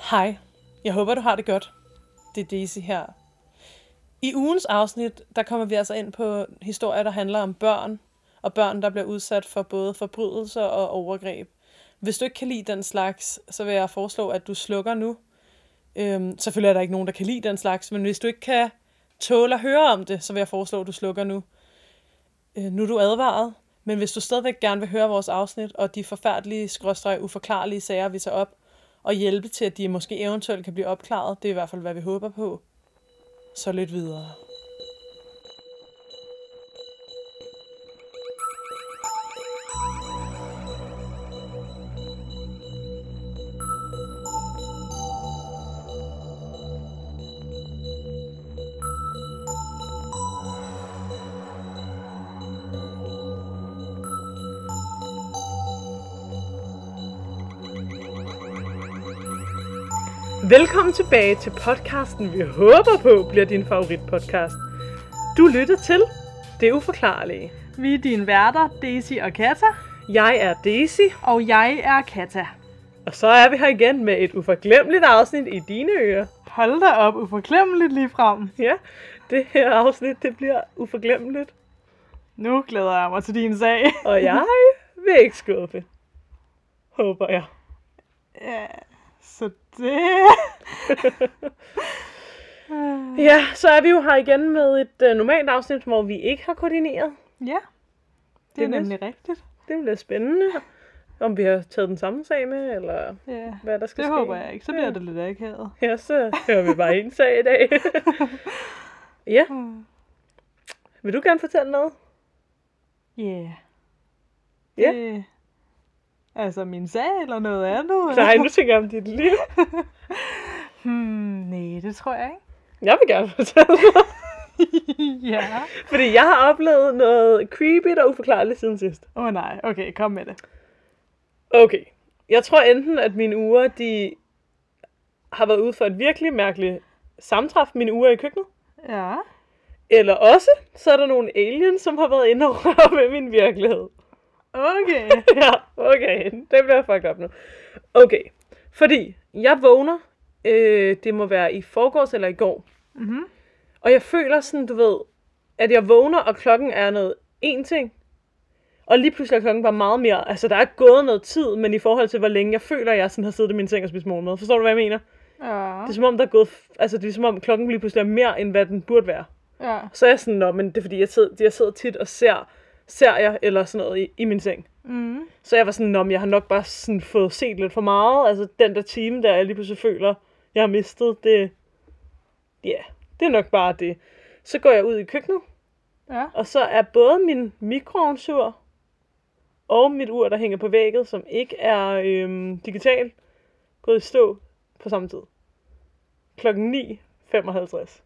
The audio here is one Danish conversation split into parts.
Hej, jeg håber du har det godt. Det er Daisy her. I ugens afsnit, der kommer vi altså ind på historier, der handler om børn, og børn, der bliver udsat for både forbrydelser og overgreb. Hvis du ikke kan lide den slags, så vil jeg foreslå, at du slukker nu. Selvfølgelig er der ikke nogen, der kan lide den slags, men hvis du ikke kan tåle at høre om det, så vil jeg foreslå, at du slukker nu. Nu er du advaret, men hvis du stadigvæk gerne vil høre vores afsnit, og de forfærdelige, uforklarlige sager, vi tager op, og hjælpe til, at de måske eventuelt kan blive opklaret, det er i hvert fald, hvad vi håber på, så lidt videre. Velkommen tilbage til podcasten, vi håber på bliver din favoritpodcast. Du lytter til Det Uforklarlige. Vi er dine værter, Daisy og Kata. Jeg er Daisy. Og jeg er Kata. Og så er vi her igen med et uforglemmeligt afsnit i dine ører. Hold da op, uforglemmeligt lige frem. Ja, det her afsnit, det bliver uforglemmeligt. Nu glæder jeg mig til din sag. Og jeg vil ikke skuffe. Håber jeg. Ja, så det... Ja, så er vi jo her igen med et normalt afsnit, hvor vi ikke har koordineret. Ja, det er nemlig rigtigt. Det bliver spændende, om vi har taget den samme sag med, eller hvad der skal ske. Det håber jeg ikke, så bliver det lidt akavet. Ja, så hører vi bare en sag i dag. Ja. Vil du gerne fortælle noget? Yeah. Ja. Altså min sag eller noget andet? Nej, nu tænker jeg om dit liv. Nej, det tror jeg ikke. Jeg vil gerne fortælle noget. Ja. Fordi jeg har oplevet noget creepy og uforklarligt siden sidst. Nej, okay, kom med det. Okay. Jeg tror enten, at mine uger, de har været ude for et virkelig mærkeligt sammentræf, mine uger i køkkenet. Ja. Eller også, så er der nogle aliens, som har været inde og røre ved min virkelighed. Okay. Ja, okay. Det bliver fucked up nu. Okay. Fordi jeg vågner, det må være i forgårs eller i går. Mhm. Og jeg føler sådan, du ved, at jeg vågner, og klokken er noget en ting. Og lige pludselig er klokken bare meget mere. Altså, der er gået noget tid, men i forhold til, hvor længe jeg føler, at jeg sådan har siddet i min seng og spist morgenmad. Forstår du, hvad jeg mener? Ja. Det er som om, der er gået... Altså, det er som om, klokken lige pludselig er mere, end hvad den burde være. Ja. Så er jeg sådan, men det er fordi, jeg sidder tit og ser jeg eller sådan noget i min seng. Mm. Så jeg var sådan, jeg har nok bare sådan fået set lidt for meget. Altså, den der time, der jeg lige pludselig føler, jeg har mistet, det er nok bare det. Så går jeg ud i køkkenet, Ja. og så er både min mikroovnsur og mit ur, der hænger på vægget, som ikke er digital, gået i stå på samme tid. Klokken 9:55.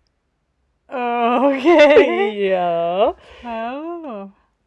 Okay. Ja. Hallo.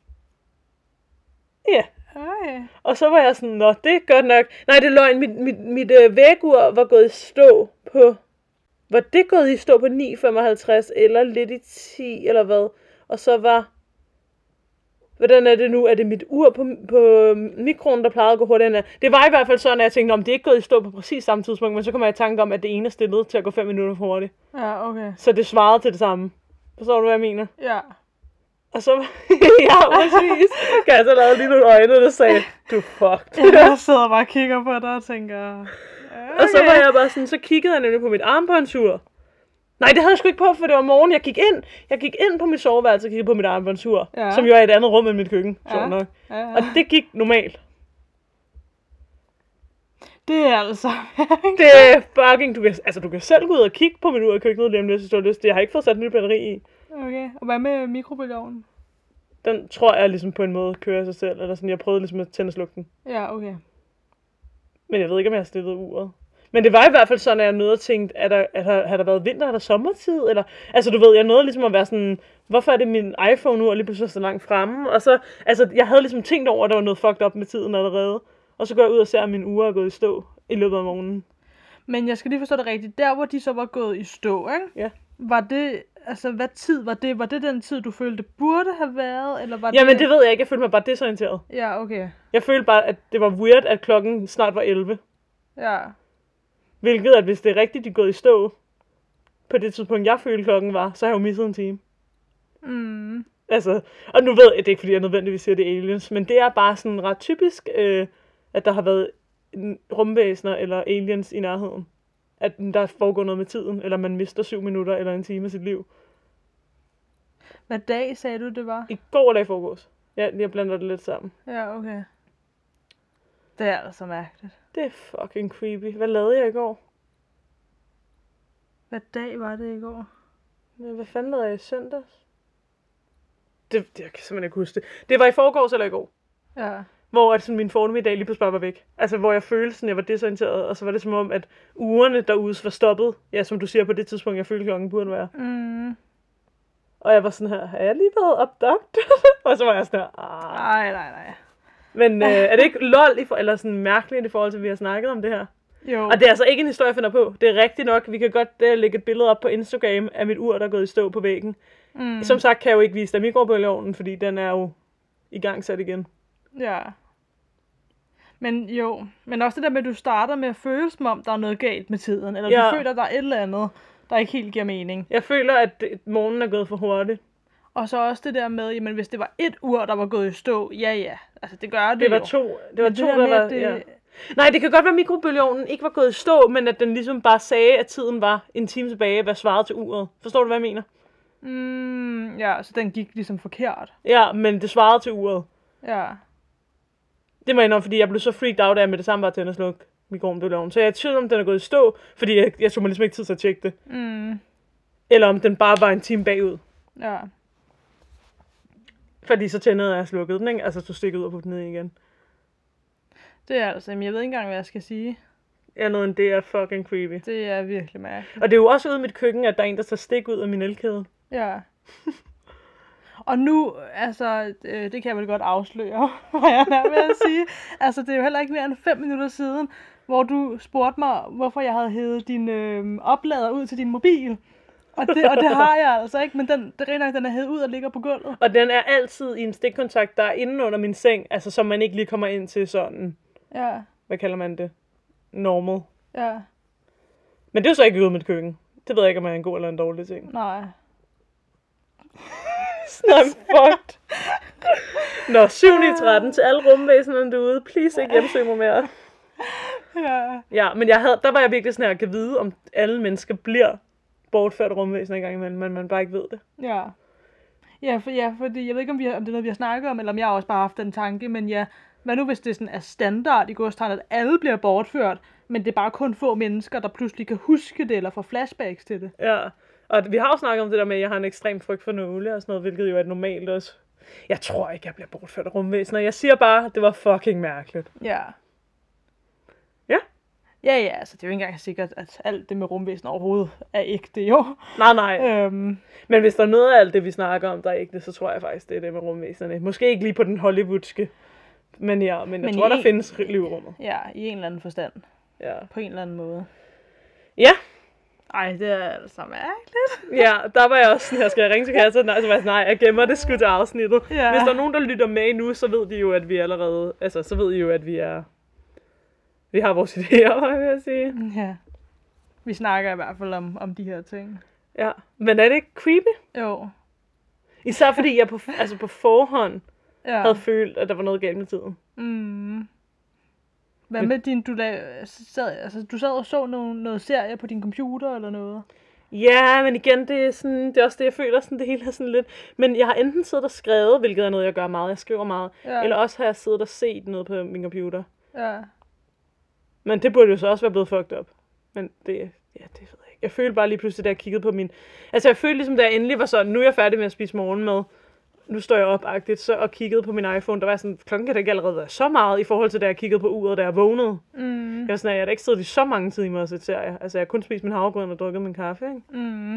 Ja. Okay. Og så var jeg sådan, det er godt nok. Nej, det er løgn. Mit vægur var gået i stå på... Var det gået i stå på 9:55, eller lidt i 10, eller hvad? Og så var... Hvordan er det nu? Er det mit ur på mikroen, der plejede at gå hurtigere? Det var i hvert fald sådan, at jeg tænkte, om det er ikke gået i stå på præcis samme tidspunkt, men så kommer jeg i tanke om, at det ene er stillet til at gå 5 minutter for hurtigt. Ja, okay. Så det svarede til det samme. Forstår du, hvad jeg mener? Ja. Og så ja, præcis. Kan jeg så lave lige nogle øjne, der sagde, du fucked. Jeg sidder bare og kigger på dig og tænker... Okay. Og så var jeg bare sådan, så kiggede jeg nemlig på mit armbåndsur. Nej, det havde jeg sgu ikke på, for det var morgen. Jeg gik ind på mit soveværelse og kiggede på mit armbåndsur, som jo er i et andet rum end mit køkken. Ja. Nok. Ja. Og det gik normalt. Det er altså... Det er fucking... Du kan selv gå ud og kigge på mit ur i køkkenet, lige om lidt, hvis du har lyst. Jeg har ikke fået sat nyt batteri i. Okay, og hvad med mikrobølgeovnen? Den tror jeg ligesom på en måde kører sig selv, eller sådan, jeg prøvede ligesom at tænde og slukke den. Ja, okay. Men jeg ved ikke, om jeg har stillet uret. Men det var i hvert fald sådan, at jeg nåede at tænke, har der været vinter, er der sommertid? Eller, altså du ved, jeg nåede ligesom at være sådan, hvorfor er det min iPhone nu, og lige pludselig så langt fremme? Og så, altså jeg havde ligesom tænkt over, at der var noget fucked up med tiden allerede. Og så går jeg ud og ser, at min uge er gået i stå i løbet af morgenen. Men jeg skal lige forstå det rigtigt. Der, hvor de så var gået i stå, ikke? Ja. Var det, altså hvad tid var det? Var det den tid, du følte burde have været? Eller var Jamen det ved jeg ikke, jeg følte mig bare desorienteret. Ja, okay. Jeg følte bare, at det var weird, at klokken snart var 11. Ja. Hvilket, at hvis det er rigtigt, de er gået i stå, på det tidspunkt, jeg følte klokken var, så har jeg jo misset en time. Altså, og nu ved jeg, det er ikke fordi, jeg nødvendigvis siger, det er aliens, men det er bare sådan ret typisk, at der har været rumvæsener eller aliens i nærheden. At der foregår noget med tiden, eller man mister 7 minutter eller en time af sit liv. Hvad dag sagde du, det var? I går eller i forgårs. Jeg blander det lidt sammen. Ja, okay. Det er altså mærkeligt. Det er fucking creepy. Hvad lavede jeg i går? Hvad dag var det i går? Hvad fanden lavede jeg i søndags? Jeg kan simpelthen ikke huske det. Det var i forgårs eller i går. Ja. Hvor at sådan, min formiddag lige pludselig bare var væk. Altså, hvor jeg følte, sådan, jeg var desorienteret, og så var det som om, at ugerne derude var stoppet. Ja, som du siger, på det tidspunkt, jeg følte, klokken burde være. Og jeg var sådan her, har jeg lige været opdagt? Og så var jeg sådan her, Nej. Men er det ikke lol, eller sådan mærkeligt i forhold til, at vi har snakket om det her? Jo. Og det er altså ikke en historie, jeg finder på. Det er rigtigt nok. Vi kan godt lægge et billede op på Instagram af mit ur, der er gået i stå på væggen. Som sagt kan jeg jo ikke vise dig mikrobølgeovnen, fordi den er jo i gang sat igen. Ja. Men også det der med, at du starter med at føle, som om der er noget galt med tiden. Eller du føler, at der er et eller andet, der ikke helt giver mening. Jeg føler, at morgenen er gået for hurtigt. Og så også det der med, jamen hvis det var et ur, der var gået i stå, ja. Altså det gør det Det var jo. to, der var... Ja. Nej, det kan godt være, at mikrobølgeovnen ikke var gået i stå, men at den ligesom bare sagde, at tiden var en time tilbage, hvad svarede til uret. Forstår du, hvad jeg mener? Ja, så den gik ligesom forkert. Ja, men det svarede til uret. Ja. Det var enormt, fordi jeg blev så freaked out af, at med det samme var til at slukke mikrobølgeovnen. Så jeg er i tvivl om, den er gået i stå, fordi jeg tog mig ligesom ikke tid til at tjekke det. Eller om den bare var en time bagud. Ja. Fordi så tændede jeg og slukkede den, ikke? Altså, så stikkede ud og puttede ned igen. Det er altså, men jeg ved ikke engang, hvad jeg skal sige. Ja, noget end det er fucking creepy. Det er virkelig mærkeligt. Og det er jo også ude i mit køkken, at der er en, der tager stik ud af min elkæde. Ja. Og nu, altså, det kan jeg vel godt afsløre, hvad jeg er ved at sige. Altså, det er jo heller ikke mere end 5 minutter siden, hvor du spurgte mig, hvorfor jeg havde hævet din oplader ud til din mobil. Og det har jeg altså ikke, men det rent nok, den er hævet ud og ligger på gulvet. Og den er altid i en stikkontakt, der er inde under min seng, altså som man ikke lige kommer ind til sådan, Ja. hvad kalder man det? Normal. Ja. Men det er jo så ikke ude i mit køkken. Det ved jeg ikke, om jeg er en god eller en dårlig ting. Nej. I'm fucked. Nå, 7-13 til alle rumvæsenerne derude. Please ikke hjemsøg mig mere. Ja. Ja, men der var jeg virkelig sådan her, kan vide, om alle mennesker bliver bortført rumvæsener engang imellem, men man bare ikke ved det. Ja. Fordi jeg ved ikke, om det er noget, vi har snakket om, eller om jeg også bare har haft den tanke, men ja, hvad nu hvis det sådan er standard i godstegn, at alle bliver bortført, men det er bare kun få mennesker, der pludselig kan huske det, eller får flashbacks til det. Ja, og vi har jo snakket om det der med, at jeg har en ekstrem frygt for nåle og sådan noget, hvilket jo er normalt også. Jeg tror ikke, jeg bliver bortført af rumvæsener. Jeg siger bare, det var fucking mærkeligt. Ja. Ja? Ja, altså det er jo ikke engang sikkert, at alt det med rumvæsener overhovedet er ægte, jo. Nej. Men hvis der er noget af alt det, vi snakker om, der er ægte, så tror jeg faktisk, det er det med rumvæsenerne. Måske ikke lige på den hollywoodske, men jeg tror, der findes liv i rummet. Ja, i en eller anden forstand. Ja. På en eller anden måde. Ja. Ej, det er altså mærkeligt. Ja, der var jeg også sådan her, skal jeg ringe til Katja? Nej, så var jeg sådan, nej, jeg gemmer det sgu til afsnittet. Ja. Hvis der er nogen, der lytter med nu, så ved de jo, at vi allerede, altså, så ved I jo, at vi har vores idéer, vil jeg sige. Ja. Vi snakker i hvert fald om de her ting. Ja, men er det ikke creepy? Jo. Især fordi jeg på forhånd havde følt, at der var noget galt med tiden. Hvad med du sad og så noget serie på din computer eller noget? Ja, men igen, det er også det, jeg føler, sådan, det hele er sådan lidt. Men jeg har enten siddet og skrevet, hvilket er noget, jeg gør meget, jeg skriver meget, eller også har jeg siddet og set noget på min computer. Ja. Men det burde jo så også være blevet fucked up. Men det ved jeg ikke. Jeg følte bare lige pludselig, da jeg kiggede på min... Altså, jeg følte ligesom, da jeg endelig var sådan, nu er jeg færdig med at spise morgenmad. Nu står jeg op-agtigt, så og kiggede på min iPhone. Der var sådan, klokken kan da ikke allerede være så meget, i forhold til da jeg kiggede på uret, da jeg vågnede. Jeg var sådan, jeg har da ikke siddet i så mange timer og set serier. Altså, jeg har kun spist min havregryn og drukket min kaffe, ikke?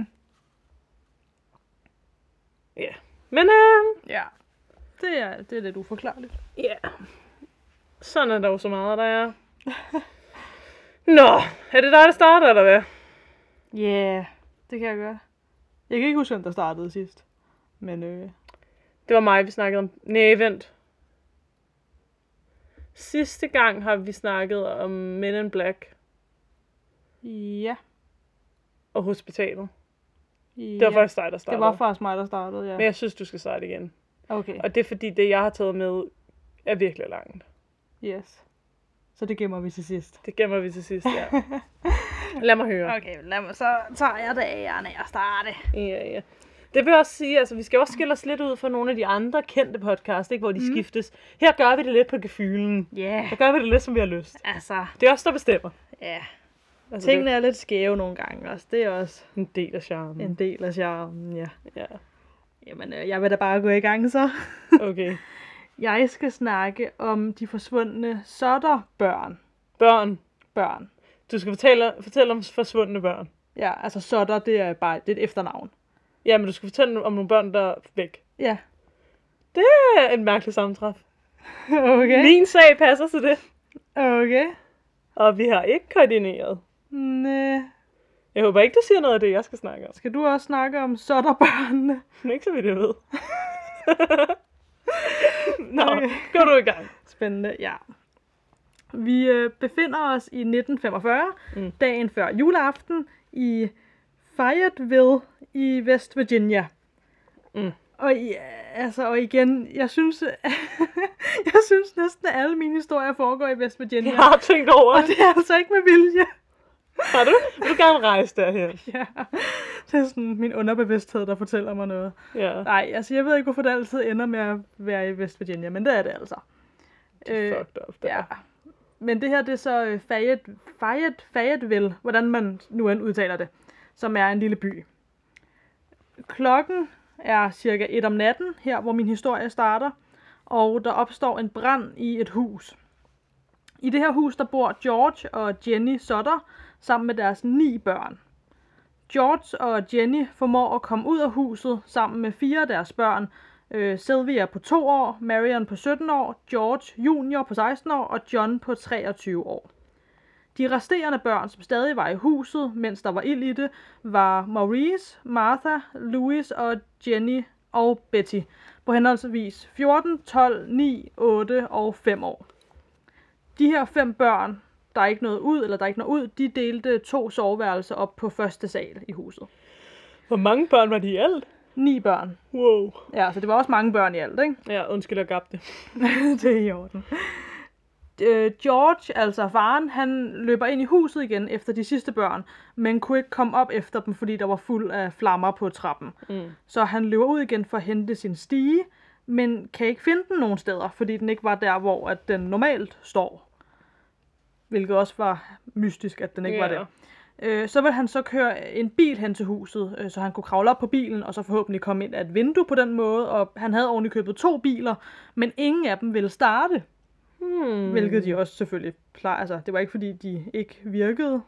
Ja. Men, ja. Det er lidt uforklarligt. Ja. Sådan er der jo så meget, der er. Nå, er det dig, der starter, eller hvad? Ja, det kan jeg gøre. Jeg kan ikke huske, hvem der startede sidst. Men det var mig, vi snakkede om. Nej, vent. Sidste gang har vi snakket om Men in Black. Ja. Og hospitalet. Det Det var faktisk dig, der startede. Det var faktisk mig, der startede, ja. Men jeg synes, du skal starte igen. Okay, Og det er fordi, det jeg har taget med, er virkelig langt. yes. Så det gemmer vi til sidst. Det gemmer vi til sidst, ja. Lad mig høre. Okay, så tager jeg det ærende at starte. Ja. Det vil også sige, altså vi skal også skille os lidt ud fra nogle af de andre kendte podcasts, ikke, hvor de skiftes. Her gør vi det lidt på gefylen. Ja, yeah. Her gør vi det lidt, som vi har lyst. Altså, Det er os, der bestemmer. ja. Altså, Tingene er lidt skæve nogle gange også. Det er også det er en del af charmen. en del af charmen, ja. Ja, Jamen, jeg vil da bare gå i gang så. okay. Jeg skal snakke om de forsvundne Sutter-børn. Børn. Du skal fortælle om forsvundne børn. Ja, altså Sutter, det er et efternavn. Ja, men du skal fortælle om nogle børn, der er væk. Ja. Det er en mærkelig sammentræf. Okay. Min sag passer til det. Okay. Og vi har ikke koordineret. Næh. Jeg håber ikke, du siger noget af det, jeg skal snakke om. Skal du også snakke om Sutter-børnene? Men ikke så vidt jeg ved. Nå, Okay. gå du i gang. Spændende, ja. Vi befinder os i 1945, dagen før juleaften, i Fayetteville i West Virginia. Mm. Og igen, jeg synes næsten, at alle mine historier foregår i West Virginia. Jeg har tænkt over Og det. det er altså ikke med vilje. Har du? Vil du gerne rejse derhen? Ja, det er sådan min underbevidsthed, der fortæller mig noget. Ja. Nej, altså jeg ved ikke, hvorfor det altid ender med at være i West Virginia, men det er det altså. Det er fucked up. Der. Ja. Men det her, det er så Fayetteville, hvordan man nu end udtaler det, som er en lille by. Klokken er cirka 1 om natten, her hvor min historie starter, og der opstår en brand i et hus. I det her hus, der bor George og Jenny Sutter sammen med deres 9 børn. George og Jenny formår at komme ud af huset sammen med 4 af deres børn. Sylvia på 2 år, Marion på 17 år, George Junior på 16 år og John på 23 år. De resterende børn, som stadig var i huset, mens der var ild i det, var Maurice, Martha, Louis og Jenny og Betty på henholdsvis 14, 12, 9, 8 og 5 år. De her 5 børn, der ikke nåede ud, de delte 2 soveværelser op på første sal i huset. Hvor mange børn var de i alt? 9 børn. Wow. Ja, så det var også mange børn i alt, ikke? Ja, undskyld, jeg gabte. Det er i orden. George, altså faren, han løber ind i huset igen efter de sidste børn, men kunne ikke komme op efter dem, fordi der var fuld af flammer på trappen. Så han løber ud igen for at hente sin stige, men kan ikke finde den nogen steder, fordi den ikke var der, hvor at den normalt står. Hvilket også var mystisk, at den ikke var der. Så vil han så køre en bil hen til huset, så han kunne kravle op på bilen, og så forhåbentlig komme ind af et vindue på den måde. Og han havde oven i købet 2 biler, men ingen af dem ville starte. Hvilket de også selvfølgelig plejer. Altså, det var ikke fordi, de ikke virkede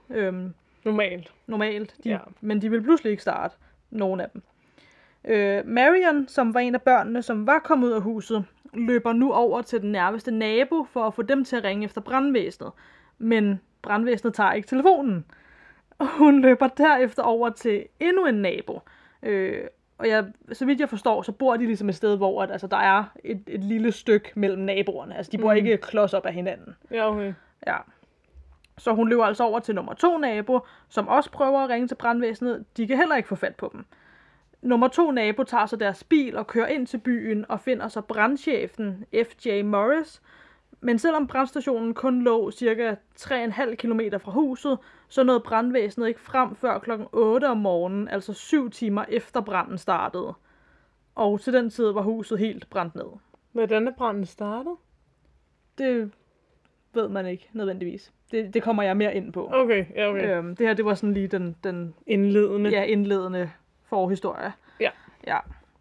normalt. Men de ville pludselig ikke starte, nogen af dem. Marion, som var en af børnene, som var kommet ud af huset, løber nu over til den nærmeste nabo for at få dem til at ringe efter brandvæsenet. Men brandvæsenet tager ikke telefonen. Hun løber derefter over til endnu en nabo. Og så vidt jeg forstår, så bor de ligesom et sted, hvor at, altså, der er et lille stykke mellem naboerne. Altså, de bor ikke klods op af hinanden. Ja, okay. Ja. Så hun løber altså over til nummer 2 nabo, som også prøver at ringe til brandvæsenet. De kan heller ikke få fat på dem. Nummer 2 nabo tager så deres bil og kører ind til byen og finder så brandchefen F.J. Morris. Men selvom brandstationen kun lå cirka 3,5 kilometer fra huset, så nåede brandvæsenet ikke frem før klokken 8 om morgenen, altså 7 timer efter branden startede. Og til den tid var huset helt brændt ned. Hvordan er branden startet? Det ved man ikke nødvendigvis. Det kommer jeg mere ind på. Okay, ja, okay. Det her, det var sådan lige den Indledende. Ja, indledende forhistorie. Ja.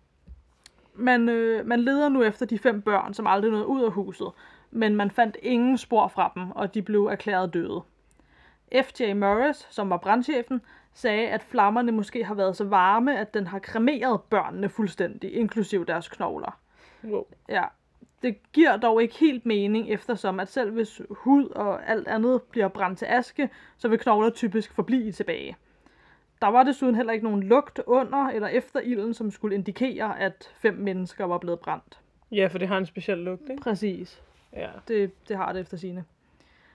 Man leder nu efter de 5 børn, som aldrig nåede ud af huset, men man fandt ingen spor fra dem, og de blev erklæret døde. F.J. Morris, som var brandchefen, sagde, at flammerne måske har været så varme, at den har kremeret børnene fuldstændig, inklusiv deres knogler. Wow. Ja, det giver dog ikke helt mening, eftersom at selv hvis hud og alt andet bliver brændt til aske, så vil knogler typisk forblive tilbage. Der var desuden heller ikke nogen lugt under eller efter ilden, som skulle indikere, at 5 mennesker var blevet brændt. Ja, for det har en speciel lugt, ikke? Præcis. Ja. Det har det efter sigende.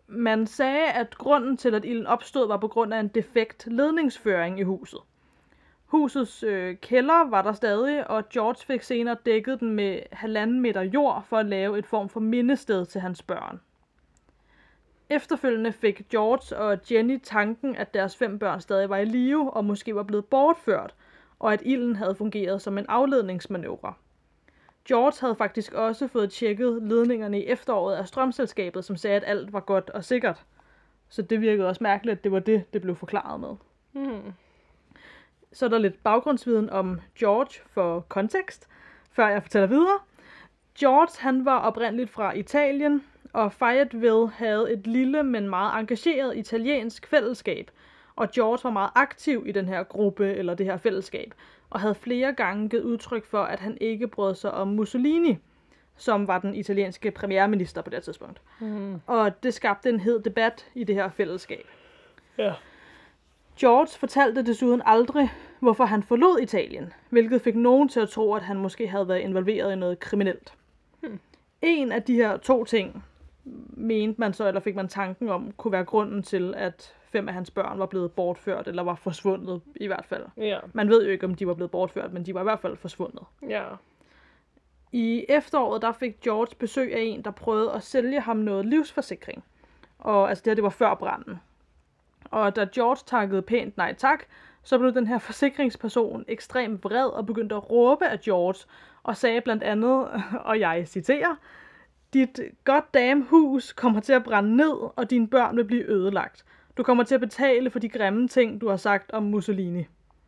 Man sagde, at grunden til, at ilden opstod, var på grund af en defekt ledningsføring i huset. Husets kælder var der stadig, og George fik senere dækket den med 1,5 meter jord for at lave et form for mindested til hans børn. Efterfølgende fik George og Jenny tanken, at deres 5 børn stadig var i live og måske var blevet bortført, og at ilden havde fungeret som en afledningsmanøvre. George havde faktisk også fået tjekket ledningerne i efteråret af strømselskabet, som sagde, at alt var godt og sikkert. Så det virkede også mærkeligt, at det var det blev forklaret med. Så er der lidt baggrundsviden om George for kontekst, før jeg fortæller videre. George, han var oprindeligt fra Italien, og Fayetteville havde et lille, men meget engageret italiensk fællesskab. Og George var meget aktiv i den her gruppe, eller det her fællesskab, og havde flere gange givet udtryk for, at han ikke brød sig om Mussolini, som var den italienske premierminister på det tidspunkt. Og det skabte en hed debat i det her fællesskab. Ja. George fortalte desuden aldrig, hvorfor han forlod Italien, hvilket fik nogen til at tro, at han måske havde været involveret i noget kriminelt. En af de her 2 ting, mente man så, eller fik man tanken om, kunne være grunden til, at 5 af hans børn var blevet bortført, eller var forsvundet i hvert fald. Ja. Man ved jo ikke, om de var blevet bortført, men de var i hvert fald forsvundet. Ja. I efteråret, der fik George besøg af en, der prøvede at sælge ham noget livsforsikring. Og altså det var før branden. Og da George takkede pænt nej tak, så blev den her forsikringsperson ekstremt vred og begyndte at råbe af George, og sagde blandt andet, og jeg citerer, dit goddamn hus kommer til at brænde ned, og dine børn vil blive ødelagt. Du kommer til at betale for de grimme ting, du har sagt om Mussolini.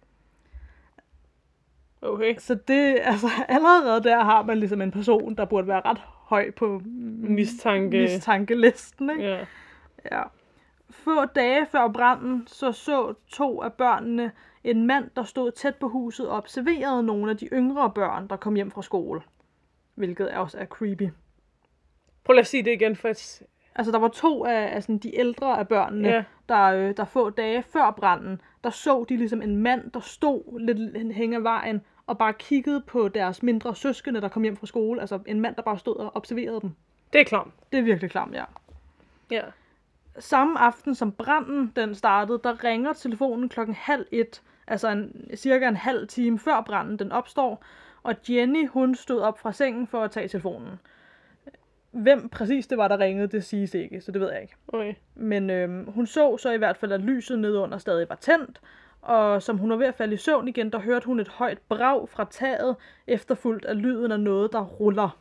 Okay. Så det, altså allerede der har man ligesom en person, der burde være ret høj på mistankelisten, ikke? Ja. Ja. Få dage før branden, så 2 af børnene en mand, der stod tæt på huset og observerede nogle af de yngre børn, der kom hjem fra skole. Hvilket også er creepy. Prøv lige at sige det igen, for Altså, der var 2 af sådan, de ældre af børnene, der få dage før branden, der så de ligesom en mand, der stod lidt hen ad vejen, og bare kiggede på deres mindre søskende, der kom hjem fra skole. Altså, en mand, der bare stod og observerede dem. det er klamt. Det er virkelig klamt, ja. Ja. Samme aften, som branden den startede, der ringer telefonen 12:30, altså cirka en halv time før branden den opstår, og Jenny, hun stod op fra sengen for at tage telefonen. Hvem præcis det var, der ringede, det siges ikke, så det ved jeg ikke. Okay. Men hun så i hvert fald, at lyset nedenunder stadig var tændt, og som hun var ved at falde i søvn igen, der hørte hun et højt brag fra taget, efterfulgt af lyden af noget, der ruller.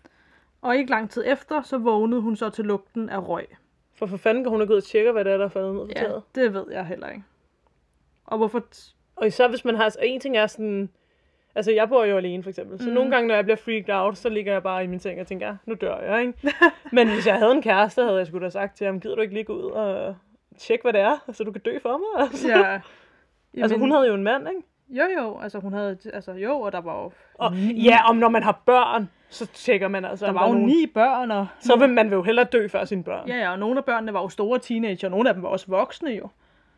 Og ikke lang tid efter, så vågnede hun så til lugten af røg. For fanden kan hun have gået og tjekke, hvad det er, der er faldet ned på taget? Ja, det ved jeg heller ikke. Og hvorfor... Og især hvis man har... Og en ting er sådan... Altså, jeg bor jo alene, for eksempel. Så nogle gange, når jeg bliver freaked out, så ligger jeg bare i min seng og tænker, nu dør jeg, ikke? Men hvis jeg havde en kæreste, havde jeg sgu da sagt til ham, gider du ikke lige gå ud og tjekke, hvad det er, så du kan dø for mig? Altså, Ja. altså hun havde jo en mand, ikke? Jo, altså hun havde... Altså jo, og der var jo... Og, ja, om når man har børn, så tjekker man altså... Der var jo 9 børn, og... Så vil man jo hellere dø før sine børn. Ja, og nogle af børnene var jo store teenager, og nogle af dem var også voksne jo.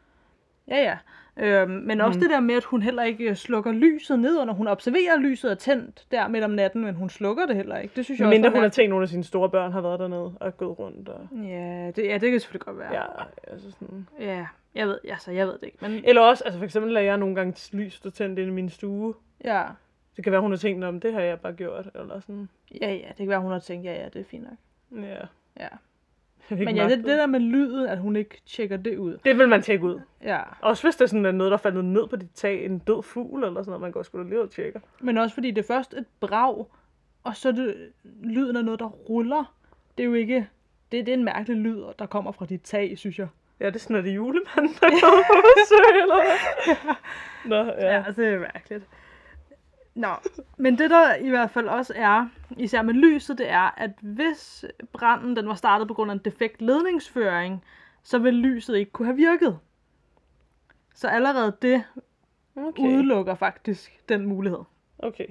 Ja. Men også det der med, at hun heller ikke slukker lyset ned, og når hun observerer, at lyset er tændt der midt om natten, men hun slukker det heller ikke. Det synes jeg også. Mindre hun har tænkt, at nogle af sine store børn har været dernede og gået rundt. Og... Ja, det kan selvfølgelig godt være. Ja, altså sådan... Ja, jeg ved det ikke. Men... Eller også, altså for eksempel lader jeg nogle gange lys stå tændt inde i min stue. Ja. Det kan være, hun har tænkt, om det har jeg bare gjort, eller sådan. Ja, det kan være, hun har tænkt, ja, det er fint nok. Ja. Men ja, det der med lyden, at hun ikke tjekker det ud. Det vil man tjekke ud. Ja. Også hvis det er sådan noget, der er faldet ned på dit tag, en død fugl eller sådan noget, man går sgu da lige og tjekker. Men også fordi det er først et brag, og så er det lyden af noget, der ruller. Det er jo ikke... Det er en mærkelig lyd, der kommer fra dit tag, synes jeg. Ja, det er sådan, at det er julemanden, der kommer på besøg, eller hvad? Nå, ja. Ja, det er mærkeligt. Nå, men det der i hvert fald også er, især med lyset, det er, at hvis branden den var startet på grund af en defekt ledningsføring, så vil lyset ikke kunne have virket. Så allerede det udelukker faktisk den mulighed. Okay.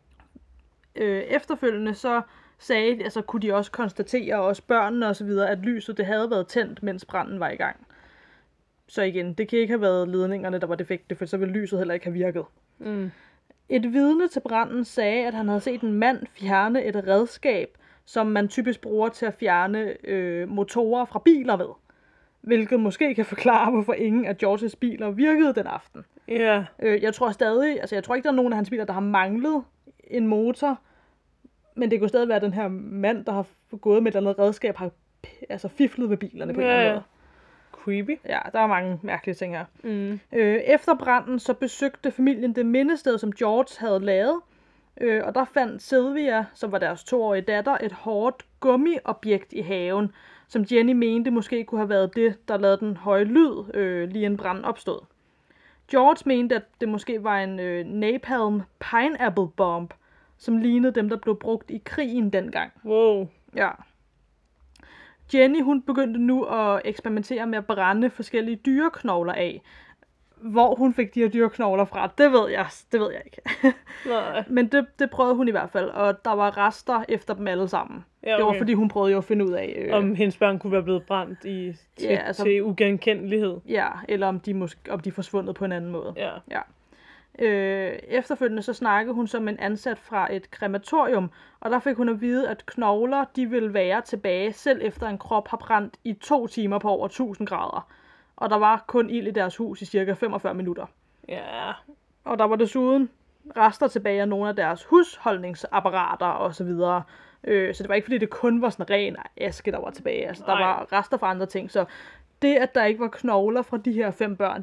Efterfølgende så kunne de også konstatere, også børnene og så videre, at lyset det havde været tændt, mens branden var i gang. Så igen, det kan ikke have været ledningerne, der var defekte, for så ville lyset heller ikke have virket. Et vidne til branden sagde, at han havde set en mand fjerne et redskab, som man typisk bruger til at fjerne motorer fra biler ved. Hvilket måske kan forklare, hvorfor ingen af Georges biler virkede den aften. Ja. Jeg tror ikke, der er nogen af hans biler, der har manglet en motor. Men det kunne stadig være, at den her mand, der har gået med et eller andet redskab, har fiflet med bilerne på en eller anden måde. Creepy. Ja, der er mange mærkelige ting her. Efter branden, så besøgte familien det mindested, som George havde lavet. Og der fandt Sylvia, som var deres 2-årige datter, et hårdt gummiobjekt i haven, som Jenny mente måske kunne have været det, der lavede den høje lyd, lige inden branden opstod. George mente, at det måske var en napalm pineapple bomb, som lignede dem, der blev brugt i krigen dengang. Wow. Ja. Jenny, hun begyndte nu at eksperimentere med at brænde forskellige dyreknogler af. Hvor hun fik de her dyreknogler fra, det ved jeg ikke. Nej. Men det prøvede hun i hvert fald, og der var rester efter dem alle sammen. Ja, okay. Det var fordi, hun prøvede jo at finde ud af... om hendes børn kunne være blevet brændt til ugenkendelighed. Ja, eller om de er forsvundet på en anden måde. Ja. Efterfølgende så snakkede hun som en ansat fra et krematorium, og der fik hun at vide, at knogler de vil være tilbage, selv efter en krop har brændt i 2 timer på over 1000 grader. Og der var kun ild i deres hus i cirka 45 minutter. Ja. Og der var desuden rester tilbage af nogle af deres husholdningsapparater og så videre. Så det var ikke fordi, det kun var sådan ren aske, der var tilbage. Altså, der var rester fra andre ting. Så det, at der ikke var knogler fra de her 5 børn,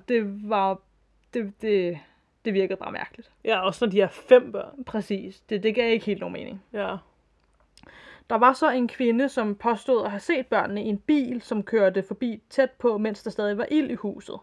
det virkede bare mærkeligt. Ja, også når de har 5 børn. Præcis. Det gav ikke helt nogen mening. Ja. Der var så en kvinde, som påstod at have set børnene i en bil, som kørte forbi tæt på, mens der stadig var ild i huset.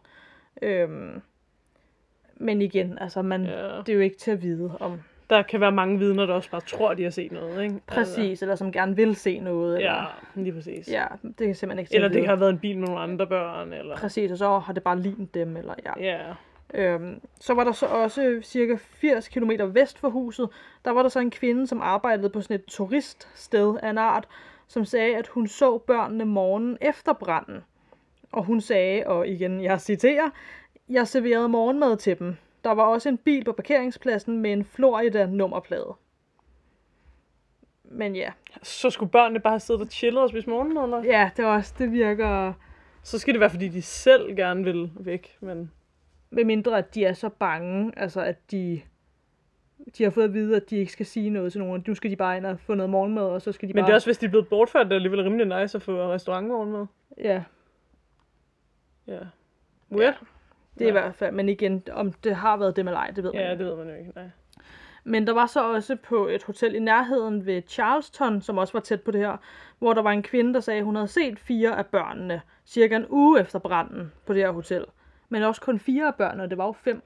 Men igen, altså det er jo ikke til at vide om... Der kan være mange vidner, der også bare tror, de har set noget, ikke? Præcis, eller som gerne vil se noget. Eller... Ja, lige præcis. Ja, det er simpelthen ikke til eller at vide. det har været en bil med nogle andre børn, eller... Præcis, og så har det bare lignet dem, eller ja. Ja. Så var der så også cirka 80 km vest for huset, der var der så en kvinde, som arbejdede på sådan et turiststed af en art, som sagde, at hun så børnene morgenen efter branden. Og hun sagde, og igen, jeg citerer, jeg serverede morgenmad til dem. Der var også en bil på parkeringspladsen med en Florida-nummerplade. Men ja. Så skulle børnene bare have siddet og chillet og spist morgenmad, eller? Ja, det virker... Så skal det være, fordi de selv gerne vil væk, men... Med mindre, at de er så bange, altså at de har fået at vide, at de ikke skal sige noget til nogen. Nu skal de bare ind og få noget morgenmad, og så skal de Men det er også, hvis de er blevet bortført, det er alligevel rimelig nice at få restaurantmorgenmad. Ja. Ja. Weird. Ja. Det er i hvert fald, men igen, om det har været det med leg, det ved man ikke. Ja, det ved man jo ikke, nej. Men der var så også på et hotel i nærheden ved Charleston, som også var tæt på det her, hvor der var en kvinde, der sagde, at hun havde set 4 af børnene, cirka en uge efter branden på det her hotel. Men også kun 4 af børnene, og det var jo 5.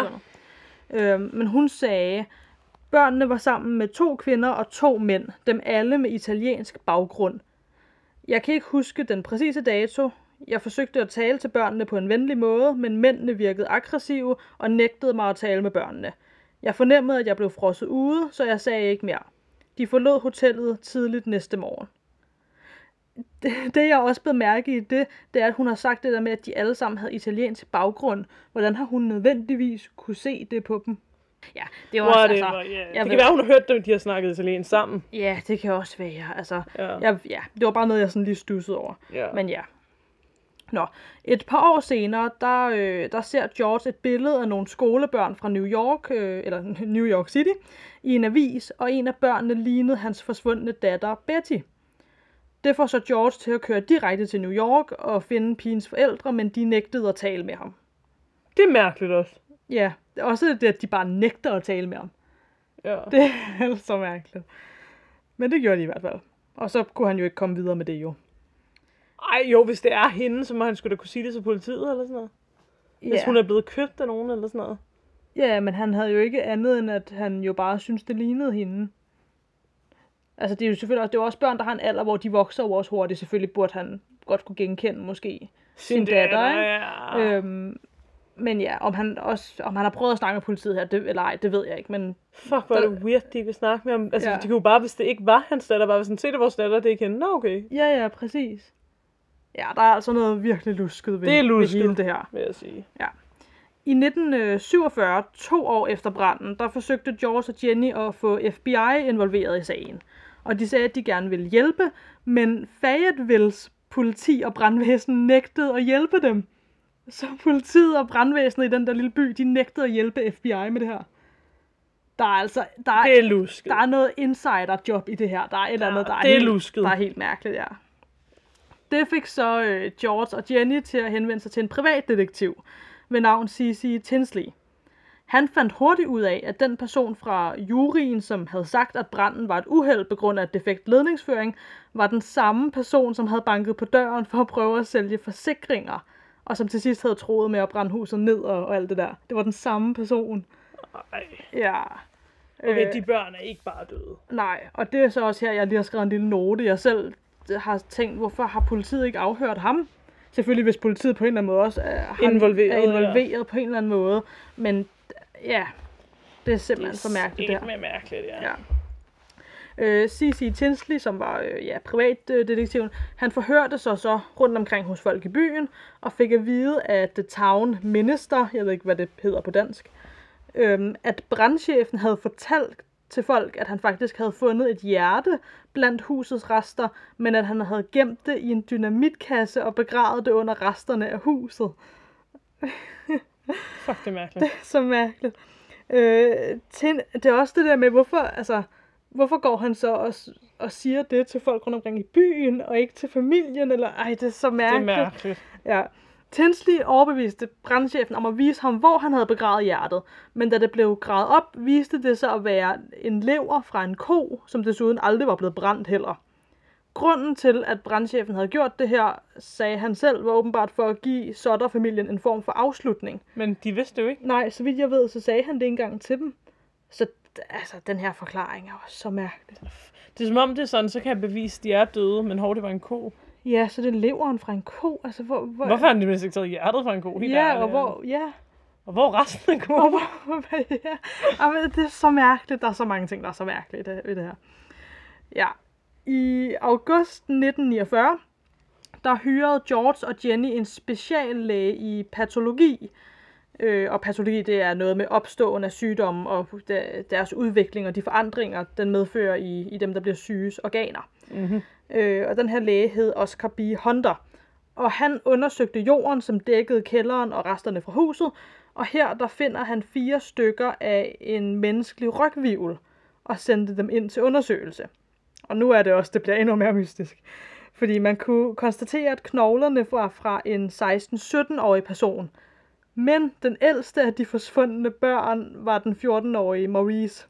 Ja. Men hun sagde, børnene var sammen med 2 kvinder og 2 mænd, dem alle med italiensk baggrund. Jeg kan ikke huske den præcise dato. Jeg forsøgte at tale til børnene på en venlig måde, men mændene virkede aggressive og nægtede mig at tale med børnene. Jeg fornemmede, at jeg blev frosset ude, så jeg sagde ikke mere. De forlod hotellet tidligt næste morgen. Det jeg også blev mærke i, det er, at hun har sagt det der med, at de alle sammen havde italiensk baggrund. Hvordan har hun nødvendigvis kunne se det på dem? Ja, det var også, det kan være, hun har hørt dem, de har snakket italiensk sammen. Ja, det kan også være. Altså, det var bare noget, jeg sådan lige stussede over. Ja. Men ja. Nå, et par år senere, der ser George et billede af nogle skolebørn fra New York, eller New York City, i en avis, og en af børnene lignede hans forsvundne datter Betty. Det får så George til at køre direkte til New York og finde pigens forældre, men de nægtede at tale med ham. Det er mærkeligt også. Ja, også det, at de bare nægter at tale med ham. Ja. Det er så mærkeligt. Men det gjorde de i hvert fald. Og så kunne han jo ikke komme videre med det jo. Ej, jo, hvis det er hende, så må han skulle da kunne sige det til politiet eller sådan noget. Hvis hun er blevet købt af nogen eller sådan noget. Ja, men han havde jo ikke andet, end at han jo bare synes det lignede hende. Altså, det er jo selvfølgelig også, det er også børn, der har en alder, hvor de vokser over os hurtigt. Selvfølgelig burde han godt kunne genkende måske sin datter, ikke? Ja. Men ja, om han har prøvet at snakke med politiet her, eller ej, det ved jeg ikke, men... Fuck, hvor er det weird, de vil snakke med ham. Altså, de kunne jo bare, hvis det ikke var hans datter, bare sådan, se det vores datter, det er ikke hende. Nå, okay. Ja, præcis. Ja, der er altså noget virkelig lusket ved hele det her. Vil jeg sige. Ja. I 1947, 2 år efter branden, der forsøgte George og Jenny at få FBI involveret i sagen. Og de sagde, at de gerne ville hjælpe, men Fayettevilles politi og brandvæsen nægtede at hjælpe dem. Så politiet og brandvæsenet i den der lille by, de nægtede at hjælpe FBI med det her. Der Det er lusket. Der er noget insiderjob i det her. Der er et eller andet, der er helt mærkeligt, ja. Det fik så George og Jenny til at henvende sig til en privatdetektiv ved navn C.C. Tinsley. Han fandt hurtigt ud af, at den person fra juryen, som havde sagt, at branden var et uheld på grund af defekt ledningsføring, var den samme person, som havde banket på døren for at prøve at sælge forsikringer, og som til sidst havde troet med at brænde huset ned og alt det der. Det var den samme person. Ej. Ja. Okay, de børn er ikke bare døde. Nej, og det er så også her, jeg lige har skrevet en lille note. Jeg selv har tænkt, hvorfor har politiet ikke afhørt ham? Selvfølgelig, hvis politiet på en eller anden måde også er involveret på en eller anden måde. Men ja, det er simpelthen så mærkeligt der. Det er mærkeligt, ja. C.C. Tinsley, som var privatdetektiven, han forhørte sig så rundt omkring hos folk i byen, og fik at vide, at The Town Minister, jeg ved ikke, hvad det hedder på dansk, at brandchefen havde fortalt til folk, at han faktisk havde fundet et hjerte blandt husets rester, men at han havde gemt det i en dynamitkasse og begravet det under resterne af huset. Fuck, det er mærkeligt. Det er så mærkeligt. Det er også det der med, hvorfor går han så og siger det til folk rundt omkring i byen, og ikke til familien? Eller, det er så mærkeligt. Det er mærkeligt. Ja. Tinsley overbeviste brandchefen om at vise ham, hvor han havde begravet hjertet. Men da det blev gravet op, viste det sig at være en lever fra en ko, som desuden aldrig var blevet brændt heller. Grunden til, at brandchefen havde gjort det her, sagde han selv, var åbenbart for at give Sutter-familien en form for afslutning. Men de vidste jo ikke. Nej, så vidt jeg ved, så sagde han det engang til dem. Så den her forklaring er også så mærkelig. Det er som om det er sådan, så kan jeg bevise, at de er døde, men det var en ko. Ja, så det er leveren fra en ko. Altså, hvorfor har han ikke taget hjertet fra en ko? Ja, og hvor resten af ko? Ja, det er så mærkeligt. Der er så mange ting, der er så mærkeligt ved det her. Ja. I august 1949, der hyrede George og Jenny en speciallæge i patologi. Og patologi, det er noget med opståen af sygdomme og deres udvikling og de forandringer, den medfører i dem, der bliver syges organer. Mm-hmm. Og den her læge hed Oscar B. Hunter. Og han undersøgte jorden, som dækkede kælderen og resterne fra huset. Og her der finder han 4 stykker af en menneskelig rygvirvel og sendte dem ind til undersøgelse. Og nu er det også, det bliver endnu mere mystisk. Fordi man kunne konstatere, at knoglerne var fra en 16-17-årig person. Men den ældste af de forsvundne børn var den 14-årige Maurice.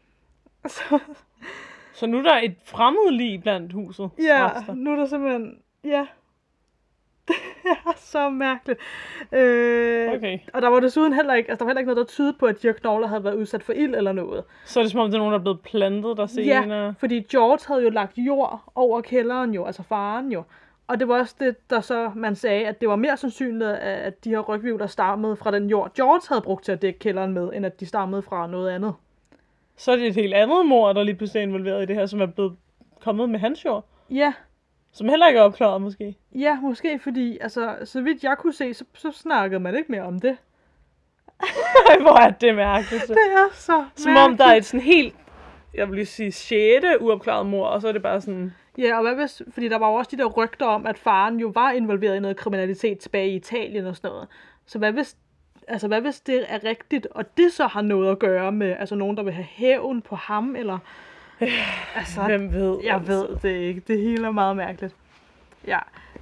Så nu er der et fremmed lig blandt huset? Ja, nu er der simpelthen... Ja. Det er så mærkeligt. Okay. Og der var desuden heller ikke noget, der tydede på, at de her knogler havde været udsat for ild eller noget. Så er det som om, det er nogen, der er blevet plantet der senere? Ja, fordi George havde jo lagt jord over kælderen jo, altså faren jo. Og det var også det, der så man sagde, at det var mere sandsynligt, at de her rygvirvler stammede fra den jord, George havde brugt til at dække kælderen med, end at de stammede fra noget andet. Så er det et helt andet mord, der lige pludselig er involveret i det her, som er blevet kommet med hans jord? Ja. Som heller ikke er opklaret, måske? Ja, måske, fordi, altså, så vidt jeg kunne se, så snakkede man ikke mere om det. Hvor er det mærkeligt. Det er så mærkeligt. Som om der er et sådan helt, jeg vil lige sige, 6. uopklaret mord, og så er det bare sådan... Ja, og hvad hvis, fordi der var jo også de der rygter om, at faren jo var involveret i noget kriminalitet tilbage i Italien og sådan noget. Så hvad hvis det er rigtigt, og det så har noget at gøre med, altså nogen, der vil have hævn på ham, eller... Altså, hvem ved? Jeg ved det ikke. Det hele er meget mærkeligt. Ja.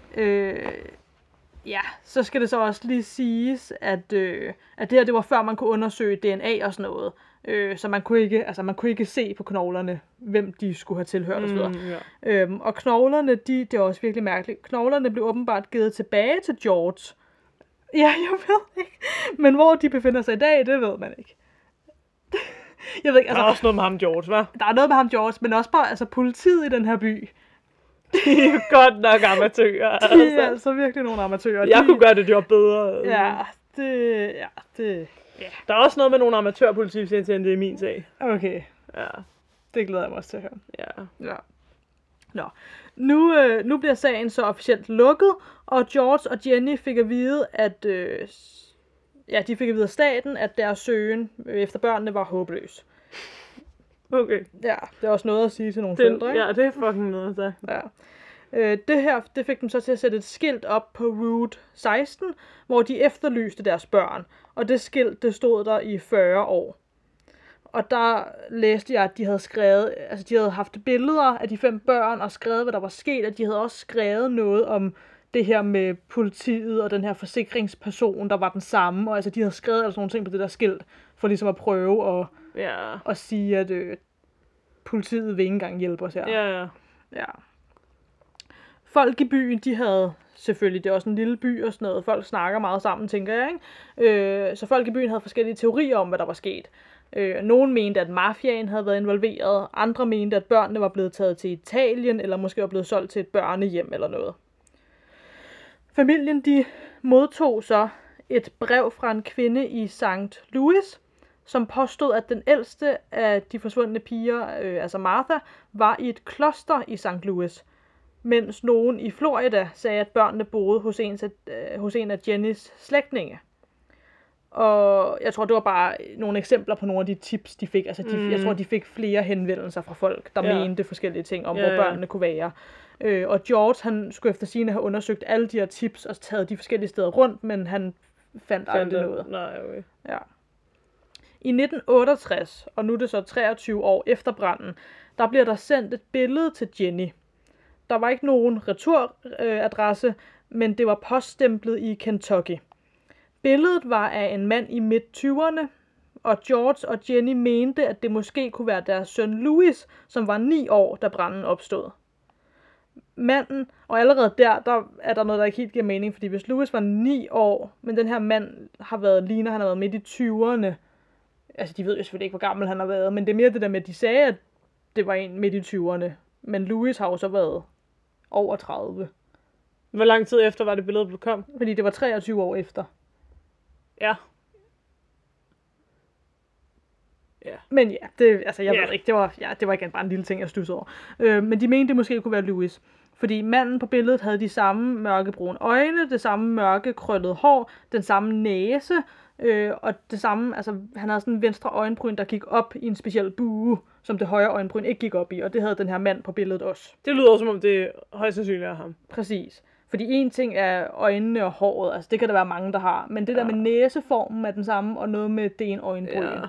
Ja, så skal det så også lige siges, at det her, det var før man kunne undersøge DNA og sådan noget. Så man kunne ikke se på knoglerne, hvem de skulle have tilhørt og så videre. Ja. Og knoglerne, det er også virkelig mærkeligt. Knoglerne blev åbenbart givet tilbage til George. Ja, jeg ved ikke. Men hvor de befinder sig i dag, det ved man ikke. Jeg ved ikke, der er også noget med ham George, hva'? Der er noget med ham George, men også bare politiet i den her by. De er godt nok amatører. De er altså virkelig nogle amatører. Jeg kunne gøre det job bedre. Ja, Der er også noget med nogle amatørpolitibetjente i min sag. Okay. Ja. Det glæder jeg mig også til at høre. Ja. Nå. Nu bliver sagen så officielt lukket, og George og Jenny fik at vide, at de fik at vide af staten, at deres søgen efter børnene var håbløs. Okay. Ja, det er også noget at sige til nogle forældre, ikke? Ja, det er fucking noget, der. Ja. Det her, det fik dem så til at sætte et skilt op på Route 16, hvor de efterlyste deres børn. Og det skilt, det stod der i 40 år. Og der læste jeg, at de havde skrevet, altså de havde haft billeder af de 5 børn, og skrevet, hvad der var sket, og de havde også skrevet noget om det her med politiet, og den her forsikringsperson, der var den samme, og altså de havde skrevet altså nogle ting på det der skilt, for ligesom at prøve at sige, at politiet vil ikke engang hjælpe os her. Ja. Folk i byen, de havde selvfølgelig, det er også en lille by og sådan noget, folk snakker meget sammen, tænker jeg, ikke? Så folk i byen havde forskellige teorier om, hvad der var sket. Nogen mente, at mafiaen havde været involveret, andre mente, at børnene var blevet taget til Italien, eller måske var blevet solgt til et børnehjem eller noget. Familien, de modtog så et brev fra en kvinde i St. Louis, som påstod, at den ældste af de forsvundne piger, altså Martha, var i et kloster i St. Louis, mens nogen i Florida sagde, at børnene boede hos en af Jennys slægtninge. Og jeg tror, det var bare nogle eksempler på nogle af de tips, de fik. Altså, jeg tror, de fik flere henvendelser fra folk, der mente forskellige ting om, hvor børnene kunne være. Og George, han skulle efter sigende have undersøgt alle de her tips og taget de forskellige steder rundt, men han fandt aldrig noget. Nej, okay. Ja. I 1968, og nu er det så 23 år efter branden, der bliver der sendt et billede til Jenny. Der var ikke nogen returadresse, men det var poststemplet i Kentucky. Billedet var af en mand i midt-20'erne, og George og Jenny mente, at det måske kunne være deres søn Louis, som var 9 år, da branden opstod. Manden, og allerede der er der noget, der ikke helt giver mening, fordi hvis Louis var 9 år, men den her mand han har været midt i 20'erne, altså de ved jo selvfølgelig ikke, hvor gammel han har været, men det er mere det der med, at de sagde, at det var en midt i 20'erne, men Louis har jo så været over 30. Hvor lang tid efter var det billede, blev kom? Fordi det var 23 år efter. Ja. Men ja, jeg ved ikke, det var igen bare en lille ting, jeg studsede over. Men de mente, det måske kunne være Louis. Fordi manden på billedet havde de samme mørkebrune øjne, det samme mørke krøllet hår, den samme næse, og det samme, altså han havde sådan en venstre øjenbryn, der gik op i en speciel bue, som det højre øjenbryn ikke gik op i, og det havde den her mand på billedet også. Det lyder også, som om det højst sandsynligt er ham. Præcis. Fordi en ting er øjnene og håret, altså det kan der være mange, der har, men det der med næseformen er den samme, og noget med det en øjenbryn.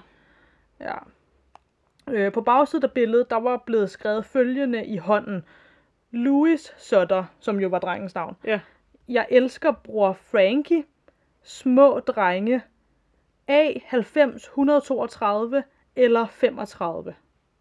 Ja. På bagsiden af billedet, der var blevet skrevet følgende i hånden. Louis Sutter, som jo var drengens navn. Ja. Jeg elsker bror Frankie. Små drenge. A 90 132 eller 35.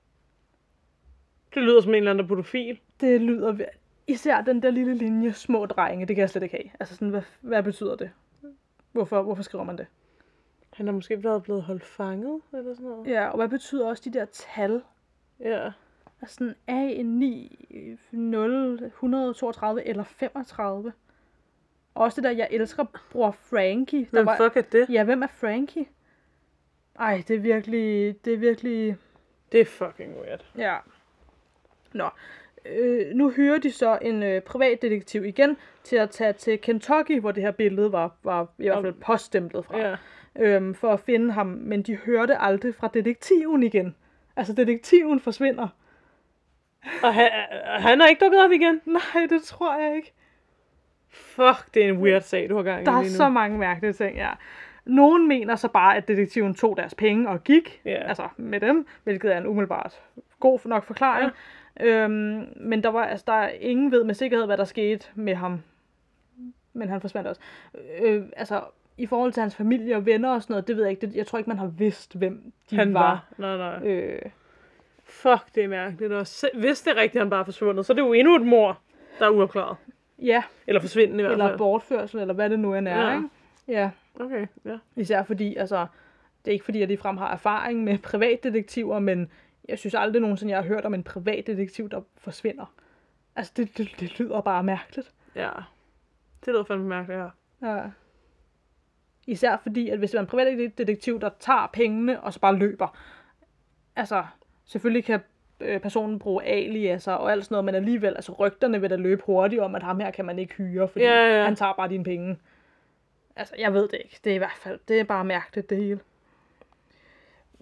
Det lyder som en eller anden pædofil. Det lyder... Især den der lille linje, små drenge, det kan jeg slet ikke have. Altså sådan, hvad betyder det? Hvorfor skriver man det? Han har måske blevet holdt fanget, eller sådan noget. Ja, og hvad betyder også de der tal? Ja. Altså sådan A 9 0 132 eller 35. Og også det der, jeg elsker bror Frankie. Hvem fuck er det? Ja, hvem er Frankie? Ej, det er virkelig... Det er fucking weird. Ja. Nå. Nu hyrer de så en privatdetektiv igen til at tage til Kentucky, hvor det her billede var i hvert fald poststemplet fra. Ja. For at finde ham, men de hørte aldrig fra detektiven igen. Altså, detektiven forsvinder. Og han er ikke dukket op igen? Nej, det tror jeg ikke. Fuck, det er en weird sag, du har gang i Der er lige nu. så mange mærkelige ting, ja. Nogen mener så bare, at detektiven tog deres penge og gik, altså med dem, hvilket er en umiddelbart god nok forklaring. Ja. Men der er ingen ved med sikkerhed, hvad der skete med ham. Men han forsvandt også. Altså, i forhold til hans familie og venner og sådan noget, det ved jeg ikke. Jeg tror ikke, man har vidst, hvem de var. Nej. Fuck, det er mærkeligt også. Hvis det er rigtigt, han bare er forsvundet, så er det jo endnu et mord, der er uopklaret. Ja. Eller forsvindende i hvert fald. Eller bortførsel, eller hvad det nu end er, ikke? Ja. Okay, ja. Især fordi, altså, det er ikke fordi, jeg ligefrem har erfaring med privatdetektiver, men jeg synes aldrig nogensinde, jeg har hørt om en privatdetektiv, der forsvinder. Altså, det lyder bare mærkeligt. Ja, det lyder fandme mærkeligt, ja. Især fordi, at hvis det er en privatdetektiv, der tager pengene og så bare løber. Altså, selvfølgelig kan personen bruge aliaser og alt sådan noget, men alligevel, altså rygterne vil da løbe hurtigt om, at ham her kan man ikke hyre, fordi han tager bare dine penge. Altså, jeg ved det ikke. Det er i hvert fald, det er bare mærkeligt, det hele. Nå.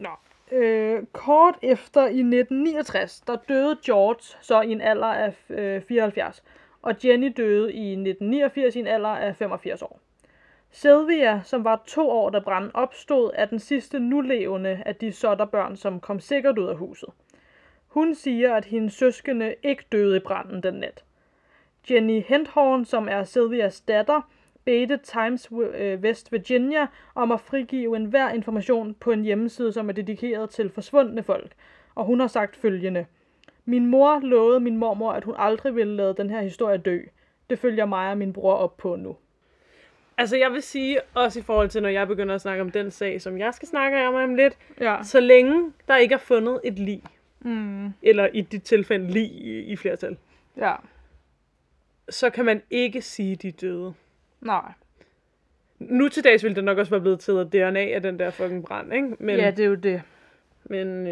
Kort efter i 1969, der døde George så i en alder af 74, og Jenny døde i 1989 i en alder af 85 år. Sylvia, som var 2 år, da branden opstod, er den sidste nulevende af de Sutter-børn, som kom sikkert ud af huset. Hun siger, at hendes søskende ikke døde i branden den nat. Jenny Hendhorn, som er Sylvias datter, bedte Times West Virginia om at frigive enhver information på en hjemmeside, som er dedikeret til forsvundne folk. Og hun har sagt følgende: Min mor lovede min mormor, at hun aldrig ville lade den her historie dø. Det følger mig og min bror op på nu. Altså, jeg vil sige, også i forhold til, når jeg begynder at snakke om den sag, som jeg skal snakke om lidt, Ja. så længe der ikke er fundet et lig, Mm. eller i dit tilfælde lig i flertal, Ja. så kan man ikke sige, de er døde. Nej. Nu til dags ville det nok også være blevet taget DNA af den der fucking brand, ikke? Men, Ja, det er jo det. Men,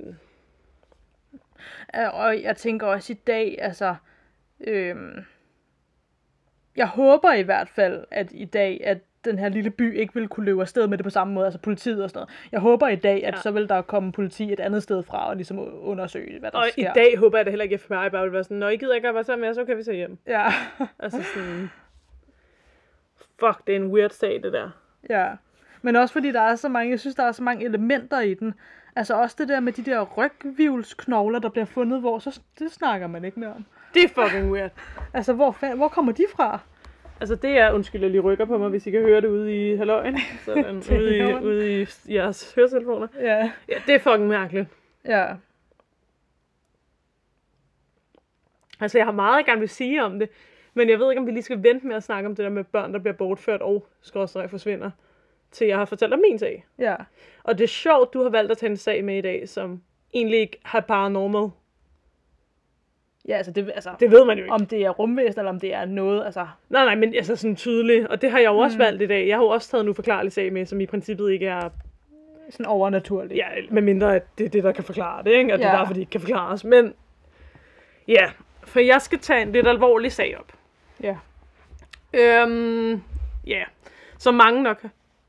Og jeg tænker også i dag, altså... Jeg håber i hvert fald, at i dag, at den her lille by ikke vil kunne løbe afsted med det på samme måde, altså politiet og sådan noget. Jeg håber i dag, at så vil der komme politi et andet sted fra og ligesom undersøge, hvad der og sker. i dag håber jeg da heller ikke, at FBI bare vil være sådan, når I gider ikke arbejde sammen med os, så kan vi tage hjem. Ja. Altså sådan... Fuck, det er en weird sag, det der. Ja. Men også fordi der er så mange, jeg synes, der er så mange elementer i den. Altså også det der med de der rygvivlsknogler, der bliver fundet, hvor så det snakker man ikke mere om. Det er fucking weird. Altså, hvor kommer de fra? Altså det er, undskyld, jeg lige rykker på mig, hvis I kan høre det ude i halløjen. Sådan, ude i jeres høretelefoner. Ja. Ja, det er fucking mærkeligt. Ja. Altså jeg har meget, jeg gerne vil sige om det, men jeg ved ikke, om vi lige skal vente med at snakke om det der med børn, der bliver bortført og forsvinder, til jeg har fortalt om min sag. Ja. Og det er sjovt, du har valgt at tage en sag med i dag, som egentlig ikke har paranormal. Ja, altså Det ved man jo ikke. om det er rumvæsen, eller om det er noget, altså... Nej, men altså sådan tydeligt. Og det har jeg jo også valgt i dag. Jeg har jo også taget en uforklarlig sag med, som i princippet ikke er... Sådan overnaturligt. Ja, medmindre at det er det, der kan forklare det, ikke? Og det er Ja. derfor, det ikke kan forklares. Men ja, for jeg skal tage en lidt alvorlig sag op. Ja. Ja, som mange nok...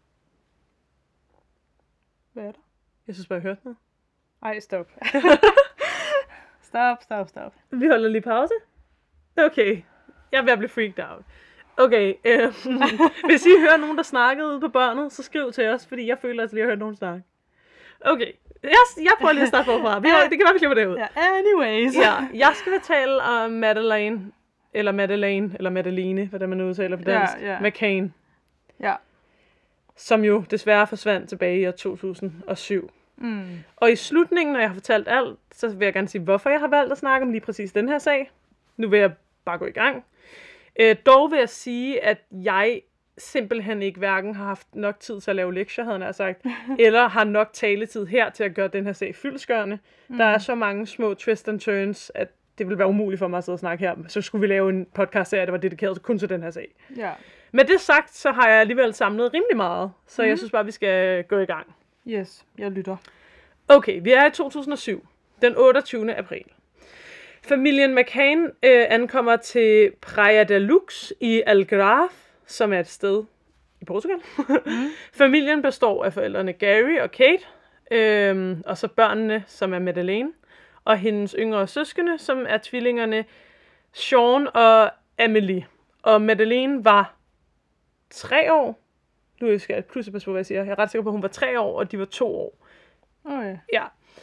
Hvad er der? Jeg synes bare, jeg hørte noget. Ej, stop. Stop. Vi holder lige pause. Okay. Jeg er ved at blive freaked out. Okay. Hvis I hører nogen, der snakkede ude på børnet, så skriv til os, fordi jeg føler, at jeg lige har hørt nogen snakke. Okay. Jeg prøver lige at starte forfra. Det kan være, vi klipper det ud. Ja, anyways. Ja, jeg skal fortælle om Madeleine, eller Madeline, hvordan man udtaler på dansk. Ja. McCann, Ja. som jo desværre forsvandt tilbage i år 2007. Mm. Og i slutningen, når jeg har fortalt alt, så vil jeg gerne sige, hvorfor jeg har valgt at snakke om lige præcis den her sag. Nu vil jeg bare gå i gang. Dog vil jeg sige, at jeg simpelthen ikke hverken har haft nok tid til at lave lektier, havde jeg sagt, eller har nok taletid her til at gøre den her sag fyldestgørende. Der er så mange små twists and turns, at det ville være umuligt for mig at sidde og snakke her. Så skulle vi lave en podcast-serie, der var dedikeret kun til den her sag. Ja. Med det sagt, så har jeg alligevel samlet rimelig meget, så jeg synes bare, vi skal gå i gang. Yes, jeg lytter. Okay, vi er i 2007, den 28. april. Familien McCann ankommer til Praia da Luz i Algarve, som er et sted i Portugal. Familien består af forældrene Gary og Kate, og så børnene, som er Madeleine, og hendes yngre søskende, som er tvillingerne Sean og Amelie. Og Madeleine var 3 år. Nu skal jeg pludselig passe på, hvad jeg siger. Jeg er ret sikker på, at hun var 3 år, og de var 2 år. Okay. Ja.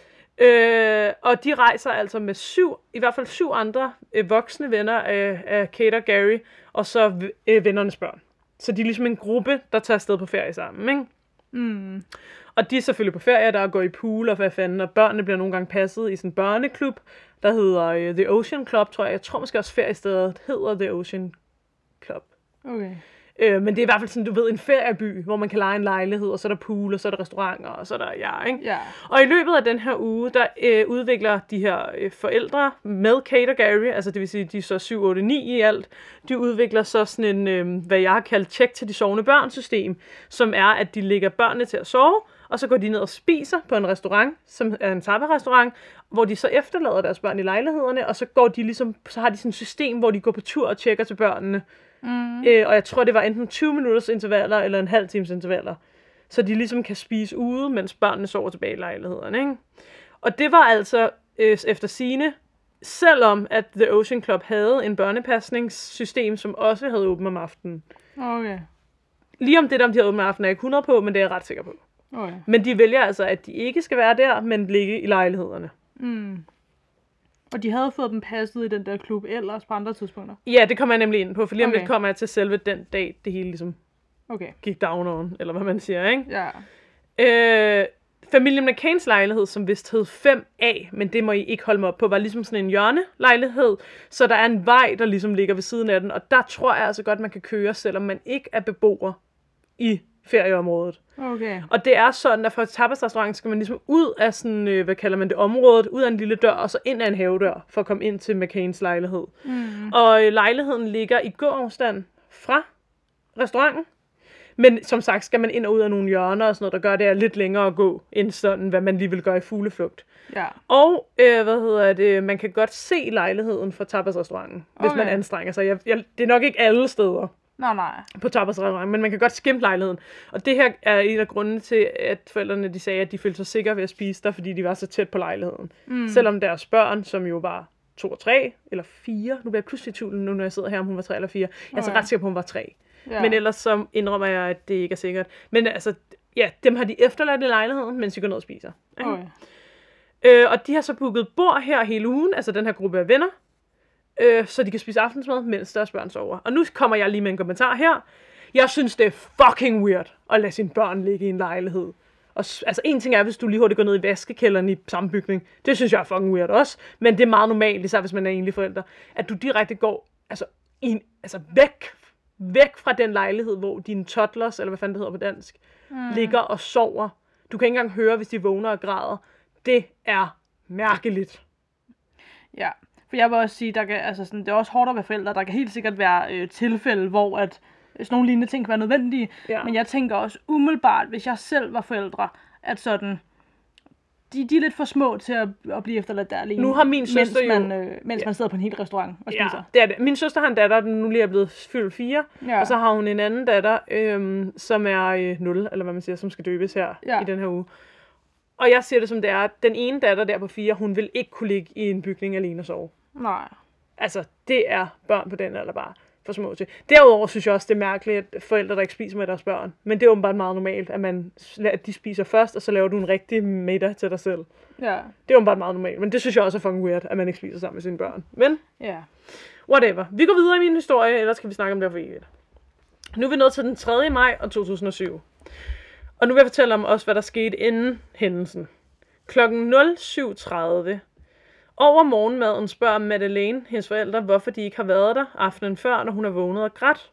Og de rejser altså med 7 andre voksne venner af Kate og Gary, og så vennernes børn. Så de er ligesom en gruppe, der tager afsted på ferie sammen, ikke? Mm. Og de er selvfølgelig på ferie, der går i pool og hvad fanden, og børnene bliver nogle gange passet i sådan en børneklub, der hedder The Ocean Club, tror jeg. Jeg tror måske også feriestedet hedder The Ocean Club. Okay. Men det er i hvert fald sådan, du ved, en ferieby, hvor man kan leje en lejlighed, og så er der pool, og så er der restauranter, og så er der, ikke? Ja. Og i løbet af den her uge, der udvikler de her forældre med Kate og Gary, altså det vil sige, de er så 7, 8, 9 i alt, de udvikler så sådan en, hvad jeg har kaldt tjek til de sovende børn-system, som er, at de lægger børnene til at sove, og så går de ned og spiser på en restaurant, som er en tapas-restaurant, hvor de så efterlader deres børn i lejlighederne, og så går de ligesom, så har de sådan et system, hvor de går på tur og tjekker til børnene. Og jeg tror, det var enten 20 minutters intervaller eller en halv times intervaller. så de ligesom kan spise ude, mens børnene sover tilbage i lejlighederne, ikke? Og det var altså efter sigende, selvom at The Ocean Club havde en børnepasningssystem, som også havde åbent om aftenen. Okay. Lige om det der, om de havde åbent om aftenen, er jeg ikke 100 på, men det er jeg ret sikker på. Okay. Men de vælger altså, at de ikke skal være der, men ligge i lejlighederne. Mm. Og de havde fået dem passet i den der klub ellers på andre tidspunkter? Ja, det kommer jeg nemlig ind på, for lige om Okay. lidt kommer jeg til selve den dag, det hele ligesom Okay. gik down on, eller hvad man siger, ikke? Ja. Familien McCains lejlighed, som vist hed 5A, men det må I ikke holde mig op på, var ligesom sådan en hjørnelejlighed, så der er en vej, der ligesom ligger ved siden af den, og der tror jeg altså godt, man kan køre, selvom man ikke er beboer i ferieområdet. Okay. Og det er sådan, at fra tapasrestauranten skal man ligesom ud af sådan, hvad kalder man det, området, ud af en lille dør, og så ind af en havedør, for at komme ind til McCains lejlighed. Mm. Og lejligheden ligger i gåafstand fra restauranten. Men som sagt, skal man ind og ud af nogle hjørner og sådan noget, der gør det lidt længere at gå, end sådan, hvad man lige vil gøre i fugleflugt. Ja. Og, man kan godt se lejligheden fra tapasrestauranten, hvis Okay. man anstrenger sig. Det er nok ikke alle steder Nej. på tapasrestauranten, men man kan godt skimte lejligheden. Og det her er en af grundene til, at forældrene de sagde, at de følte sig sikre ved at spise der, fordi de var så tæt på lejligheden. Mm. Selvom deres børn, som jo var 2 og 3, eller 4, nu bliver jeg pludselig i tvivl, nu når jeg sidder her, om hun var 3 eller 4. Jeg er så ret sikker på, hun var 3. Ja. Men ellers så indrømmer jeg, at det ikke er sikkert. Men altså, ja, dem har de efterladt i lejligheden, mens de går ned og spiser. Okay. Og de har så booket bord her hele ugen, altså den her gruppe af venner, så de kan spise aftensmad, mens deres børn sover. Og nu kommer jeg lige med en kommentar her. Jeg synes, det er fucking weird at lade sine børn ligge i en lejlighed. Og, altså en ting er, hvis du lige hurtigt går ned i vaskekælderen i samme bygning. Det synes jeg er fucking weird også. Men det er meget normalt, især hvis man er enlig forælder, at du direkte går væk fra den lejlighed, hvor dine toddlers, eller hvad fanden det hedder på dansk, ligger og sover. Du kan ikke engang høre, hvis de vågner og græder. Det er mærkeligt. Ja, for jeg vil også sige, det er også hårdt at være forældre. Der kan helt sikkert være tilfælde, hvor at sådan nogle lignende ting kan være nødvendige. Ja. Men jeg tænker også umiddelbart, hvis jeg selv var forældre, at sådan, de er lidt for små til at blive efterladt der alene. Nu har min søster mens man sidder på en hel restaurant og spiser. Ja, det er det. Min søster har en datter, der nu lige er blevet fyldt 4. Ja. Og så har hun en anden datter, som er 0, eller hvad man siger, som skal døbes her i den her uge. Og jeg siger det som det er, den ene datter der på 4, hun vil ikke kunne ligge i en bygning alene og sove. Nej. Altså, det er børn på den alder bare for små til. Derudover synes jeg også, det er mærkeligt, at forældre, der ikke spiser med deres børn. Men det er åbenbart meget normalt, at de spiser først, og så laver du en rigtig middag til dig selv. Ja. Det er åbenbart meget normalt, men det synes jeg også er fucking weird, at man ikke spiser sammen med sine børn. Men, Ja. whatever. Vi går videre i min historie, ellers skal vi snakke om det for evigt. Nu er vi nået til den 3. maj 2007. Og nu vil jeg fortælle om også, hvad der skete inden hændelsen. Klokken 07:30. Over morgenmaden spørger Madeleine, hendes forældre, hvorfor de ikke har været der aftenen før, når hun er vågnet og grædt.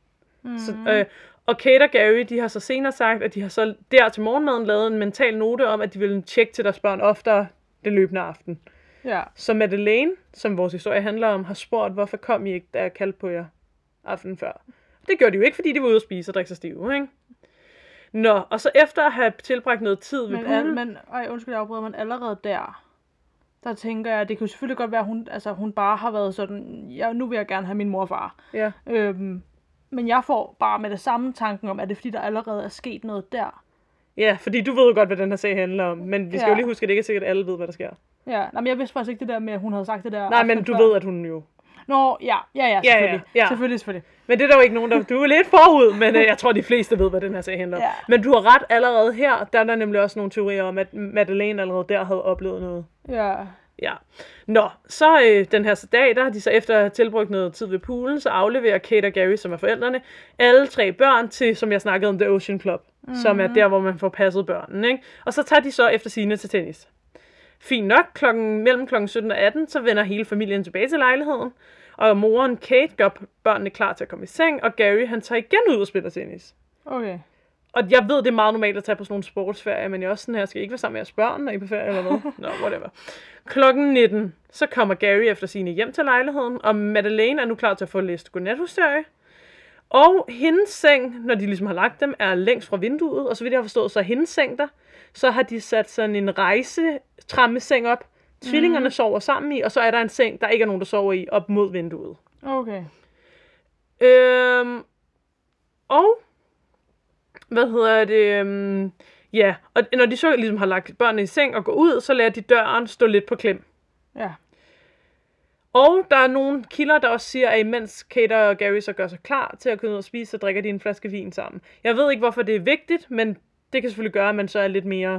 Og Kate og Gary, de har så senere sagt, at de har så der til morgenmaden lavet en mental note om, at de ville tjekke til deres børn oftere det løbende aften. Ja. Så Madeleine, som vores historie handler om, har spurgt, hvorfor kom I ikke, da jeg kaldte på jer aftenen før. Det gjorde de jo ikke, fordi de var ude at spise og drikke sig stive, ikke? Nå, og så efter at have tilbragt noget tid ved poolen... Undskyld, jeg afbryder, men allerede der tænker jeg, at det kunne selvfølgelig godt være, at hun bare har været sådan, nu vil jeg gerne have min mor og far. Ja. Men jeg får bare med det samme tanken om, at det er fordi, der allerede er sket noget der. Ja, fordi du ved jo godt, hvad den her sag handler om, men vi skal jo lige huske, at det ikke er sikkert, at alle ved, hvad der sker. Ja, men jeg vidste faktisk ikke det der med, at hun havde sagt det der. Nej, men du ved, at hun jo... Nå, ja, selvfølgelig. Ja. Selvfølgelig. Men det er der jo ikke nogen, der... Du er lidt forud, men jeg tror, de fleste ved, hvad den her sag handler om. Ja. Men du har ret allerede her. Der er der nemlig også nogle teorier om, at Madeleine allerede der havde oplevet noget. Ja. Ja. Nå, så den her dag, der har de så efter at have tilbrugt noget tid ved poolen, så afleverer Kate og Gary, som er forældrene, alle 3 børn til, som jeg snakkede om, The Ocean Club, som er der, hvor man får passet børnene, ikke? Og så tager de så efter sigende til tennis. Fint nok, mellem klokken 17 og 18, så vender hele familien tilbage til lejligheden, og moren Kate gør børnene klar til at komme i seng, og Gary, han tager igen ud og spiller tennis. Okay. Og jeg ved, det er meget normalt at tage på sådan nogle sportsferier, men jeg er også sådan her, skal I ikke være sammen med jeres børn, når I er på ferie eller hvad? Nå, whatever. Klokken 19, så kommer Gary efter sine hjem til lejligheden, og Madeleine er nu klar til at få læst godnathistorie. Og hendes seng, når de ligesom har lagt dem, er længst fra vinduet, og så vidt jeg har forstået, så er hendes seng der. Så har de sat sådan en rejsetrammeseng op, tvillingerne sover sammen i, og så er der en seng, der ikke er nogen, der sover i, op mod vinduet. Okay. Og Ja, og når de så ligesom har lagt børnene i seng og går ud, så lader de døren stå lidt på klem. Ja. Og der er nogle kilder, der også siger, at imens Kate og Gary så gør sig klar til at kunne ud og spise, så drikker de en flaske vin sammen. Jeg ved ikke, hvorfor det er vigtigt, men det kan selvfølgelig gøre, at man så er lidt mere...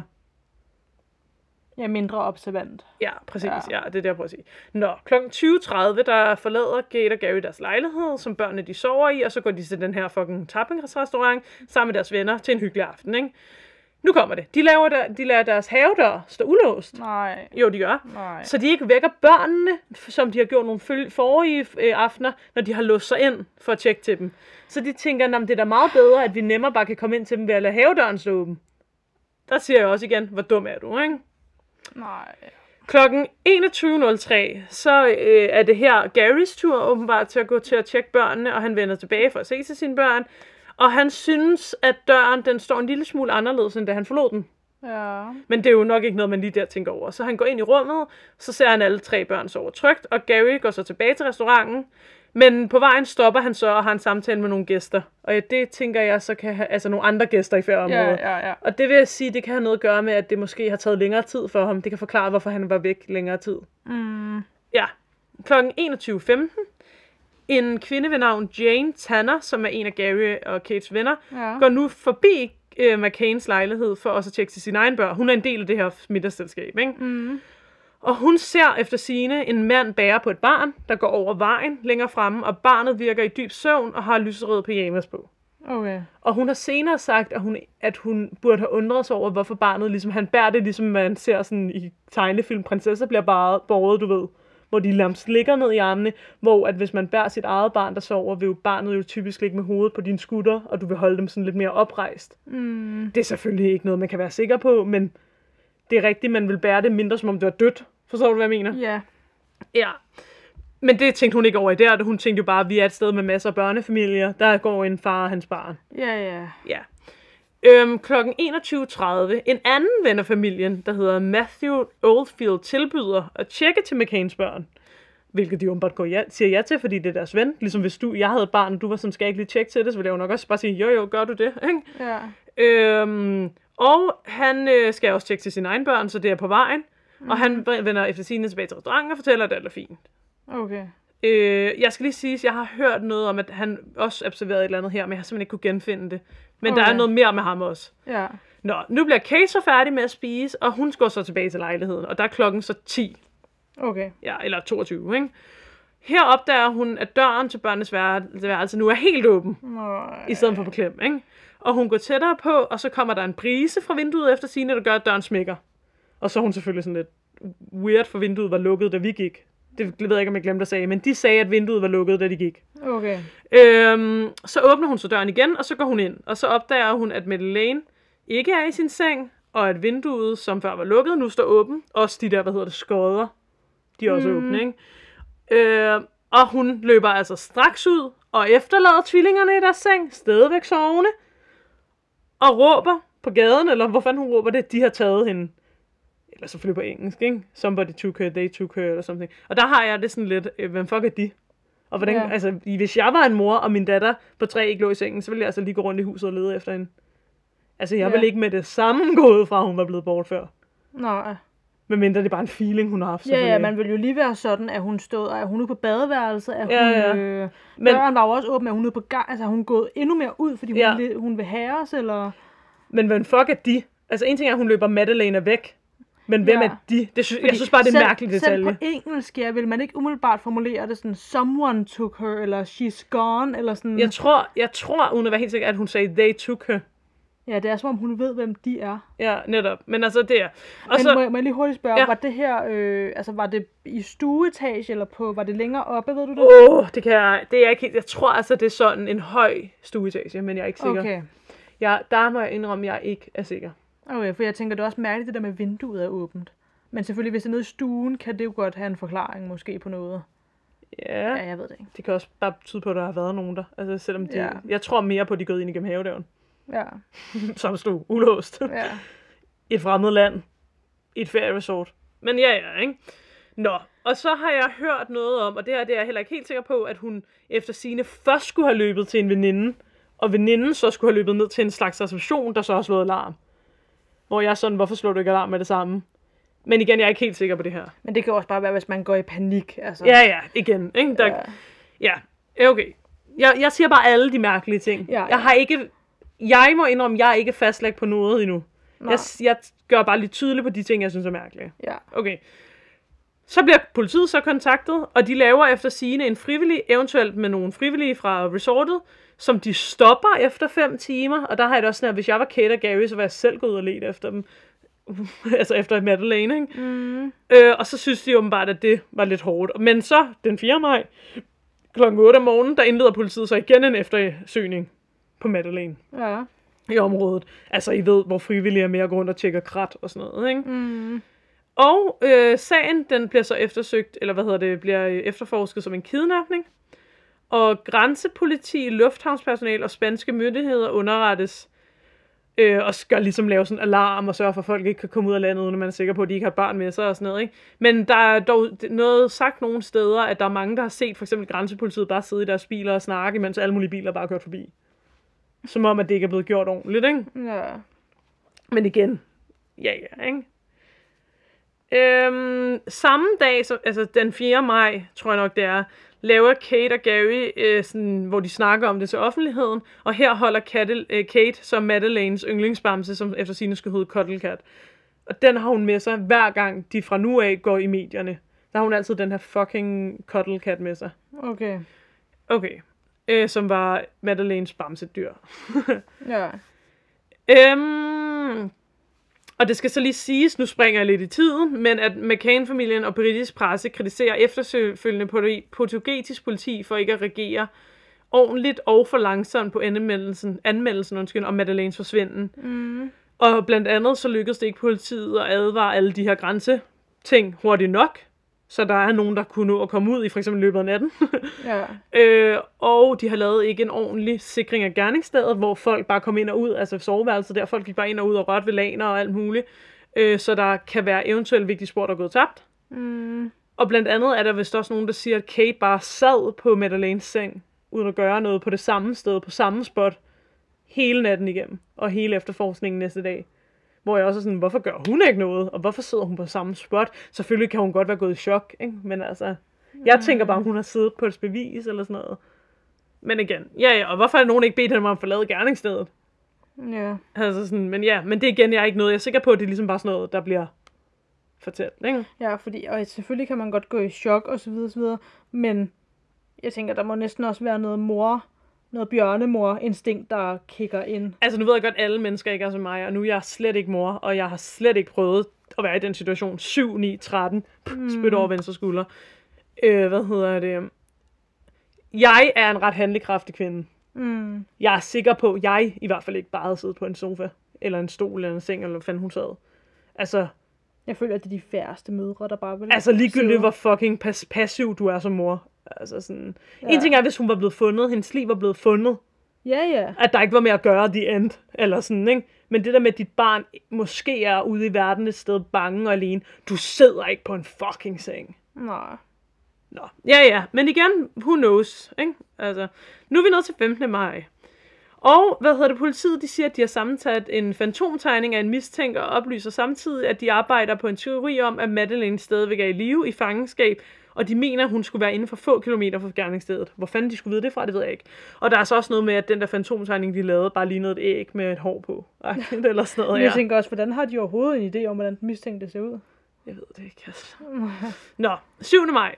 Ja, mindre observant. Ja, præcis. Ja, det er det, jeg prøver at sige. Nå, kl. 20.30, der forlader Kate og Gary deres lejlighed, som børnene de sover i, og så går de til den her fucking tapas-restaurant sammen med deres venner til en hyggelig aften, ikke? Nu kommer det. De lader deres havedør stå ulåst. Nej. Jo, de gør. Nej. Så de ikke vækker børnene, som de har gjort nogle forrige aftener, når de har låst sig ind for at tjekke til dem. Så de tænker, det er da meget bedre, at vi nemmere bare kan komme ind til dem ved at lade havedøren stå åben. Der siger jeg også igen, hvor dum er du, ikke? Nej. Klokken 21.03, så er det her Garys tur åbenbart til at gå til at tjekke børnene, og han vender tilbage for at se til sine børn. Og han synes, at døren den står en lille smule anderledes, end da han forlod den. Ja. Men det er jo nok ikke noget, man lige der tænker over. Så han går ind i rummet, så ser han alle 3 børn sove trygt, og Gary går så tilbage til restauranten. Men på vejen stopper han så og har en samtale med nogle gæster. Og det tænker jeg så kan have, altså nogle andre gæster i færgeområdet. Ja. Og det vil jeg sige, det kan have noget at gøre med, at det måske har taget længere tid for ham. Det kan forklare, hvorfor han var væk længere tid. Ja. Klokken 21.15. En kvinde ved navn Jane Tanner, som er en af Gary og Kates venner, går nu forbi McCains lejlighed for også at tjekke til sin egen børn. Hun er en del af det her middagsselskab, ikke? Og hun ser efter sigende en mand bære på et barn, der går over vejen længere fremme, og barnet virker i dyb søvn og har lyserøde pyjamas på. Okay. Og hun har senere sagt, at hun burde have undret sig over, hvorfor barnet, ligesom han bærer det, ligesom man ser sådan i tegnefilm, prinsesser bliver båret, du ved, hvor de nærmest ligger ned i armene, hvor at hvis man bærer sit eget barn, der sover, vil jo barnet jo typisk ligge med hovedet på dine skutter, og du vil holde dem sådan lidt mere oprejst. Det er selvfølgelig ikke noget, man kan være sikker på, men det er rigtigt, man vil bære det mindre, som om det var dødt. Forstår du, hvad jeg mener? Ja. Ja. Men det tænkte hun ikke over i der. Hun tænkte jo bare, at vi er et sted med masser af børnefamilier. Der går en far og hans barn. Ja. Klokken 21.30. En anden ven af familien, der hedder Matthew Oldfield, tilbyder at tjekke til McCains børn. Hvilket de åbenbart siger ja til, fordi det er deres ven. Ligesom hvis jeg havde et barn, og du var sådan, skal jeg ikke lige tjekke til det, så ville jeg jo nok også bare sige, jo, gør du det, ikke? Ja. Og han skal også tjekke til sine egne børn, så det er på vejen. Og han vender efter sigende tilbage til restauranten og fortæller, at det er fint. Okay. Jeg skal lige sige, at jeg har hørt noget om, at han også observerede et eller andet her, men jeg har simpelthen ikke kunne genfinde det. Men der er noget mere med ham også. Ja. Nå, nu bliver Kate så færdig med at spise, og hun går så tilbage til lejligheden, og der er klokken så 10. Okay. Ja, eller 22, ikke? Her opdager hun, at døren til børnenes værelse nu er helt åben, i stedet for på klem, ikke? Og hun går tættere på, og så kommer der en brise fra vinduet efter sigende, der gør, at døren smækker. Og så er hun selvfølgelig sådan lidt weird, for vinduet var lukket, da vi gik. Det ved jeg ikke, om jeg glemte at sige, men de sagde, at vinduet var lukket, da de gik. Okay. Så åbner hun så døren igen, og så går hun ind. Og så opdager hun, at Madeleine ikke er i sin seng, og at vinduet, som før var lukket, nu står åben. Også de der, skodder, de er også åbne, ikke? Og hun løber altså straks ud, og efterlader tvillingerne i deres seng, stadigvæk sovende, og råber på gaden, eller hvor fanden hun råber det, de har taget hende. Eller selvfølgelig på engelsk, ikke? Somebody took her, they took her, eller something. Og der har jeg det sådan lidt, hvem fuck er de? Og hvordan, altså, hvis jeg var en mor, og min datter på 3 ikke lå i sengen, så ville jeg altså lige gå rundt i huset og lede efter hende. Altså, jeg ville ikke med det samme gå ud fra, at hun var blevet bort før. Nej. Men mindre det er bare en feeling, hun har haft. Ja, man vil jo lige være sådan, at hun stod, er hun ude på badeværelset, at hun, døren var jo også åben, at hun ude på gang, altså hun gået endnu mere ud, fordi hun vil have os, eller... Men hvem fuck er de? Altså, en ting er, at hun løber Madeleine væk. Men hvem er de? Jeg synes bare, det er en mærkelig detalje. Selv på engelsk, vil man ikke umiddelbart formulere det sådan, someone took her, eller she's gone, eller sådan... Jeg tror, uden at være helt sikker, at hun sagde, they took her. Ja, det er som om, hun ved, hvem de er. Ja, netop. Men altså, det er... Og men så, må jeg lige hurtigt spørge, var det her, altså var det i stueetage, eller var det længere oppe, ved du det? Det er jeg ikke helt... Jeg tror altså, det er sådan en høj stueetage, men jeg er ikke sikker. Okay. Ja, der må jeg indrømme, at jeg ikke er sikker. Okay, for jeg tænker, det er også mærkeligt, det der med vinduet er åbent. Men selvfølgelig, hvis det er nede i stuen, kan det jo godt have en forklaring måske på noget. Ja, jeg ved det ikke. Det kan også bare betyde på, at der har været nogen der. Altså, selvom de... Jeg tror mere på, at de er gået ind igennem havedøren. Ja. Som stod ulåst. Ja. I et fremmed land. I et ferieresort. Men ja, ikke? Nå, og så har jeg hørt noget om, og det er jeg heller ikke helt sikker på, at hun efter sigende først skulle have løbet til en veninde, og veninden så skulle have løbet ned til en slags reception, der så har slået alarm. Hvor jeg er sådan, hvorfor slår du ikke alarm med det samme? Men igen, jeg er ikke helt sikker på det her. Men det kan også bare være, hvis man går i panik. Altså. Ja, igen. Ikke? Ja, okay. Jeg siger bare alle de mærkelige ting. Ja. Jeg må indrømme, jeg er ikke fastlagt på noget endnu. Jeg gør bare lidt tydeligt på de ting, jeg synes er mærkelige. Ja. Okay. Så bliver politiet så kontaktet, og de laver efter sigende en frivillig, eventuelt med nogle frivillige fra resortet, som de stopper efter 5 timer. Og der har jeg det også sådan, at hvis jeg var Kate og Gary, så var jeg selv gået ud og lede efter dem. Altså efter Madeleine, ikke? Mm. Og så synes de åbenbart, at det var lidt hårdt. Men så, den 4. maj, kl. 8 om morgenen, der indleder politiet så igen en eftersøgning på Madeleine. Ja. I området. Altså, I ved, hvor frivillige er med at gå rundt og tjekke krat og sådan noget, ikke? Mm. Og sagen, den bliver så eftersøgt, eller bliver efterforsket som en kidnapning. Og grænsepoliti, lufthavnspersonale og spanske myndigheder underrettes og skal ligesom lave sådan en alarm og sørge for, at folk ikke kan komme ud af landet, uden man er sikker på, at de ikke har barn med sig og sådan noget, ikke? Men der er dog noget sagt nogle steder, at der er mange, der har set for eksempel grænsepolitiet bare sidde i deres biler og snakke, mens alle mulige biler bare er kørt forbi. Som om, at det ikke er blevet gjort ordentligt, ikke? Ja. Men igen, ja, ikke? Samme dag, altså den 4. maj, tror jeg nok det er, laver Kate og Gary, sådan, hvor de snakker om det til offentligheden, og her holder Kate som Madeleines yndlingsbamse, som efter sigende skal hedde Cuddle Cat. Og den har hun med sig, hver gang de fra nu af går i medierne. Der har hun altid den her fucking Cuddle Cat med sig. Okay. Som var Madeleines bamsedyr. Ja. Og det skal så lige siges, nu springer jeg lidt i tiden, men at McCain-familien og britisk presse kritiserer efterfølgende portugisisk politi for ikke at reagere ordentligt og for langsomt på anmeldelsen om Madeleines forsvinden. Mm. Og blandt andet så lykkedes det ikke politiet at advare alle de her grænseting hurtigt nok, så der er nogen, der kunne nå at komme ud i for eksempel løbet af natten. Ja. Og de har lavet ikke en ordentlig sikring af gerningsstedet, hvor folk bare kom ind og ud, altså soveværelset der, folk gik bare ind og ud og rørte ved laner og alt muligt, så der kan være eventuelt vigtige spor, der er gået tabt. Mm. Og blandt andet er der vist også nogen, der siger, at Kate bare sad på Madeleines seng, uden at gøre noget på det samme sted, på samme spot, hele natten igennem, og hele efterforskningen næste dag. Hvor jeg også er sådan, hvorfor gør hun ikke noget? Og hvorfor sidder hun på samme spot? Selvfølgelig kan hun godt være gået i chok, ikke? Men altså, jeg tænker bare, hun har siddet på et bevis eller sådan noget. Men igen, ja, og hvorfor har nogen ikke bedt hende om at forlade gerningsstedet? Ja. Altså sådan, men det er igen, jeg er ikke noget. Jeg er sikker på, at det er ligesom bare sådan noget, der bliver fortalt, ikke? Ja, fordi, og selvfølgelig kan man godt gå i chok og så videre, men jeg tænker, der må næsten også være noget bjørnemor-instinkt, der kigger ind. Altså, nu ved jeg godt, at alle mennesker ikke er som mig, og nu er jeg slet ikke mor, og jeg har slet ikke prøvet at være i den situation. 7, 9, 13, spyt over venstre skulder. Jeg er en ret handlekraftig kvinde. Mm. Jeg er sikker på, at jeg i hvert fald ikke bare havde siddet på en sofa, eller en stol, eller en seng, eller hvad fanden hun sad. Altså, jeg føler, at det er de færreste mødre, der bare vil... Altså, ligegyldigt hvor fucking passiv du er som mor. Altså sådan... Ja. En ting er, hvis hun var blevet fundet, hendes liv var blevet fundet. Ja. At der ikke var mere at gøre the end, eller sådan, ikke? Men det der med, at dit barn måske er ude i verden et sted bange og alene, du sidder ikke på en fucking seng. Nej. Nå, ja, men igen, who knows, ikke? Altså, nu er vi nået til 15. maj. Og, politiet, de siger, at de har sammensat en fantomtegning af en mistænkt, og oplyser samtidig, at de arbejder på en teori om, at Madeleine stadigvæk er i live i fangenskab, og de mener, at hun skulle være inden for få kilometer fra gerningsstedet. Hvor fanden de skulle vide det fra, det ved jeg ikke. Og der er så også noget med, at den der fantomtegning, de lavede, bare lignede et æg med et hår på. Eller sådan noget, jeg tænker også, hvordan har de overhovedet en idé om, hvordan den mistænkte ser ud? Jeg ved det ikke, altså. Nå, 7. maj.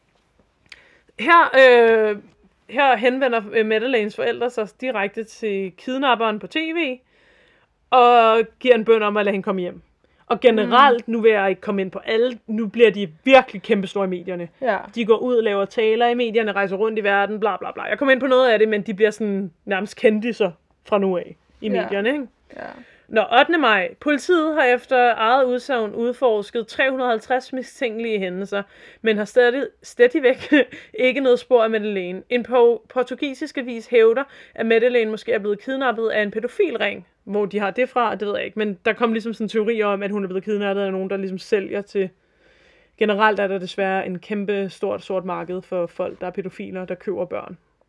Her henvender Madeleines forældre sig direkte til kidnapperen på tv, og giver en bøn om at lade hende komme hjem. Og generelt, nu vil jeg ikke komme ind på alle, nu bliver de virkelig kæmpestore i medierne. Ja. De går ud, laver taler i medierne, rejser rundt i verden, bla bla bla. Jeg kommer ind på noget af det, men de bliver sådan nærmest kendiser fra nu af i medierne, ikke? Ja. Nå, 8. maj. Politiet har efter eget udsagn udforsket 350 mistænkelige hændelser, men har stadigvæk ikke noget spor af Madeleine. En portugisisk avis hævder, at Madeleine måske er blevet kidnappet af en pædofilring. Hvor de har det fra, det ved jeg ikke. Men der kom ligesom sådan en teori om, at hun er blevet kidnappet af nogen, der ligesom sælger til... Generelt er der desværre en kæmpe stort sort marked for folk, der er pædofiler, der køber børn.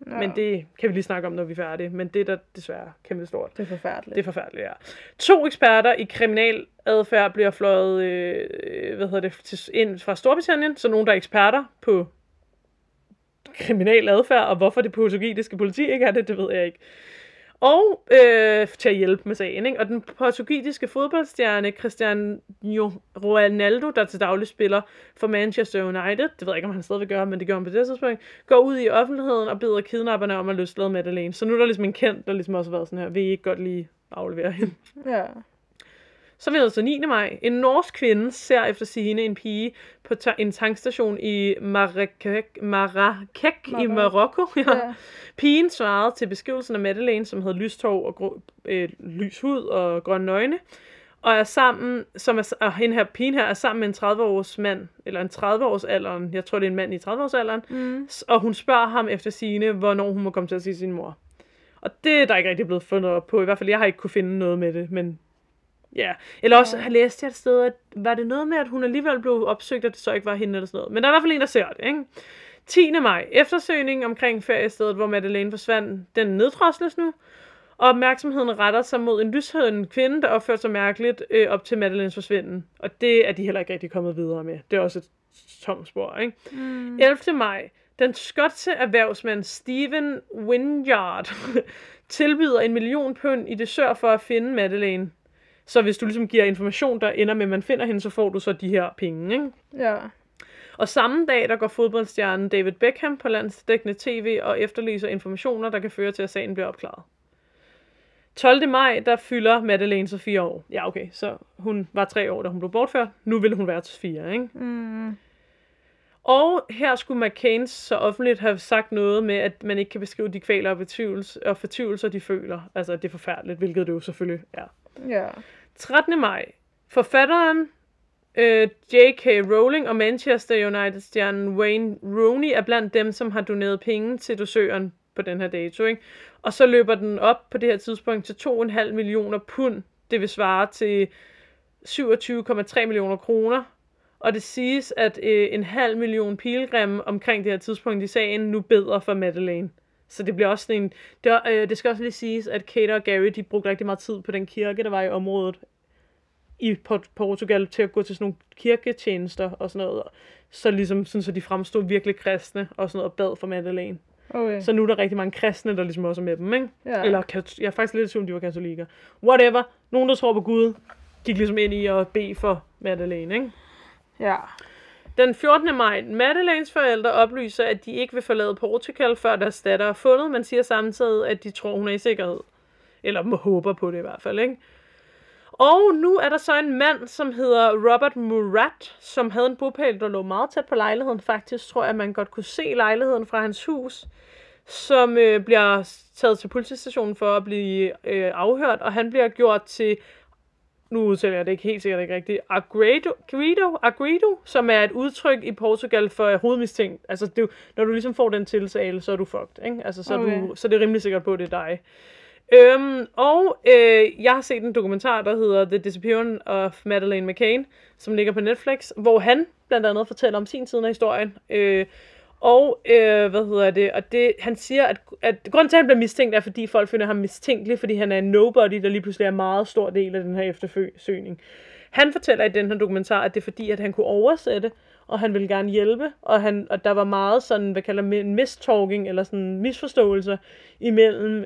Ja. Men det kan vi lige snakke om, når vi er færdige. Men det er da desværre kæmpe stort. Det er forfærdeligt. Det er forfærdeligt, ja. 2 eksperter i kriminaladfærd bliver fløjet ind fra Storbritannien, så nogen, der er eksperter på kriminaladfærd, og hvorfor det portugisiske politi ikke er det, det ved jeg ikke. Og til at hjælpe med sagen, ikke? Og den portugisiske fodboldstjerne Cristiano Ronaldo, der til daglig spiller for Manchester United, det ved jeg ikke, om han stadig vil gøre, men det gør han på det tidspunkt, går ud i offentligheden og beder kidnapperne om at løslade Madeleine. Så nu er der ligesom en kendt, der ligesom også har været sådan her, vil I ikke godt lige aflevere hende? Ja. Så er vi altså 9. maj. En norsk kvinde ser efter sigende en pige på en tankstation i Marrakech i Marokko. Ja. Pigen svarede til beskrivelsen af Madeleine, som havde lyst hår og lys hud og grønne øjne. Og er sammen, pigen her er sammen med en 30-års mand, eller en 30-års alderen. Jeg tror, det er en mand i 30-års alderen. Og hun spørger ham efter sigende, hvornår hun må komme til at se sin mor. Og det er der ikke rigtig blevet fundet op på. I hvert fald, jeg har ikke kunne finde noget med det, men ja. Eller også har læst jeg et sted, at var det noget med, at hun alligevel blev opsøgt, og det så ikke var hende eller sådan noget. Men der er i hvert fald en, der ser det, ikke? 10. maj. Eftersøgning omkring feriestedet, hvor Madeleine forsvandt, den neddrosles nu. Og opmærksomheden retter sig mod en lyshøjende kvinde, der opførte sig mærkeligt op til Madeleines forsvinden. Og det er de heller ikke rigtig kommet videre med. Det er også et tomt spor, ikke? 11. maj. Den skotske erhvervsmand Stephen Wynyard tilbyder 1 million pund i dessert for at finde Madeleine. Så hvis du ligesom giver information, der ender med, at man finder hende, så får du så de her penge, ikke? Ja. Og samme dag, der går fodboldstjernen David Beckham på landsdækkende tv og efterlyser informationer, der kan føre til, at sagen bliver opklaret. 12. maj, der fylder Madeleine så 4 år. Ja, okay, så hun var 3 år, da hun blev bortført. Nu vil hun være til 4, ikke? Og her skulle McCain så offentligt have sagt noget med, at man ikke kan beskrive de kvaler og fortvivlelser, de føler. Altså, det er forfærdeligt, hvilket det jo selvfølgelig er. Ja. 13. maj. Forfatteren J.K. Rowling og Manchester United-stjernen Wayne Rooney er blandt dem, som har doneret penge til dosøren på den her dato, ikke? Og så løber den op på det her tidspunkt til 2,5 millioner pund. Det vil svare til 27,3 millioner kroner. Og det siges, at 0,5 million pilgrimme omkring det her tidspunkt i sagen nu beder for Madeleine. Så det bliver også sådan en... Det skal også lige siges, at Kate og Gary, de brugte rigtig meget tid på den kirke, der var i området i Portugal, til at gå til sådan nogle kirketjenester og sådan noget. Så ligesom sådan, så de fremstod virkelig kristne og sådan noget, og bad for Madeleine. Okay. Så nu er der rigtig mange kristne, der ligesom også er med dem, ikke? Ja. Eller jeg er faktisk lidt i tvivl, om de var katolikker. Whatever. Nogen, der tror på Gud, gik ligesom ind i at bede for Madeleine, ikke? Ja. Den 14. maj. Madeleines forældre oplyser, at de ikke vil forlade Portugal, før deres datter er fundet, men siger samtidig, at de tror, hun er i sikkerhed. Eller må håber på det i hvert fald, ikke? Og nu er der så en mand, som hedder Robert Murat, som havde en bopæl, der lå meget tæt på lejligheden. Faktisk tror jeg, at man godt kunne se lejligheden fra hans hus, som bliver taget til politistationen for at blive afhørt, og han bliver gjort til, nu udtaler jeg det ikke helt sikkert ikke rigtigt, agredo, som er et udtryk i Portugal for hovedmistænkt. Altså, det, når du ligesom får den tiltale, så er du fucked, ikke? Altså, så, okay. Så det er rimelig sikkert på, at det er dig. Jeg har set en dokumentar, der hedder The Disappearance of Madeleine McCann, som ligger på Netflix, hvor han blandt andet fortæller om sin side af historien. Og han siger, at grunden til, at han bliver mistænkt, er, fordi folk finder ham mistænkelig, fordi han er en nobody, der lige pludselig er en meget stor del af den her eftersøgning. Han fortæller i den her dokumentar, at det er fordi, at han kunne oversætte, og han ville gerne hjælpe, og der var meget sådan, hvad kalder man, mistalking, eller sådan misforståelser imellem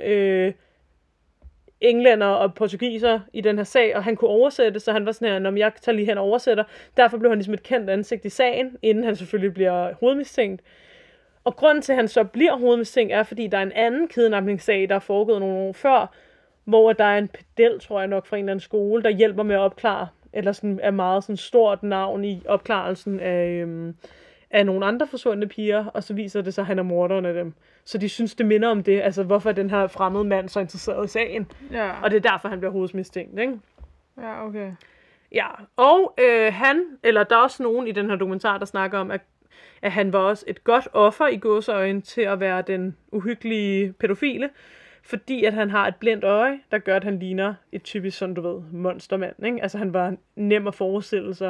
englænder og portugiser i den her sag, og han kunne oversætte, så han var sådan her, når jeg tager lige hen og oversætter. Derfor blev han ligesom et kendt ansigt i sagen, inden han selvfølgelig bliver hovedmistænkt. Og grunden til, at han så bliver hovedmistænkt, er, fordi der er en anden kidnapningssag, der er foregået nogle år før, hvor der er en pedel, tror jeg nok, fra en eller anden skole, der hjælper med at opklare, eller sådan er meget sådan stort navn i opklarelsen af nogle andre forsvundne piger, og så viser det sig, at han er morderen af dem. Så de synes, det minder om det. Altså, hvorfor er den her fremmede mand så interesseret i sagen? Ja. Og det er derfor, han bliver hovedmistænkt, ikke? Ja, okay. Ja, og der er også nogen i den her dokumentar, der snakker om, at han var også et godt offer i gåseøjne til at være den uhyggelige pædofile, fordi at han har et blindt øje, der gør, at han ligner et typisk, sådan du ved, monstermand, ikke? Altså, han var nem at forestille sig.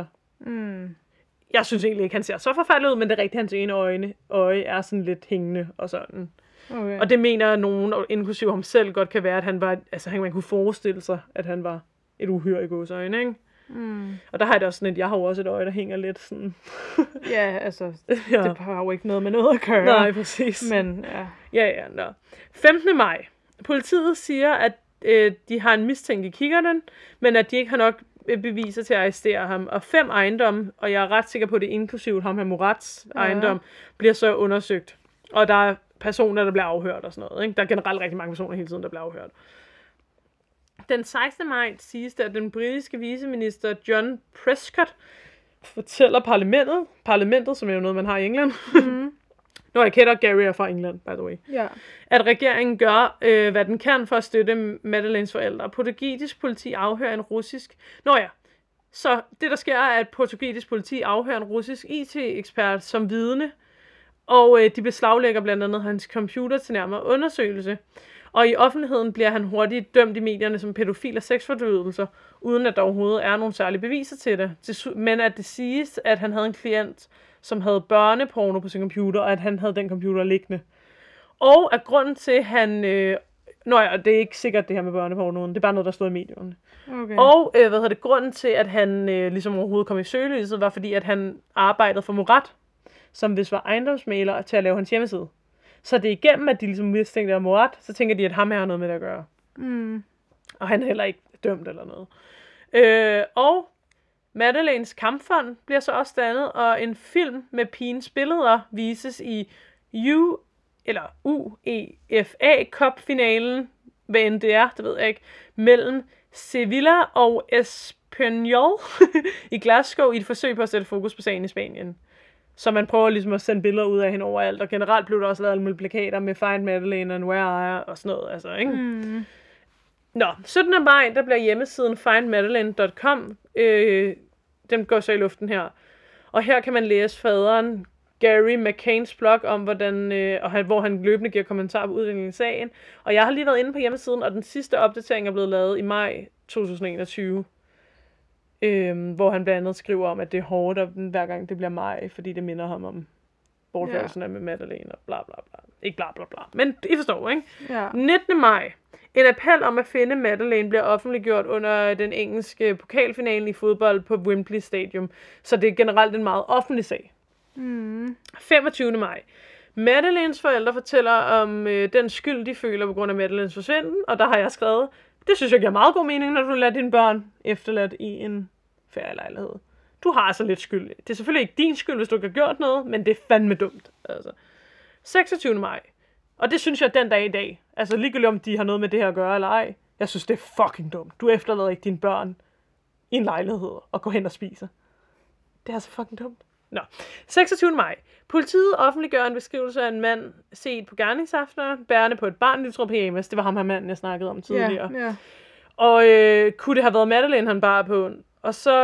Jeg synes egentlig ikke, han ser så forfærdelig ud, men det er rigtigt, hans ene øje er sådan lidt hængende og sådan. Okay. Og det mener nogen, inklusive ham selv, godt kan være, at han var, altså man kunne forestille sig, at han var et uhyre i gåseøjne, ikke? Og der har jeg det også sådan, at jeg har jo også et øje, der hænger lidt sådan. Ja, altså, Ja. det har jo ikke noget med noget at gøre. Nej, præcis. Men, Ja, nå. 15. maj. Politiet siger, at de har en mistænkt i kikkerten, men at de ikke har nok beviser til at arrestere ham. Og 5 ejendomme, og jeg er ret sikker på, at det er inklusivt ham her Murats ejendom, bliver så undersøgt. Og der er personer, der bliver afhørt og sådan noget. Ikke? Der er generelt rigtig mange personer hele tiden, der bliver afhørt. Den 16. maj siges det, at den britiske viceminister John Prescott fortæller parlamentet, som er jo noget, man har i England. Nå, jeg kender Gary er fra England, by the way. ja. At regeringen gør, hvad den kan for at støtte Madeleines forældre. Portugisisk politi afhører en russisk... Så det, der sker, er, at portugisisk politi afhører en russisk IT-ekspert som vidne, og de beslaglægger blandt andet hans computer til nærmere undersøgelse. Og i offentligheden bliver han hurtigt dømt i medierne som pædofil og sexforbrydelse, uden at der overhovedet er nogen særlige beviser til det. Men at det siges, at han havde en klient, som havde børneporno på sin computer, og at han havde den computer liggende. Og at grunden til, at han... det er ikke sikkert det her med børnepornoen, det er bare noget, der stod i medierne. Okay. Og grunden til, at han ligesom overhovedet kom i søgelyset, var fordi, at han arbejdede for Murat, som hvis var ejendomsmægler, til at lave hans hjemmeside. Så det er igennem, at de ligesom mistænkte af Murat, så tænker de, at ham her har noget med det at gøre. Og han er heller ikke dømt eller noget. Og Madeleines kampfond bliver så også dannet, og en film med pigens billeder vises i UEFA Cup-finalen, hvad end det er, det ved jeg ikke, mellem Sevilla og Espanyol i Glasgow i et forsøg på at sætte fokus på sagen i Spanien. Så man prøver ligesom at sende billeder ud af hende overalt, og generelt blev der også lavet alle mulige plakater med Find Madeleine and Where are og sådan noget, altså, ikke? Nå, 17. maj, der bliver hjemmesiden findmadeleine.com, den går så i luften her. Og her kan man læse faderen Gary McCains blog om, hvor han løbende giver kommentarer på udviklingen af sagen. Og jeg har lige været inde på hjemmesiden, og den sidste opdatering er blevet lavet i maj 2021. Hvor han blandt andet skriver om, at det er hårdt, hver gang det bliver maj, fordi det minder ham om bortførelsen af med Madeleine og bla bla bla. Ikke bla bla bla, men I forstår, ikke? Ja. 19. maj. En appel om at finde Madeleine bliver offentliggjort under den engelske pokalfinale i fodbold på Wembley Stadium. Så det er generelt en meget offentlig sag. 25. maj. Madeleines forældre fortæller om den skyld, de føler på grund af Madeleines forsvinden, og der har jeg skrevet, det synes jeg giver meget god mening, når du lader dine børn efterladt i en ferielejlighed. Du har altså lidt skyld. Det er selvfølgelig ikke din skyld, hvis du ikke har gjort noget, men det er fandme dumt. Altså. 26. maj. Og det synes jeg den dag i dag. Altså ligegyldigt om de har noget med det her at gøre eller ej. Jeg synes, det er fucking dumt. Du efterlader ikke dine børn i en lejlighed og går hen og spiser. Det er altså fucking dumt. Nå. 26. maj. Politiet offentliggør en beskrivelse af en mand set på gerningsaftener, bærende på et barn, de tror på PMS. Det var ham her manden, jeg snakkede om tidligere. Ja. Og kunne det have været Madeleine, han bare på? Og så...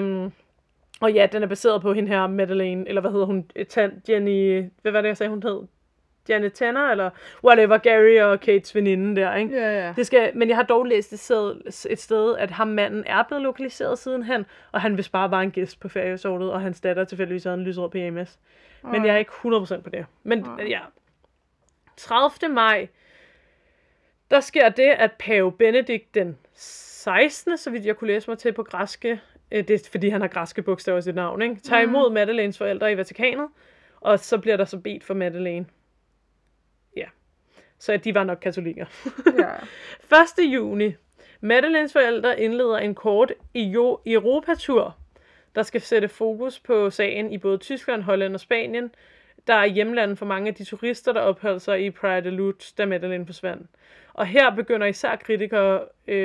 og ja, den er baseret på hende her, Madeleine, eller hvad hedder hun? Jenny... Hvad var det, jeg sagde, hun hed? Janet Tanner, eller whatever, Gary og Kates veninde der, ikke? Ja. Men jeg har dog læst et sted, at ham manden er blevet lokaliseret sidenhen, og han vist bare var en gæst på ferieresortet, og hans datter tilfældigvis havde en lysrød PMS. Men jeg er ikke 100% på det. Men ja. 30. maj, der sker det, at pave Benedikt den 16., så vidt jeg kunne læse mig til på græske, det er fordi han har græske bogstaver i sit navn, ikke? Tager imod Madeleines forældre i Vatikanet, og så bliver der så bedt for Madeleine. Ja. Så de var nok katolikker. Ja. 1. juni. Madeleines forældre indleder en kort Europatur, der skal sætte fokus på sagen i både Tyskland, Holland og Spanien, der er hjemlandet for mange af de turister, der opholdt sig i Praia de Luz, da Madeleine forsvandt. Og her begynder især kritikere,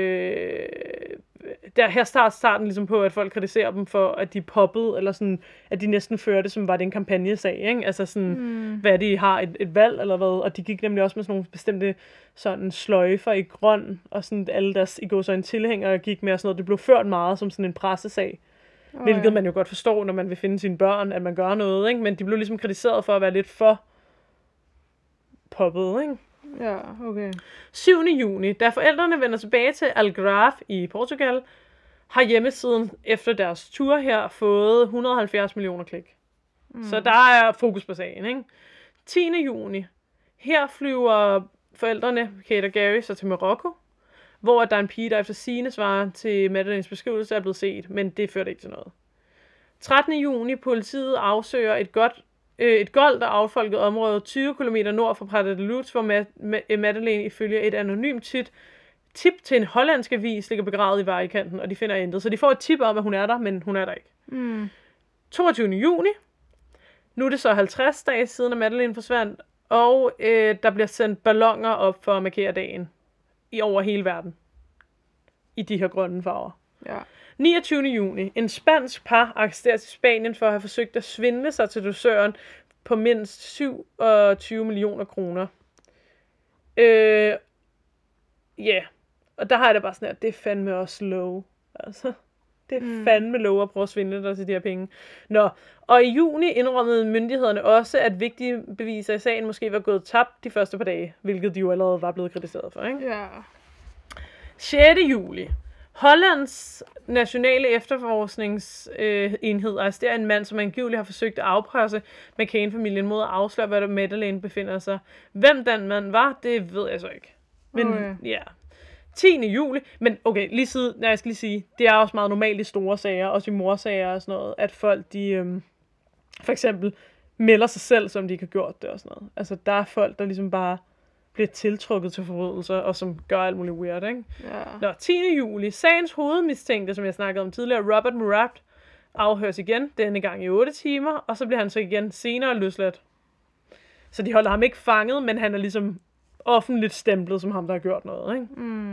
her starten ligesom på, at folk kritiserer dem for, at de poppede, eller sådan, at de næsten førte, som var det en kampagnesag, ikke? Altså sådan, hvad de har, et valg, eller hvad, og de gik nemlig også med sådan nogle bestemte sådan sløjfer i grøn, og sådan alle deres tilhængere gik med, og sådan noget. Det blev ført meget som sådan en pressesag. Hvilket man jo godt forstår, når man vil finde sine børn, at man gør noget, ikke? Men de blev ligesom kritiseret for at være lidt for poppet, ikke? Ja, okay. 7. juni, da forældrene vender tilbage til Algarve i Portugal, har hjemmesiden efter deres tur her fået 170 millioner klik. Så der er fokus på sagen, ikke? 10. juni. Her flyver forældrene, Kate og Gary, så til Marokko, hvor der er en pige, der efter sigende svarer til Madeleines beskrivelse, er blevet set, men det førte ikke til noget. 13. juni, politiet afsøger et goldt og affolket område 20 km nord fra Prat de Lutz, hvor Madeleine ifølge et anonymt tip til en hollandsk avis ligger begravet i vejkanten, og de finder intet. Så de får et tip om, at hun er der, men hun er der ikke. 22. juni, nu er det så 50 dage siden, at Madeleine forsvandt, og der bliver sendt balloner op for at markere dagen over hele verden. I de her grønne farver. Ja. 29. juni. En spansk par arresteres i Spanien for at have forsøgt at svindle sig til dosøren på mindst 27 millioner kroner. Ja. Og der har jeg det bare sådan her, det er fandme også low. Altså, det er fandme low at prøve at svindle dig til de her penge. Nå, og i juni indrømmede myndighederne også, at vigtige beviser i sagen måske var gået tabt de første par dage, hvilket de jo allerede var blevet kritiseret for, ikke? Ja. 6. juli. Hollands nationale efterforskningsenhed arresterer en mand, som angiveligt har forsøgt at afpresse McCain-familien mod at afsløre, hvor Madeleine befinder sig. Hvem den mand var, det ved jeg så ikke. Men ja. 10. juli. Men okay, jeg skal lige sige, det er også meget normalt i store sager, også i morsager og sådan noget, at folk, de for eksempel melder sig selv, som de ikke har gjort det og sådan noget. Altså, der er folk, der ligesom bare bliver tiltrukket til forbrydelser, og som gør alt muligt weird, ikke? Ja. Nå, 10. juli. Sagens hovedmistænkte, som jeg snakkede om tidligere, Robert Murat, afhøres igen, denne gang i 8 timer, og så bliver han så igen senere løsladt. Så de holder ham ikke fanget, men han er ligesom offentligt stemplet som ham, der har gjort noget, ikke?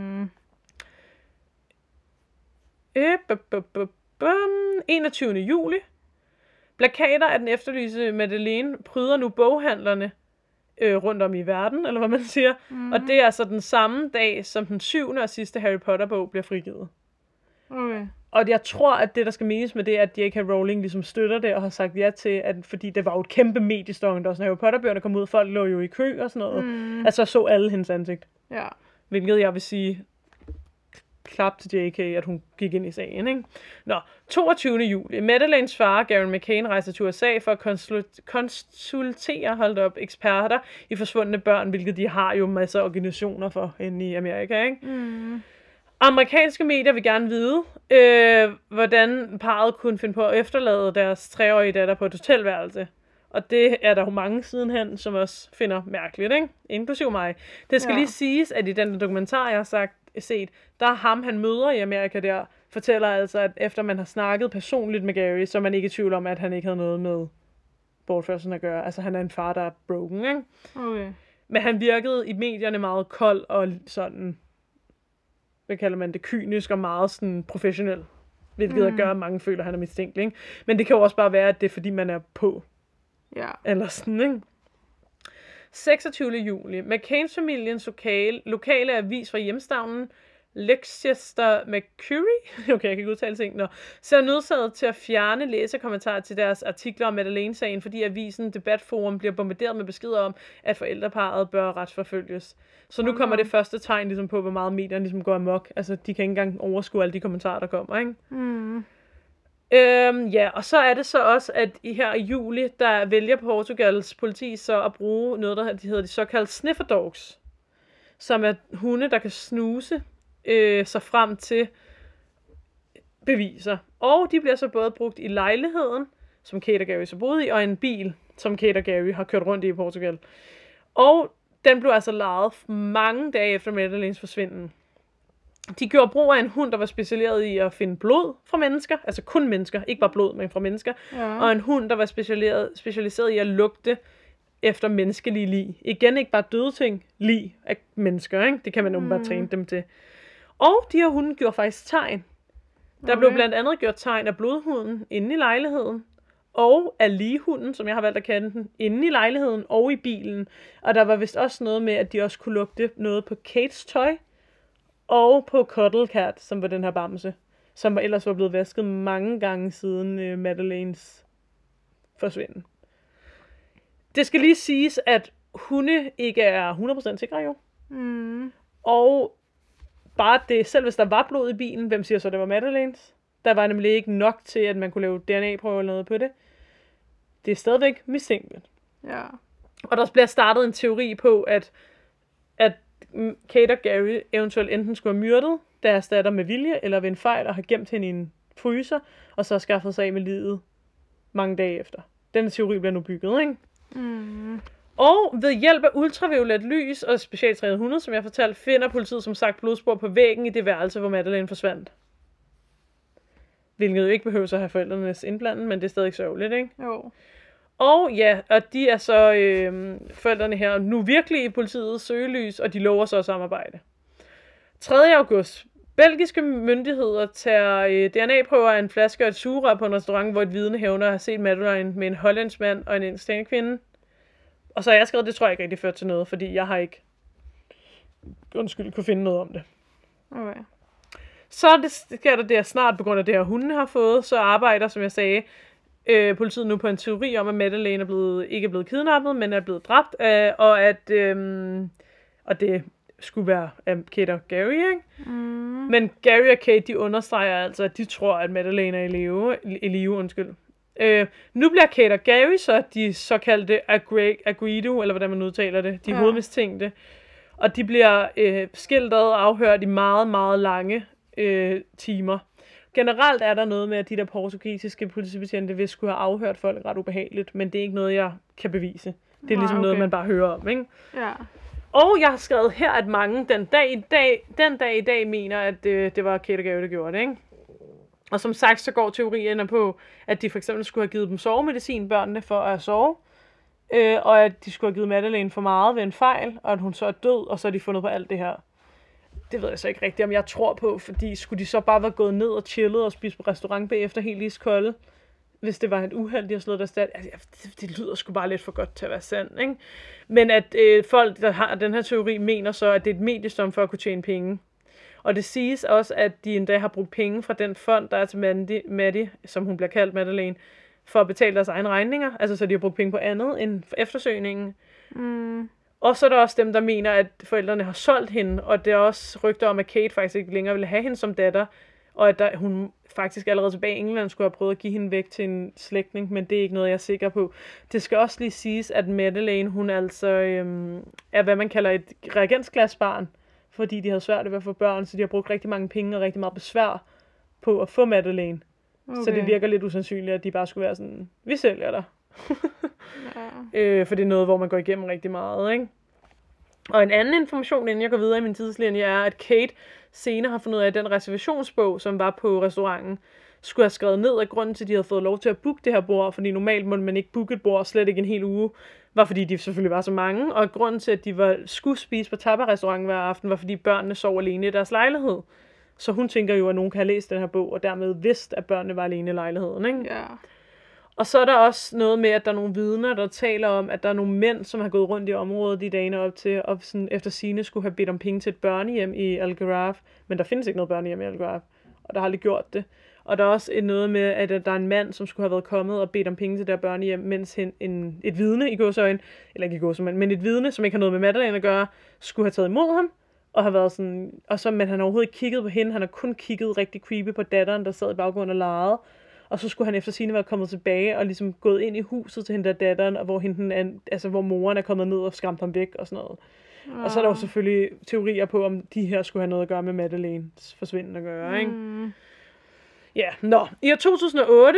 21. juli. Plakater af den efterlyste Madeleine pryder nu boghandlerne rundt om i verden, eller hvad man siger. Og det er altså den samme dag, som den 7. og sidste Harry Potter-bog bliver frigivet. Okay. Og jeg tror, at det, der skal menes med det, er, at J.K. Rowling ligesom støtter det, og har sagt ja til, at fordi det var jo et kæmpe mediestorm, der også når Harry Potter-bøgerne kom ud, folk lå jo i kø og sådan noget. Altså så alle hendes ansigt. Ja. Hvilket jeg vil sige, klap til J.K., at hun gik ind i sagen, ikke? Nå, 22. juli. Madeleines far, Gary McCain, rejser til USA for at konsultere, eksperter i forsvundne børn, hvilket de har jo masser af organisationer for inde i Amerika, ikke? Amerikanske medier vil gerne vide, hvordan parret kunne finde på at efterlade deres 3-årige datter på et hotelværelse. Og det er der jo mange sidenhen, som også finder mærkeligt, ikke? Inklusive mig. Det skal lige siges, at i den dokumentar, jeg har set, der er ham, han møder i Amerika der, fortæller altså, at efter man har snakket personligt med Gary, så er man ikke i tvivl om, at han ikke havde noget med bortførelsen at gøre. Altså, han er en far, der er broken, ikke? Okay. Men han virkede i medierne meget kold og sådan, hvad kalder man det, kynisk og meget sådan professionel. Hvilket gør, at mange føler, at han er mistænkelig, ikke? Men det kan jo også bare være, at det er, fordi man er på. Ja. Eller sådan, ikke? 26. juli. McCains familiens lokale avis fra hjemstavnen, Leicester Mercury, okay, jeg kan ikke udtale ting, ser nødsaget til at fjerne læsekommentarer til deres artikler om Madeleine-sagen, fordi avisen Debatforum bliver bombarderet med beskeder om, at forældreparret bør retsforfølges. Så nu kommer det første tegn ligesom på, hvor meget medierne ligesom går amok. Altså, de kan ikke engang overskue alle de kommentarer, der kommer, ikke? Ja, og så er det så også, at her i juli, der vælger Portugals politi så at bruge noget, der hedder de såkaldte sniffer dogs, som er hunde, der kan snuse sig frem til beviser. Og de bliver så både brugt i lejligheden, som Kate og Gary så boede i, og en bil, som Kate og Gary har kørt rundt i Portugal. Og den blev altså lejet mange dage efter Madeleines forsvinden. De gjorde brug af en hund, der var specialiseret i at finde blod fra mennesker. Altså kun mennesker, ikke bare blod, men fra mennesker. Ja. Og en hund, der var specialiseret i at lugte efter menneskelige lig. Igen ikke bare døde ting, lig af mennesker, ikke? Det kan man jo bare træne dem til. Og de her hunde gjorde faktisk tegn. Der blev blandt andet gjort tegn af blodhunden inde i lejligheden. Og af ligehunden, som jeg har valgt at kende den, inde i lejligheden og i bilen. Og der var vist også noget med, at de også kunne lugte noget på Kates tøj. Og på Cuddle Cat, som var den her bamse, som ellers var blevet vasket mange gange siden Madeleines forsvinden. Det skal lige siges, at hunde ikke er 100% sikre jo. Og bare det, selv hvis der var blod i bilen, hvem siger så, det var Madeleines? Der var nemlig ikke nok til, at man kunne lave DNA-prøver eller noget på det. Det er stadigvæk mistænkeligt. Ja. Og der bliver startet en teori på, at Kate og Gary eventuelt enten skulle have myrdet deres datter med vilje, eller ved en fejl, og have gemt hende i en fryser, og så skaffet sig af med livet mange dage efter. Den teori bliver nu bygget, ikke? Mm. Og ved hjælp af ultraviolet lys og specielt 300, som jeg fortalte, finder politiet som sagt blodspor på væggen i det værelse, hvor Madeleine forsvandt. Hvilket jo ikke behøver at have forældrenes indblanding, men det er stadig sørgeligt, ikke? Jo. Og ja, og de er så forældrene her nu virkelig i politiets søgelys, og de lover så at samarbejde. 3. august. Belgiske myndigheder tager DNA-prøver af en flaske og et sugerør på en restaurant, hvor et vidne hævner at have set Madeleine med en hollandsk mand og en engelsk kvinde. Og så har jeg skrevet, det tror jeg ikke rigtig ført til noget, fordi jeg har ikke kunne finde noget om det. Okay. Så sker der snart på grund af det her, hunden har fået, så arbejder, som jeg sagde, politiet nu på en teori om, at Madeleine ikke er blevet kidnappet, men er blevet dræbt, og det skulle være Kate og Gary, ikke? Mm. Men Gary og Kate, de understreger altså, at de tror, at Madeleine er i live. Nu bliver Kate og Gary så de såkaldte agredo, eller hvordan man udtaler det, de hovedmistænkte. Og de bliver skildret og afhørt i meget, meget lange timer. Generelt er der noget med, at de der portugisiske politibetjente vil skulle have afhørt folk ret ubehageligt, men det er ikke noget, jeg kan bevise. Det er ligesom noget, man bare hører om, ikke? Ja. Og jeg har skrevet her, at mange den dag i dag mener, at det var Kate og Gary, der gjorde det, ikke? Og som sagt, så går teorierne på, at de for eksempel skulle have givet dem sovemedicin, børnene, for at sove. Og at de skulle have givet Madeleine for meget ved en fejl, og at hun så er død, og så er de fundet på alt det her. Det ved jeg så ikke rigtigt, om jeg tror på, fordi skulle de så bare være gået ned og chillet og spist på restaurant bagefter helt iskolde, hvis det var et uheld, de har slået deres stat. Altså, det lyder sgu bare lidt for godt til at være sandt, ikke? Men at folk, der har den her teori, mener så, at det er et mediestorm for at kunne tjene penge. Og det siges også, at de endda har brugt penge fra den fond, der er til Maddie, som hun bliver kaldt, Madeleine, for at betale deres egne regninger. Altså, så de har brugt penge på andet end eftersøgningen. Mm. Og så er der også dem, der mener, at forældrene har solgt hende, og det er også rygter om, at Kate faktisk ikke længere ville have hende som datter, og at hun faktisk allerede tilbage i England skulle have prøvet at give hende væk til en slægtning, men det er ikke noget, jeg er sikker på. Det skal også lige siges, at Madeleine, hun altså er, hvad man kalder et reagensglasbarn, fordi de havde svært ved at få børn, så de har brugt rigtig mange penge og rigtig meget besvær på at få Madeleine. Okay. Så det virker lidt usandsynligt, at de bare skulle være sådan, vi sælger dig. Ja. For det er noget, hvor man går igennem rigtig meget, ikke? Og en anden information, inden jeg går videre i min tidslinje, er, at Kate senere har fundet ud af, at den reservationsbog, som var på restauranten, skulle have skrevet ned af grunden til, at de havde fået lov til at booke det her bord, fordi normalt måtte man ikke booke et bord, slet ikke en hel uge, var fordi de selvfølgelig var så mange, og grunden til, at de skulle spise på Tapa-restauranten hver aften, var fordi børnene sov alene i deres lejlighed. Så hun tænker jo, at nogen kan have læst den her bog, og dermed vidst, at børnene var alene i lejligheden, ikke? Ja. Og så er der også noget med, at der er nogle vidner, der taler om, at der er nogle mænd, som har gået rundt i området de dagene op til, og sådan efter sigende skulle have bedt om penge til et børnehjem i Algarve. Men der findes ikke noget børnehjem i Algarve, og der har aldrig gjort det. Og der er også noget med, at der er en mand, som skulle have været kommet og bedt om penge til der børnehjem, mens et vidne i gåseøjne, eller ikke i gåseøjne, men et vidne, som ikke har noget med Madeleine at gøre, skulle have taget imod ham, og har været sådan, og så, men han har overhovedet ikke kigget på hende, han har kun kigget rigtig creepy på datteren, der sad i baggrunden og legede. Og så skulle han efter sigende være kommet tilbage og ligesom gået ind i huset til hende der datteren, og hvor moren er kommet ned og skræmt ham væk og sådan noget. Ja. Og så er der jo selvfølgelig teorier på, om de her skulle have noget at gøre med Madeleines forsvinden at gøre, ikke? Ja, I år 2008,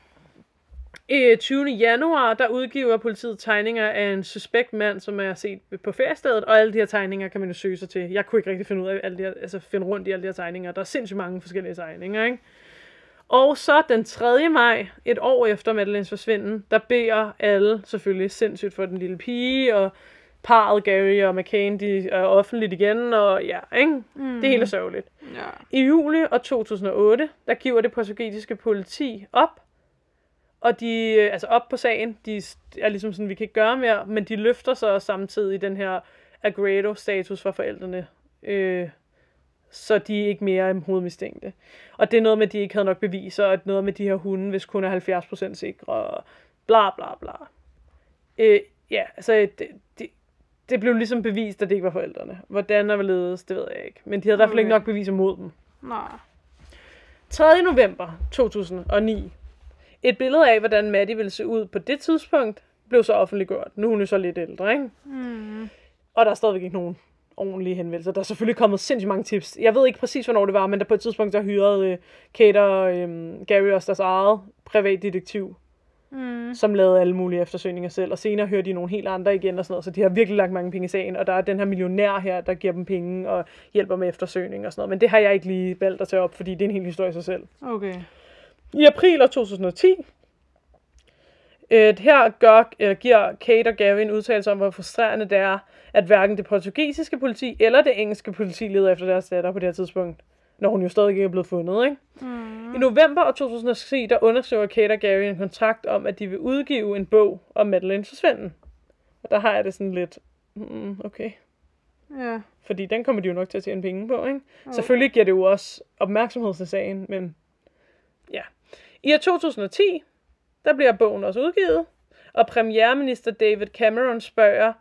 20. januar, der udgiver politiet tegninger af en suspekt mand, som er set på feriestedet, og alle de her tegninger kan man jo søge sig til. Jeg kunne ikke rigtig finde ud af alle de her, altså finde rundt i alle de her tegninger. Der er sindssygt mange forskellige tegninger, ikke? Og så den 3. maj, et år efter Madeleines forsvinden, der beder alle selvfølgelig sindssygt for den lille pige, og parret Gary og McCain, de er offentligt igen, og ja, ikke? Det er helt sørgeligt. Ja. I juli 2008, der giver det portugisiske politi op, og de, altså op på sagen, de er ligesom sådan, vi kan ikke gøre mere, men de løfter så samtidig den her agredo-status for forældrene, så de er ikke mere hovedmistænkte. Og det er noget med, at de ikke havde nok beviser, og noget med de her hunde, hvis kun er 70% sikre, og bla bla bla. Ja, altså det blev ligesom bevist, at det ikke var forældrene. Hvordan og hvorledes, det ved jeg ikke. Men de havde i hvert fald ikke nok beviser mod dem. Nej. 3. november 2009. Et billede af, hvordan Maddie ville se ud på det tidspunkt, blev så offentliggjort. Nu er hun jo så lidt ældre, ikke? Mm. Og der er stadigvæk ikke nogen ordentlige henvendelser. Der er selvfølgelig kommet sindssygt mange tips. Jeg ved ikke præcis, hvornår det var, men der på et tidspunkt, der hyrede Kate og Gary også deres eget privatdetektiv, som lavede alle mulige eftersøgninger selv. Og senere hørte de nogle helt andre igen og sådan noget, så de har virkelig lagt mange penge i sagen. Og der er den her millionær her, der giver dem penge og hjælper med eftersøgning og sådan noget. Men det har jeg ikke lige valgt at tage op, fordi det er en hel historie i sig selv. Okay. I april 2010, giver Kate og Gary en udtalelse om, hvor frustrerende det er, at hverken det portugisiske politi eller det engelske politi leder efter deres datter på det her tidspunkt, når hun jo stadig ikke er blevet fundet, ikke? I november 2010, der underskriver Kate og Gary en kontrakt om, at de vil udgive en bog om Madeleines forsvinden. Og der har jeg det sådan lidt, okay. Ja. Fordi den kommer de jo nok til at tjene penge på, ikke? Selvfølgelig giver det jo også opmærksomhed til sagen, men ja. I 2010, der bliver bogen også udgivet, og premierminister David Cameron spørger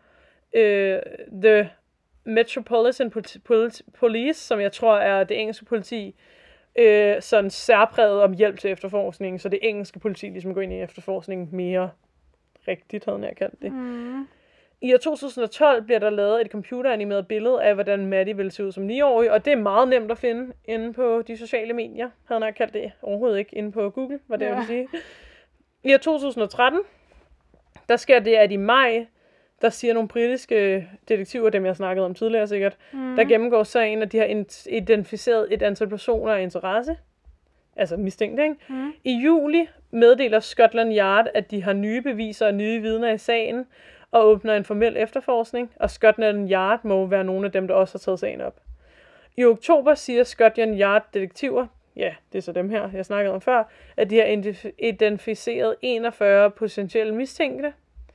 The Metropolitan Police, som jeg tror er det engelske politi, sådan særpræget om hjælp til efterforskning, så det engelske politi ligesom går ind i efterforskningen mere rigtigt, havde jeg kaldt det. I 2012 bliver der lavet et computeranimeret billede af, hvordan Maddie ville se ud som 9-årig, og det er meget nemt at finde inde på de sociale medier, havde jeg kaldt det overhovedet ikke inde på Google, hvad det jeg vil sige. I 2013, der sker det, at i maj, der siger nogle britiske detektiver, dem jeg snakkede om tidligere sikkert, der gennemgår sagen, at de har identificeret et antal personer af interesse. Altså mistænkt, ikke? I juli meddeler Scotland Yard, at de har nye beviser og nye vidner i sagen, og åbner en formel efterforskning, og Scotland Yard må være nogle af dem, der også har taget sagen op. I oktober siger Scotland Yard detektiver, ja, det er så dem her, jeg snakkede om før, at de har identificeret 41 potentielle mistænkte.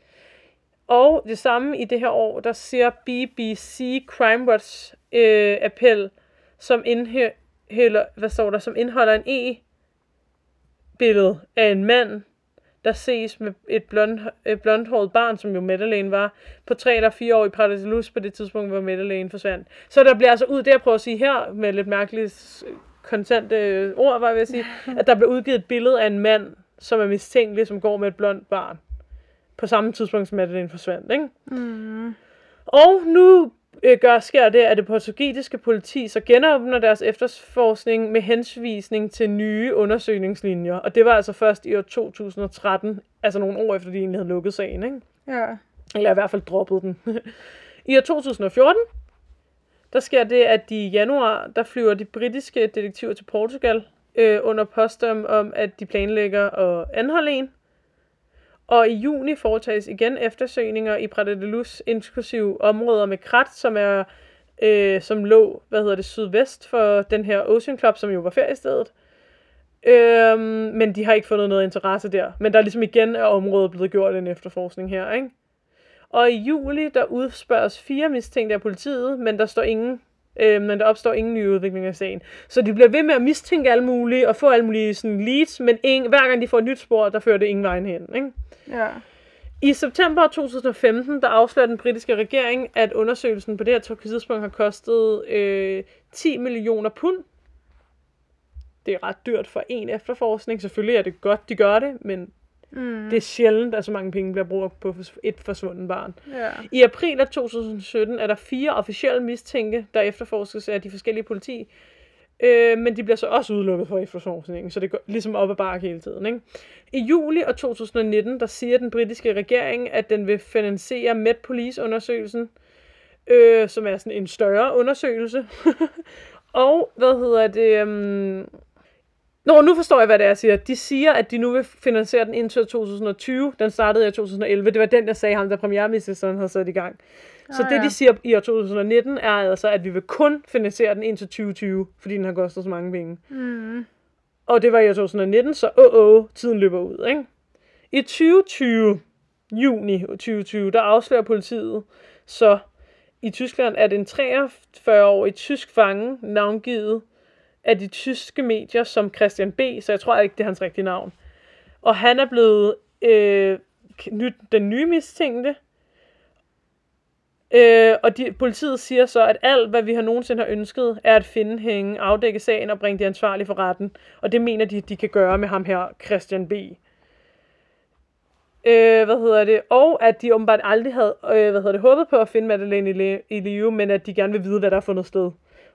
Og det samme i det her år, der siger BBC Crime Watch appel, som indeholder en e-billede af en mand, der ses med et blondhåret barn, som jo Madeleine var, på 3 eller 4 år i Pradelus på det tidspunkt, hvor Madeleine forsvandt. Så der bliver altså ud det, jeg prøver at sige her, med lidt mærkeligt kontante ord, var jeg ved at sige, at der bliver udgivet et billede af en mand, som er mistænkelig, som går med et blondt barn. På samme tidspunkt, som Madeleine forsvandt, ikke? Og nu sker det, at det portugisiske politi så genåbner deres efterforskning med henvisning til nye undersøgningslinjer. Og det var altså først i år 2013, altså nogle år efter, de egentlig havde lukket sagen, ikke? Ja. Eller i hvert fald droppet den. I år 2014, der sker det, at i januar, der flyver de britiske detektiver til Portugal under påstand om, at de planlægger at anholde en. Og i juni foretages igen eftersøgninger i Pradelus, inklusive områder med krat, som lå, sydvest for den her Ocean Club, som jo var feriestedet. Men de har ikke fundet noget interesse der. Men der er ligesom igen af området blevet gjort en efterforskning her, ikke? Og i juli, der udspørges 4 mistænkte af politiet, men der opstår ingen nye udvikling af sagen. Så de bliver ved med at mistænke alle mulige, og få alle mulige sådan leads, men hver gang de får et nyt spor, der fører det ingen vejen hen, ikke? Ja. I september 2015, der afslører den britiske regering, at undersøgelsen på det her tidspunkt har kostet 10 millioner pund. Det er ret dyrt for en efterforskning. Selvfølgelig er det godt, de gør det, men det er sjældent, at så mange penge bliver brugt på et forsvundet barn. Ja. I april af 2017 er der 4 officielle mistænkte, der efterforskes af de forskellige politi. Men de bliver så også udelukket fra efterforskningen, så det går ligesom op ad bakke hele tiden, ikke? I juli af 2019, der siger den britiske regering, at den vil finansiere Met Police-undersøgelsen, som er sådan en større undersøgelse. Og, nu forstår jeg, hvad det er, jeg siger. De siger, at de nu vil finansiere den indtil 2020. Den startede i 2011. Det var den, jeg sagde ham, da premierministeren havde sat i gang. Så det, de siger i år 2019, er altså, at vi vil kun finansiere den indtil 2020, fordi den har kostet så mange penge. Og det var i år 2019, så tiden løber ud, ikke? I 2020, juni 2020, der afslører politiet så i Tyskland, at en 43-årig tysk fange, navngivet af de tyske medier som Christian B., så jeg tror ikke, det er hans rigtige navn. Og han er blevet den nye mistænkte. Politiet siger så, at alt, hvad vi har nogensinde har ønsket, er at finde hende, afdække sagen og bringe de ansvarlige for retten. Og det mener de kan gøre med ham her, Christian B. Og at de åbenbart aldrig havde håbet på at finde Madeleine i live, men at de gerne vil vide, hvad der er fundet sted.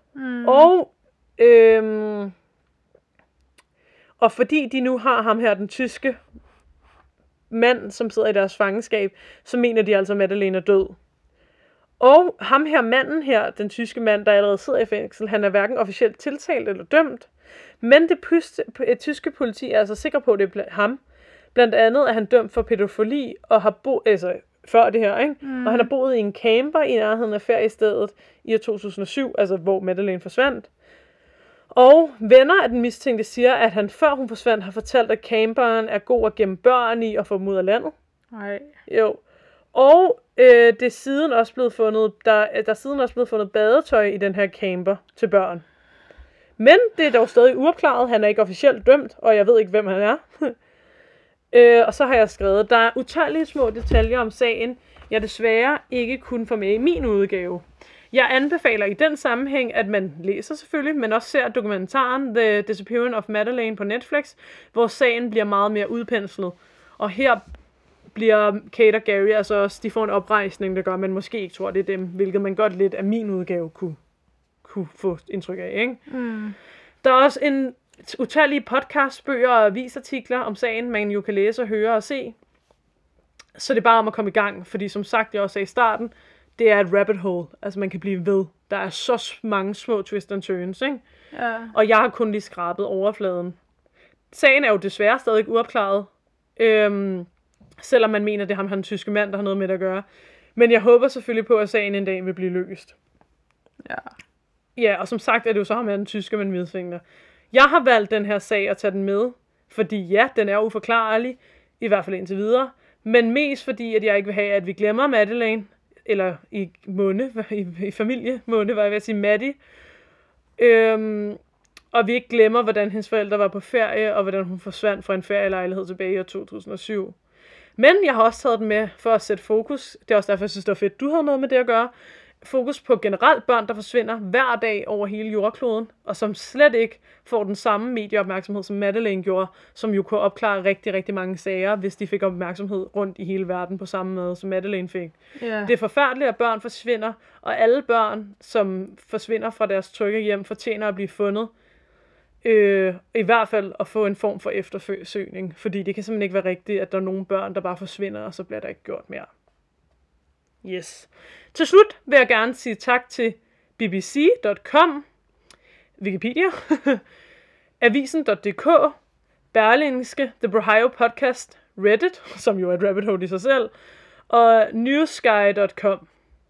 Og fordi de nu har ham her, den tyske mand, som sidder i deres fangenskab, så mener de altså, at Madeleine er død. Og ham her, manden her, den tyske mand, der allerede sidder i fængsel, han er hverken officielt tiltalt eller dømt, men det tyske politi er altså sikker på, at det er ham. Blandt andet er han dømt for pædofili, og har før det her, ikke? Og han har boet i en camper i nærheden af feriestedet i 2007, altså hvor Madeleine forsvandt. Og venner af den mistænkte siger, at han før hun forsvandt har fortalt, at camperen er god at gemme børn i og få dem ud af landet. Nej. Jo. Og det er siden også blevet fundet, der er siden også blevet fundet badetøj i den her camper til børn. Men det er dog stadig uopklaret. Han er ikke officielt dømt, og jeg ved ikke, hvem han er. Og så har jeg skrevet, der er utallige små detaljer om sagen, jeg desværre ikke kunne få med i min udgave. Jeg anbefaler i den sammenhæng, at man læser selvfølgelig, men også ser dokumentaren The Disappearance of Madeleine på Netflix, hvor sagen bliver meget mere udpenslet. Og her bliver Kate og Gary, altså også, de får en oprejsning, der gør, at man måske ikke tror, det er dem, hvilket man godt lidt af min udgave kunne få indtryk af, ikke? Der er også en utallige podcastbøger og avisartikler om sagen, man jo kan læse og høre og se. Så det er bare om at komme i gang, fordi som sagt, jeg også sagde i starten, det er et rabbit hole, altså man kan blive ved. Der er så mange små twists and turns, ikke? Ja. Og jeg har kun lige skrabet overfladen. Sagen er jo desværre stadig uopklaret, selvom man mener, det er ham, den tyske mand, der har noget med det at gøre. Men jeg håber selvfølgelig på, at sagen en dag vil blive løst. Ja. Ja, og som sagt er det jo så ham, den tyske, man medfinder. Jeg har valgt den her sag at tage den med, fordi ja, den er uforklarlig, i hvert fald indtil videre, men mest fordi, at jeg ikke vil have, at vi glemmer Madeleine, eller i Munde, i familie Munde, var jeg ved at sige Maddie, og vi ikke glemmer, hvordan hendes forældre var på ferie, og hvordan hun forsvandt fra en ferielejlighed tilbage i 2007. Men jeg har også taget den med for at sætte fokus, det er også derfor, jeg synes, det var fedt, du havde noget med det at gøre, fokus på generelt børn, der forsvinder hver dag over hele jordkloden, og som slet ikke får den samme medieopmærksomhed, som Madeleine gjorde, som jo kunne opklare rigtig, rigtig mange sager, hvis de fik opmærksomhed rundt i hele verden på samme måde, som Madeleine fik. Yeah. Det er forfærdeligt, at børn forsvinder, og alle børn, som forsvinder fra deres trygge hjem, fortjener at blive fundet. I hvert fald at få en form for eftersøgning, fordi det kan simpelthen ikke være rigtigt, at der er nogle børn, der bare forsvinder, og så bliver der ikke gjort mere. Yes. Til slut vil jeg gerne sige tak til bbc.com, Wikipedia, avisen.dk, Berlingske, The Ohio Podcast, Reddit, som jo er et rabbit hole i sig selv, og newsky.com.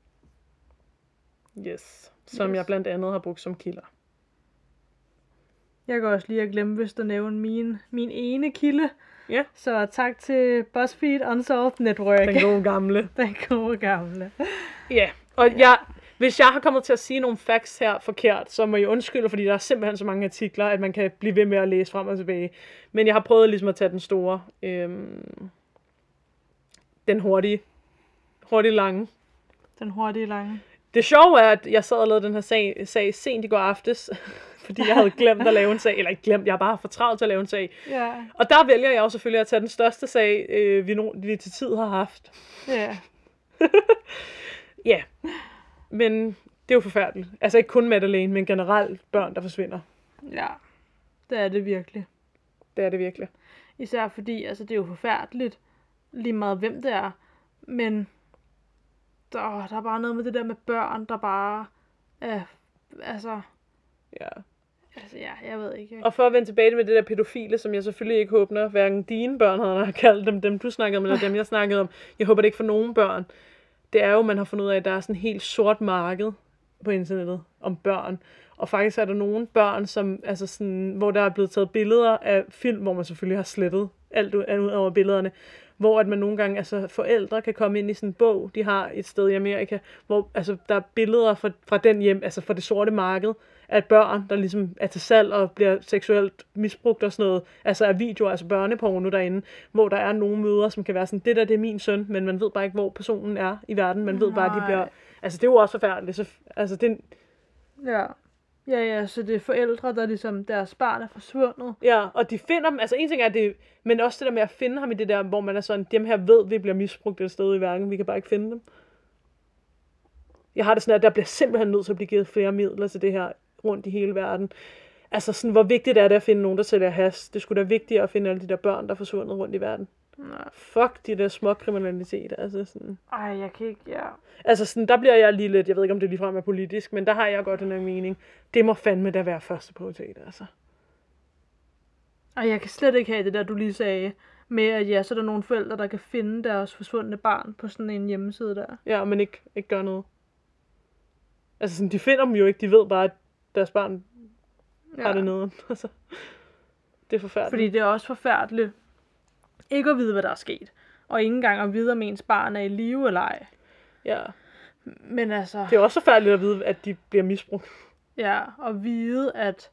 Yes, som jeg blandt andet har brugt som kilder. Jeg kan også lige have glemt, hvis du nævner min ene kilde. Ja. Så tak til BuzzFeed Unsolved Network. Den gode gamle. Den gode gamle. Ja, og hvis jeg har kommet til at sige nogle facts her forkert, så må jeg undskylde, fordi der er simpelthen så mange artikler, at man kan blive ved med at læse frem og tilbage. Men jeg har prøvet ligesom at tage den store, den hurtige lange. Den hurtige lange. Det sjove er, at jeg sad og lavede den her sag sent i går aftes, fordi jeg havde glemt at lave en sag, eller ikke glemt, jeg har bare for travlt til at lave en sag. Ja. Og der vælger jeg jo selvfølgelig at tage den største sag, vi til tid har haft. Ja. Ja, men det er jo forfærdeligt. Altså ikke kun Madeleine, men generelt børn, der forsvinder. Ja, det er det virkelig. Det er det virkelig. Især fordi, altså det er jo forfærdeligt, lige meget hvem det er, men der er bare noget med det der med børn, der bare altså... Ja. Altså ja, jeg ved ikke. Og for at vende tilbage med det der pædofile, som jeg selvfølgelig ikke håber, hverken dine børn har kaldt dem du snakkede om, eller dem jeg snakkede om. Jeg håber det ikke for nogen børn. Det er jo, man har fundet ud af, at der er sådan en helt sort marked på internettet om børn. Og faktisk er der nogle børn, som, altså sådan, hvor der er blevet taget billeder af film, hvor man selvfølgelig har slettet alt ud over billederne, hvor at man nogle gange, altså forældre kan komme ind i sådan en bog, de har et sted i Amerika, hvor altså, der er billeder fra den hjem, altså fra det sorte marked, af børn, der ligesom er til salg og bliver seksuelt misbrugt og sådan noget, altså af videoer, altså børneporno derinde, hvor der er nogle mødre, som kan være sådan, det der, det er min søn, men man ved bare ikke, hvor personen er i verden, man ved bare, at de bliver, altså det er jo også forfærdeligt, så, altså det... Ja, Ja, så det er forældre, der ligesom, deres barn er forsvundet. Ja, og de finder dem, altså en ting er det, men også det der med at finde ham i det der, hvor man er sådan, dem her ved, vi bliver misbrugt et sted i verden, vi kan bare ikke finde dem. Jeg har det sådan, at der bliver simpelthen nødt til at blive givet flere midler til det her rundt i hele verden. Altså sådan, hvor vigtigt er det at finde nogen, der sælger hash? Det skulle da vigtigere at finde alle de der børn, der er forsvundet rundt i verden. Nej. Fuck de der små kriminalitet, altså sådan. Ej, jeg kan ikke, ja. Altså sådan, der bliver jeg lige lidt, jeg ved ikke om det ligefrem er politisk, men der har jeg godt den her mening. Det må fandme da være første prioritet, altså. Ej, jeg kan slet ikke have det der, du lige sagde, med at ja, så er der nogle forældre, der kan finde deres forsvundne barn på sådan en hjemmeside der. Ja, men ikke gør noget. Altså sådan, de finder dem jo ikke, de ved bare, at deres barn har det nede. Altså, det er forfærdeligt. Fordi det er også forfærdeligt ikke at vide, hvad der er sket. Og ikke engang at vide, om ens barn er i live eller ej. Ja. Men altså... Det er også forfærdeligt at vide, at de bliver misbrugt. Ja, og vide, at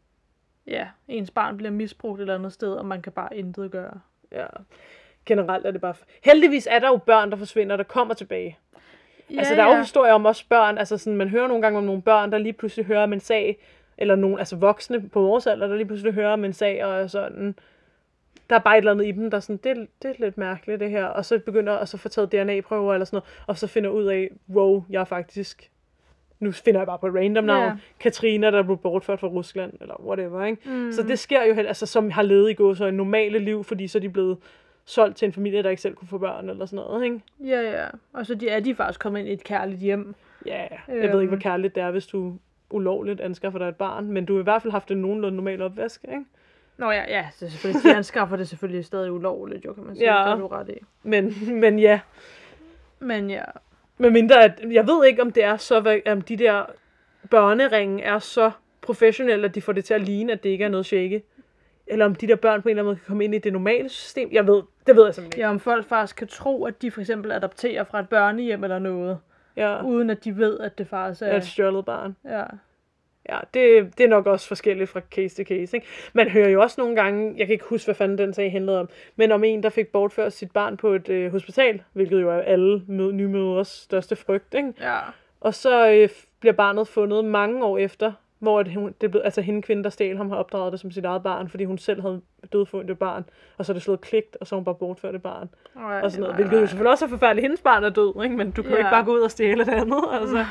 ens barn bliver misbrugt et eller andet sted, og man kan bare intet gøre. Ja. Generelt er det bare... Heldigvis er der jo børn, der forsvinder, der kommer tilbage. Ja, altså, der er jo historier om også børn. Altså, sådan, man hører nogle gange om nogle børn, der lige pludselig hører om en sag, eller nogle, altså voksne på vores alder, der lige pludselig hører om en sag, og sådan... Der er bare et eller andet i dem, der er sådan, det er lidt mærkeligt det her, og så begynder at så få taget DNA-prøver eller sådan noget, og så finder ud af, wow, jeg er faktisk, nu finder jeg bare på et random navn, Katrina, der blev bortført fra Rusland, eller whatever, ikke? Så det sker jo, altså som har levet i så en normale liv, fordi så er de blevet solgt til en familie, der ikke selv kunne få børn, eller sådan noget, ikke? Ja, og så er de faktisk kommet ind i et kærligt hjem. Ja, jeg ved ikke, hvor kærligt det er, hvis du ulovligt anskaffer dig et barn, men du har i hvert fald haft en nogenlunde normal opvask, ikke? Nå ja, så selvfølgelig. De anskaffer det selvfølgelig stadig ulovligt, jo, kan man sige. Ja, det er du ret i. Men ja. Men ja. Med mindre, at jeg ved ikke, om det er så, om de der børneringe er så professionelle, at de får det til at ligne, at det ikke er noget shaky. Eller om de der børn på en eller anden måde kan komme ind i det normale system. Det ved jeg simpelthen ikke. Ja, om folk faktisk kan tro, at de for eksempel adopterer fra et børnehjem eller noget. Ja. Uden at de ved, at det faktisk er... Et stjålet barn. Ja. Ja, det er nok også forskelligt fra case til case, ikke? Man hører jo også nogle gange, jeg kan ikke huske, hvad fanden den sag handlede om, men om en, der fik bortført sit barn på et hospital, hvilket jo er alle nymødres største frygt, ikke? Ja. Og så bliver barnet fundet mange år efter, hvor hende kvinde, der stjal ham, har opdraget det som sit eget barn, fordi hun selv havde dødfundet et barn, og så er det slået kligt, og så hun bare bortført et barn. Og sådan noget, hvilket jo selvfølgelig også er forfærdeligt, hendes barn er død, ikke? Men du kan jo ikke bare gå ud og stjæle det andet, altså.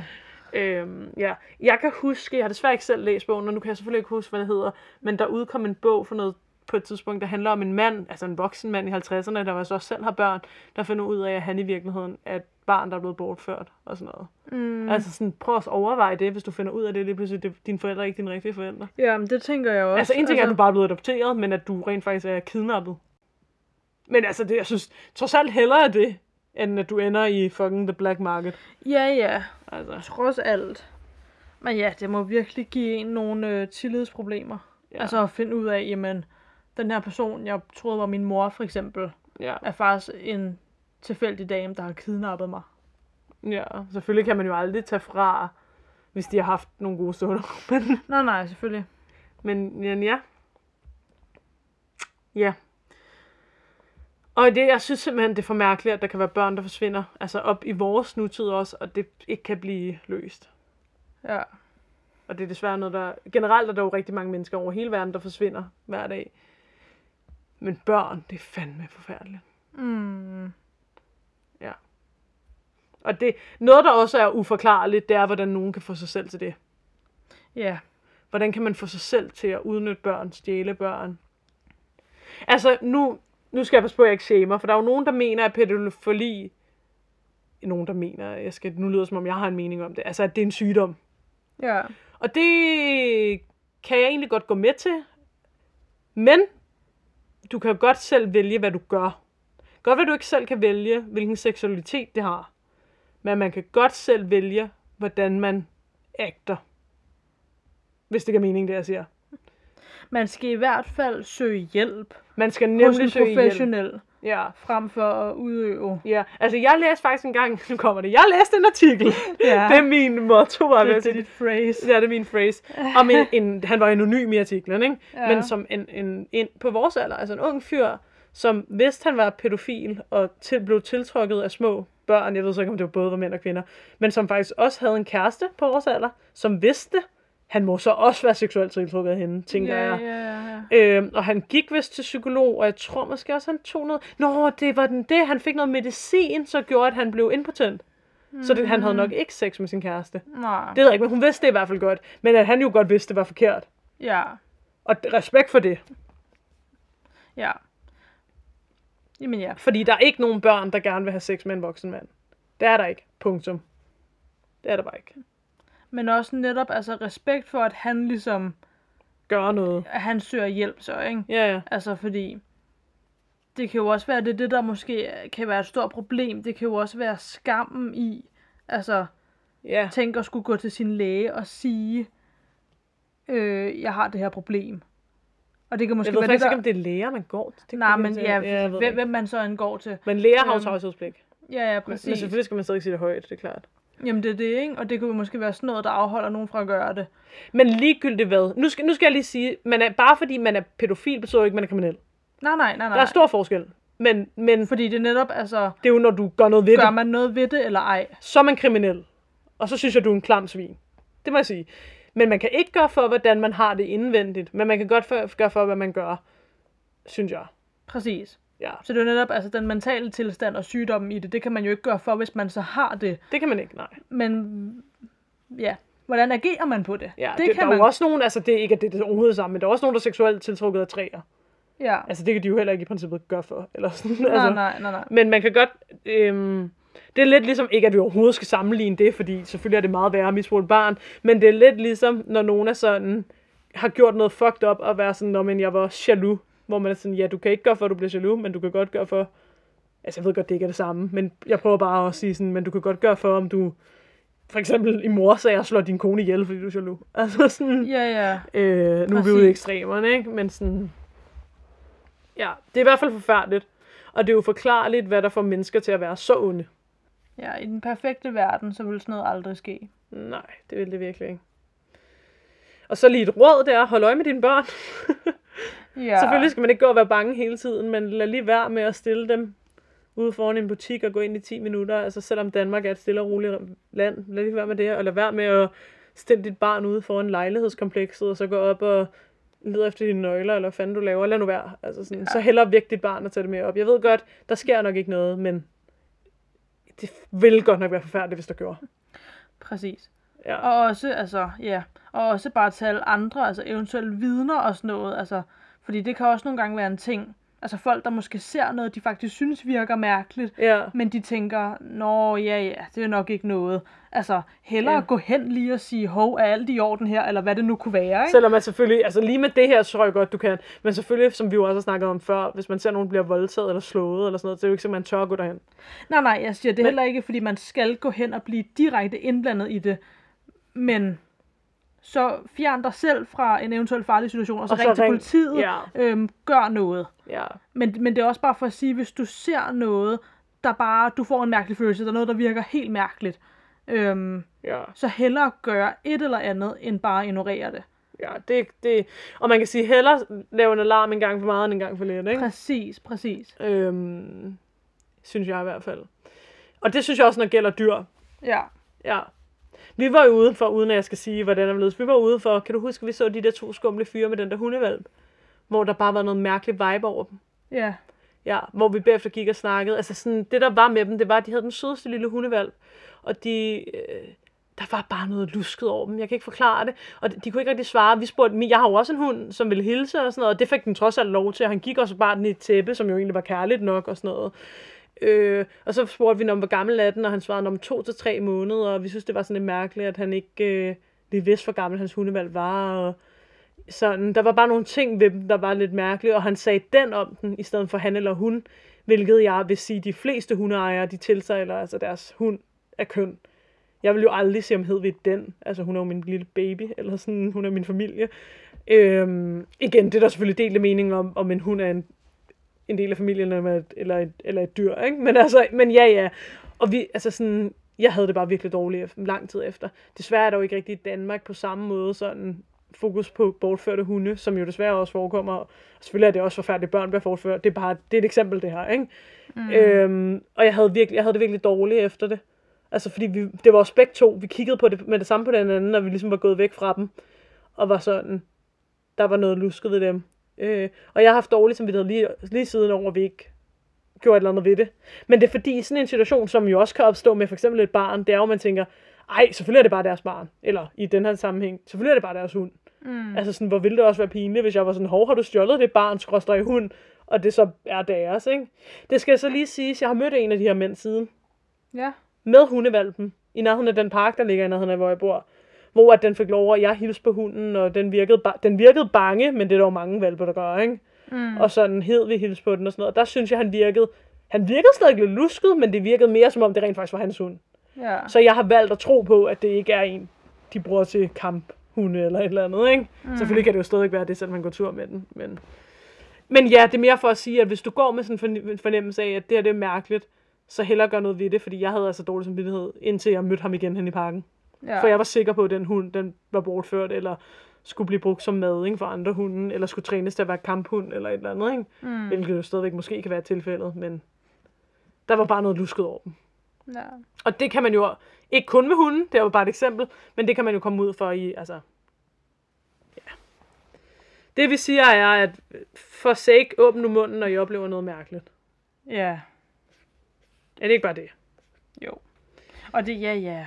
Ja, jeg kan huske, jeg har desværre ikke selv læst bogen, og nu kan jeg selvfølgelig ikke huske, hvad det hedder, men der udkom en bog for noget på et tidspunkt, der handler om en mand, altså en voksen mand i 50'erne, der også selv har børn, der finder ud af, at han i virkeligheden er et barn, der er blevet bortført, og sådan noget. Altså sådan, prøv at overveje det, hvis du finder ud af det, pludselig det dine forældre er ikke dine rigtige forældre. Ja, men det tænker jeg også. Altså en ting er, at du bare er blevet adopteret, men at du rent faktisk er kidnappet. Men altså, det, jeg synes trods alt hellere det, end at du ender i fucking the black market. Ja. Altså. Trods alt. Men ja, det må virkelig give en nogle tillidsproblemer. Ja. Altså at finde ud af, jamen, den her person, jeg troede var min mor for eksempel, er faktisk en tilfældig dame, der har kidnappet mig. Ja, selvfølgelig kan man jo aldrig tage fra, hvis de har haft nogle gode stunder. Nej, selvfølgelig. Men ja. Ja. Og jeg synes simpelthen, det er for mærkeligt, at der kan være børn, der forsvinder. Altså op i vores nutid også, og det ikke kan blive løst. Ja. Og det er desværre noget, der... Generelt er der jo rigtig mange mennesker over hele verden, der forsvinder hver dag. Men børn, det er fandme forfærdeligt. Ja. Og det... Noget, der også er uforklarligt, det er, hvordan nogen kan få sig selv til det. Ja. Hvordan kan man få sig selv til at udnytte børn, stjæle børn? Altså, nu skal jeg passe på, at jeg ikke shamer, for der er jo nogen, der mener, at pædofili... Nogen, der mener, nu lyder det, som om jeg har en mening om det, altså, at det er en sygdom. Ja. Og det kan jeg egentlig godt gå med til. Men du kan jo godt selv vælge, hvad du gør. Godt, at du ikke selv kan vælge, hvilken seksualitet det har. Men man kan godt selv vælge, hvordan man agter. Hvis det giver mening, det jeg siger. Man skal i hvert fald søge hjælp. Man skal nemlig søge hjælp. Professionel. Ja. Frem for at udøve. Ja, altså jeg læste faktisk en gang, nu kommer det, jeg læste en artikel. Ja. Det er min motto. Det er dit phrase. Ja, det er min phrase. Om han var anonym i artiklen, ikke? Ja. Men som en på vores alder, altså en ung fyr, som vidste, han var pædofil og blev tiltrukket af små børn. Jeg ved så ikke, om det var både mænd og kvinder. Men som faktisk også havde en kæreste på vores alder, som vidste, han må så også være seksuelt tiltrukket af hende, tænker jeg. Ja. Og han gik vist til psykolog, og jeg tror måske også, han tog noget... Nå, det var det. Han fik noget medicin, så gjorde, at han blev impotent. Så han havde nok ikke sex med sin kæreste. Nej. Det ved jeg ikke, men hun vidste det i hvert fald godt. Men at han jo godt vidste, det var forkert. Ja. Og respekt for det. Ja. Jamen ja. Fordi der er ikke nogen børn, der gerne vil have sex med en voksen mand. Det er der ikke. Punktum. Det er der bare ikke. Men også netop altså respekt for, at han ligesom... Gør noget. At han søger hjælp så, ikke? Ja. Altså fordi... Det kan jo også være det, der måske kan være et stort problem. Det kan jo også være skammen i... Altså... Ja. Tænk at skulle gå til sin læge og sige... jeg har det her problem. Og det kan måske jeg ved være faktisk det, ikke, om det er læger, man går til. Nej, men ja, hvem man så angår til. Men læger har jo tavshedspligt. Ja, præcis. Men selvfølgelig skal man stadig sige det højt, det er klart. Jamen det er det, ikke? Og det kunne måske være sådan noget, der afholder nogen fra at gøre det. Men ligegyldigt hvad? Nu skal jeg lige sige, bare fordi man er pædofil, betyder ikke, at man er kriminel. Nej. Der er stor forskel. Men fordi det er netop, altså... Det er jo, når du gør noget ved det. Gør man noget ved det, eller ej? Så er man kriminel. Og så synes jeg, du er en klam svin. Det må jeg sige. Men man kan ikke gøre for, hvordan man har det indvendigt. Men man kan godt gøre for, hvad man gør, synes jeg. Præcis. Ja. Så det er jo netop altså, den mentale tilstand og sygdommen i det. Det kan man jo ikke gøre for, hvis man så har det. Det kan man ikke, nej. Men ja, hvordan agerer man på det? Ja, det der kan er man... jo også nogen, altså det er ikke, at det er overhovedet sammen, men der er også nogen, der er seksuelt tiltrukket af træer. Ja. Altså det kan de jo heller ikke i princippet gøre for. Eller sådan. Nej. Men man kan godt... det er lidt ligesom, ikke at vi overhovedet skal sammenligne det, fordi selvfølgelig er det meget værre at misbruge et barn, men det er lidt ligesom, når nogen er sådan, har gjort noget fucked up, og være sådan, men jeg var jaloux, hvor man er sådan, ja, du kan ikke gøre for, at du bliver jaloux, men du kan godt gøre for, altså jeg ved godt, det ikke er det samme, men jeg prøver bare at sige sådan, men du kan godt gøre for, om du, for eksempel i morsager, slår din kone ihjel, fordi du er jaloux. Altså sådan, ja. Nu er vi ude i ekstremerne, ikke? Men sådan, ja, det er i hvert fald forfærdeligt, og det er jo forklarligt, hvad der får mennesker til at være så onde. Ja, i den perfekte verden, så vil sådan noget aldrig ske. Nej, det vil det virkelig ikke. Og så lige et råd der, hold øje med dine børn. Ja. Selvfølgelig skal man ikke gå og være bange hele tiden, men lad lige være med at stille dem ude foran en butik og gå ind i 10 minutter. Altså selvom Danmark er et stille og roligt land, lad lige være med det, og lad være med at stille dit barn ude foran lejlighedskomplekset, og så gå op og lede efter dine nøgler, eller hvad fanden du laver. Lad nu være. Altså sådan, så hellere væk dit barn og tage det med op. Jeg ved godt, der sker nok ikke noget, men det vil godt nok være forfærdeligt, hvis der gjorde. Præcis. Ja. Og også, altså, ja, og også bare tale andre, altså eventuelt vidner og sådan noget, altså, fordi det kan også nogle gange være en ting, altså folk, der måske ser noget, de faktisk synes virker mærkeligt, men de tænker, nå, ja, det er nok ikke noget. Altså, hellere gå hen lige og sige, hov, er alt i orden her, eller hvad det nu kunne være, ikke? Selvom man selvfølgelig, altså lige med det her, så tror jeg godt, du kan, men selvfølgelig, som vi jo også har snakket om før, hvis man ser nogen bliver voldtaget eller slået, eller sådan noget, så er det jo ikke så, man tør at gå derhen. Nej, jeg siger det heller ikke, fordi man skal gå hen og blive direkte indblandet i det, men så fjern dig selv fra en eventuel farlig situation, og så ring til politiet, gør noget. Ja. Men det er også bare for at sige, hvis du ser noget, der bare, du får en mærkelig følelse, der er noget, der virker helt mærkeligt, så hellere gøre et eller andet, end bare ignorere det. Ja, det og man kan sige, hellere lave en alarm en gang for meget, end en gang for lidt, ikke? Præcis. Synes jeg i hvert fald. Og det synes jeg også, når det gælder dyr. Ja. Vi var jo ude for, uden at jeg skal sige, hvordan det var ledes. Vi var ude for, kan du huske, vi så de der 2 skumle fyre med den der hundevalp? Hvor der bare var noget mærkeligt vibe over dem. Ja. Ja, hvor vi bagefter gik og snakkede. Altså sådan, det der var med dem, det var, at de havde den sødeste lille hundevalp. Og der var bare noget lusket over dem. Jeg kan ikke forklare det. Og de kunne ikke rigtig svare. Vi spurgte, jeg har jo også en hund, som ville hilse og sådan noget. Og det fik den trods alt lov til. Og han gik også bare den i et tæppe, som jo egentlig var kærligt nok og sådan noget. Og så spurgte vi, hvor gammel er den, og han svarede om 2 til 3 måneder, og vi synes, det var sådan lidt mærkeligt, at han ikke lige vidste, hvor gammel hans hundevalp var, og sådan. Der var bare nogle ting ved dem, der var lidt mærkelige, og han sagde den om den, i stedet for han eller hun, hvilket jeg vil sige, de fleste hundeejere, de tiltaler altså deres hund af køn. Jeg vil jo aldrig sige, om Hedvig den, altså hun er jo min lille baby, eller sådan, hun er min familie. Igen, det er der selvfølgelig delt mening om en hund er en del af familien eller et dyr, ikke? Men ja. Og vi, altså sådan, jeg havde det bare virkelig dårligt lang tid efter. Desværre er der jo ikke rigtig i Danmark på samme måde sådan fokus på bortførte hunde, som jo desværre også forekommer. Og selvfølgelig er det også forfærdeligt, børn bliver bortført. Det er et eksempel, det her, ikke? Og jeg havde det virkelig dårligt efter det. Altså fordi det var også begge to. Vi kiggede på det med det samme på den anden, når vi ligesom var gået væk fra dem. og var sådan, der var noget lusket ved dem. Og jeg har haft dårligt samvittighed lige siden over, at vi ikke gjorde et eller andet ved det. Men det er fordi, sådan en situation, som jo også kan opstå med for eksempel et barn, det er jo, man tænker, ej, selvfølgelig er det bare deres barn. Eller i den her sammenhæng, selvfølgelig er det bare deres hund. Altså sådan, hvor ville det også være pinligt, hvis jeg var sådan, har du stjålet det barn, skråstrej hund, og det så er deres, ikke? Det skal jeg så lige sige, jeg har mødt en af de her mænd siden. Ja. Med hundevalpen, i nærheden af den park, der ligger i nærheden af, hvor jeg bor. Hvor at den fik lov, og jeg hilste på hunden, og den virkede bange, men det er der jo mange valpe, der gør, ikke? Og sådan hed vi hilste på den og sådan noget. Og der synes jeg, han virkede stadig lidt lusket, men det virkede mere, som om det rent faktisk var hans hund. Ja. Så jeg har valgt at tro på, at det ikke er en, de bruger til kamphunde eller et eller andet, ikke? Selvfølgelig kan det jo stadig være det, selvom man går tur med den. Men ja, det er mere for at sige, at hvis du går med sådan en fornemmelse af, at det her det er mærkeligt, så hellere gør noget ved det, fordi jeg havde altså dårlig samvittighed, indtil jeg mødte ham igen hen i parken. Ja. For jeg var sikker på, at den hund, den var bortført, eller skulle blive brugt som mad, ikke, for andre hunde, eller skulle trænes til at være kamphund, eller et eller andet, ikke? Hvilket jo stadigvæk måske kan være tilfældet, men der var bare noget lusket over dem. Ja. Og det kan man jo, ikke kun med hunden, det er jo bare et eksempel, men det kan man jo komme ud for i, altså, ja. Det vi siger er, at for sake, åbn nu munden, når I oplever noget mærkeligt. Ja. Er det ikke bare det? Jo. Og det, ja.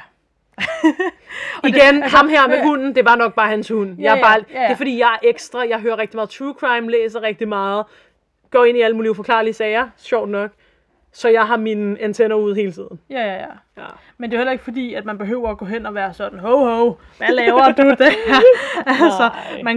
Igen, ham her med hunden, det var nok bare hans hund. Det er fordi, jeg er ekstra, jeg hører rigtig meget true crime, læser rigtig meget, går ind i alle mulige uforklarlige sager, sjovt nok. Så jeg har mine antenner ude hele tiden. Ja. Men det er heller ikke fordi, at man behøver at gå hen og være sådan, ho, hvad laver du der? Altså,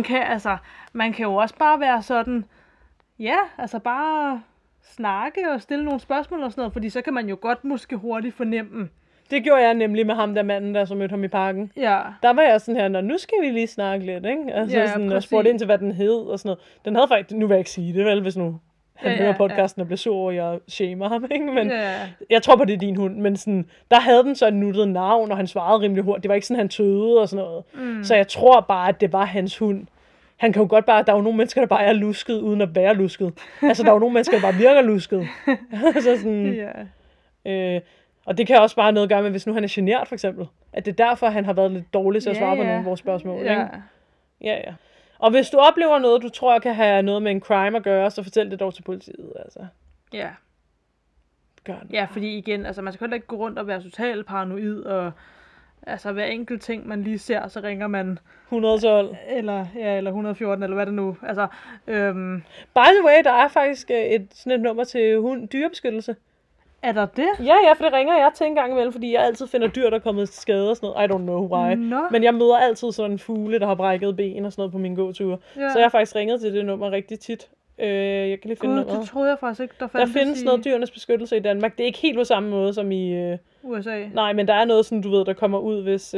man kan jo også bare være sådan, ja, altså bare snakke og stille nogle spørgsmål og sådan noget, fordi så kan man jo godt måske hurtigt fornemme. Det gjorde jeg nemlig med ham der manden, der så mødte ham i parken. Ja. Der var jeg sådan her, nu skal vi lige snakke lidt, ikke? Altså sådan, og spurgte ind til, hvad den hed og sådan noget. Den havde faktisk, nu vil jeg ikke sige det, vel, hvis nu han hører podcasten og bliver sur over, jeg shamer ham, ikke? Men jeg tror på, det er din hund, men sådan, der havde den så et nuttet navn, og han svarede rimelig hurtigt. Det var ikke sådan, han tøvede og sådan noget. Så jeg tror bare, at det var hans hund. Han kan jo godt bare, der er jo nogle mennesker, der bare er lusket, uden at være lusket. Altså, der er jo nogle mennesker, der bare virker lusket. Altså sådan, og det kan også bare noget gøre med, hvis nu han er genert, for eksempel. At det er derfor, han har været lidt dårlig til at svare på nogle af vores spørgsmål. Ikke? Ja. Og hvis du oplever noget, du tror kan have noget med en crime at gøre, så fortæl det dog til politiet. Altså. Ja. Gør det. Ja, fordi igen, altså man skal heller ikke gå rundt og være totalt paranoid, og altså hver enkelt ting, man lige ser, så ringer man 112. Eller 114, eller hvad det nu. Altså, By the way, der er faktisk sådan et nummer til dyrebeskyttelse. Er der det? Ja, for det ringer jeg til en gang imellem, fordi jeg altid finder dyr, der er kommet til skade og sådan noget. I don't know why. Men jeg møder altid sådan en fugle, der har brækket ben og sådan noget på min gåtur. Ja. Så jeg har faktisk ringet til det nummer rigtig tit. Jeg kan lige finde nummeret. Det troede jeg faktisk ikke, der findes noget dyrenes beskyttelse i Danmark. Det er ikke helt på samme måde som i USA. Nej, men der er noget sådan, du ved, der kommer ud, hvis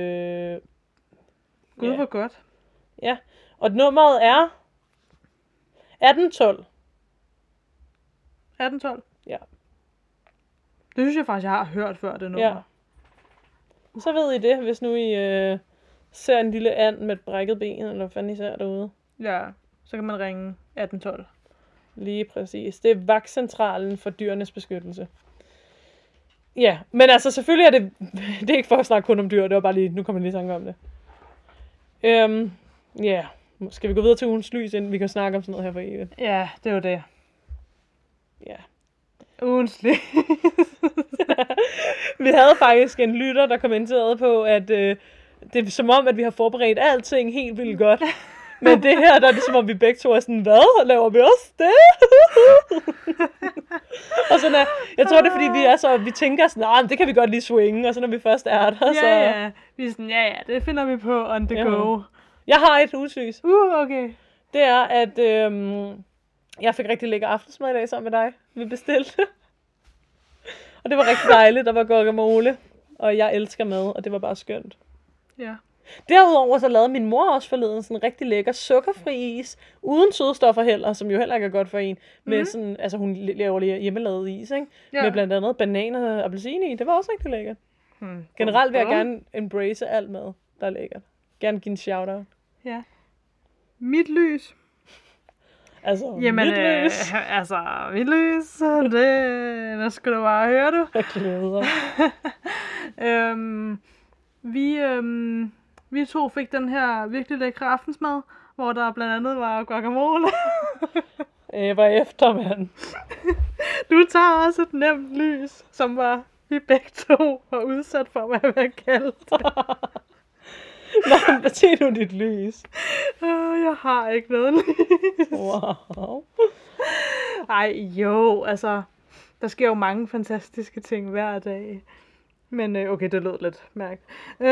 Gud, hvor godt. Ja, og nummeret er 1812. 1812? Ja. Det synes jeg faktisk, jeg har hørt før, det nummer. Ja. Så ved I det, hvis nu I ser en lille and med et brækket ben, eller hvad fanden I ser derude. Ja, så kan man ringe 1812. Lige præcis. Det er vagtcentralen for dyrenes beskyttelse. Ja, men altså selvfølgelig er det er ikke for at snakke kun om dyr, det var bare lige, nu kommer jeg lige tanke om det. Ja, skal vi gå videre til ugens lys, inden vi kan snakke om sådan noget her for evigt? Ja, det var det. Ja. Ugens lys. Vi havde faktisk en lytter, der kommenterede på, at det er som om, at vi har forberedt alting helt vildt godt. Men det her, der er det som om, vi begge to er sådan, hvad? Laver vi også det? Og sådan jeg tror, det er fordi, vi tænker sådan, det kan vi godt lige swinge, og så når vi først er der, så... Ja, vi er sådan, det finder vi på on the go. Jeg har et ugeslys. Okay. Det er, at jeg fik rigtig lækker aftensmad i dag sammen med dig. Vi bestilte. Og det var rigtig dejligt, der var guacamole, og jeg elsker mad, og det var bare skønt. Ja. Derudover så lavede min mor også forleden sådan en rigtig lækker sukkerfri is, uden sødestoffer heller, som jo heller ikke er godt for en. Med sådan, altså hun laver lige hjemmelavet is, ikke? Ja. Med blandt andet bananer og appelsin i. Det var også rigtig lækkert. Generelt vil jeg gerne embrace alt mad, der er lækkert. Gerne give en shout-out. Ja. Mit lys. Altså, mit lys. Mit lys. Det skal du bare høre, du. Jeg glæder. Vi Vi to fik den her virkelig lækre aftensmad, hvor der blandt andet var guacamole. Var efter, mand. Du tager også et nemt lys, som var vi begge to var udsat for, hvad jeg vil kalde det. Nå, hvad siger du dit lys? Jeg har ikke noget lys. Wow. Ej, jo, altså, der sker jo mange fantastiske ting hver dag. Men okay, det lød lidt mærkeligt.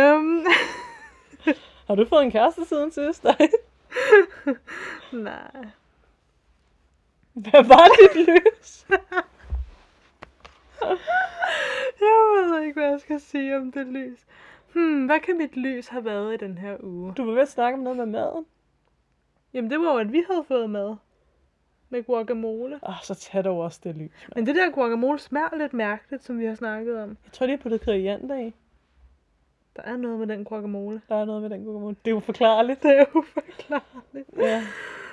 Har du fået en kæreste siden sidst? Nej. Hvad var dit lys? Jeg ved ikke, hvad jeg skal sige om det lys. Hvad kan mit lys have været i den her uge? Du var ved at snakke om noget med maden. Jamen, det var jo, at vi havde fået mad. Med guacamole. Så tag dog også det lys. Man. Men det der guacamole smager lidt mærkeligt, som vi har snakket om. Jeg tror, de har puttet koriander i. Der er noget med den guacamole. Der er noget med den guacamole. Det er uforklarligt. Det er uforklarligt. Ja.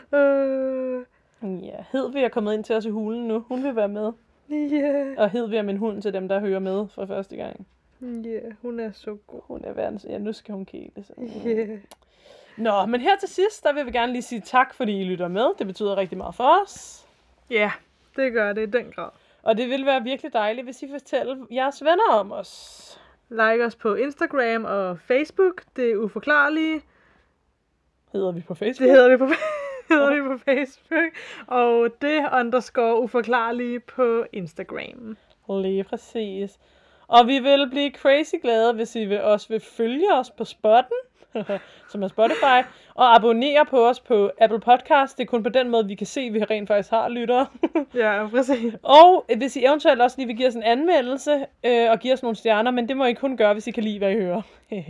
Ja, Hedvig er kommet ind til os i hulen nu. Hun vil være med. Yeah. Og Hedvig er min hund til dem, der hører med for første gang. Yeah, hun er så god. Hun er verdens... Ja, nu skal hun kæle. Så. Yeah. Nå, men her til sidst, der vil vi gerne lige sige tak, fordi I lytter med. Det betyder rigtig meget for os. Ja, det gør det i den grad. Og det vil være virkelig dejligt, hvis I fortæller jeres venner om os. Like os på Instagram og Facebook. Det er uforklarlige. Hedder vi på Facebook? Det hedder vi på Facebook. Og det _uforklarlige på Instagram. Lige præcis. Og vi vil blive crazy glade, hvis I også vil følge os på Spotten, som er Spotify, og abonnere på os på Apple Podcast. Det er kun på den måde, vi kan se, at vi rent faktisk har lyttere. Ja, præcis. Og hvis I eventuelt også lige vil give os en anmeldelse, og give os nogle stjerner, men det må I kun gøre, hvis I kan lide, hvad I hører.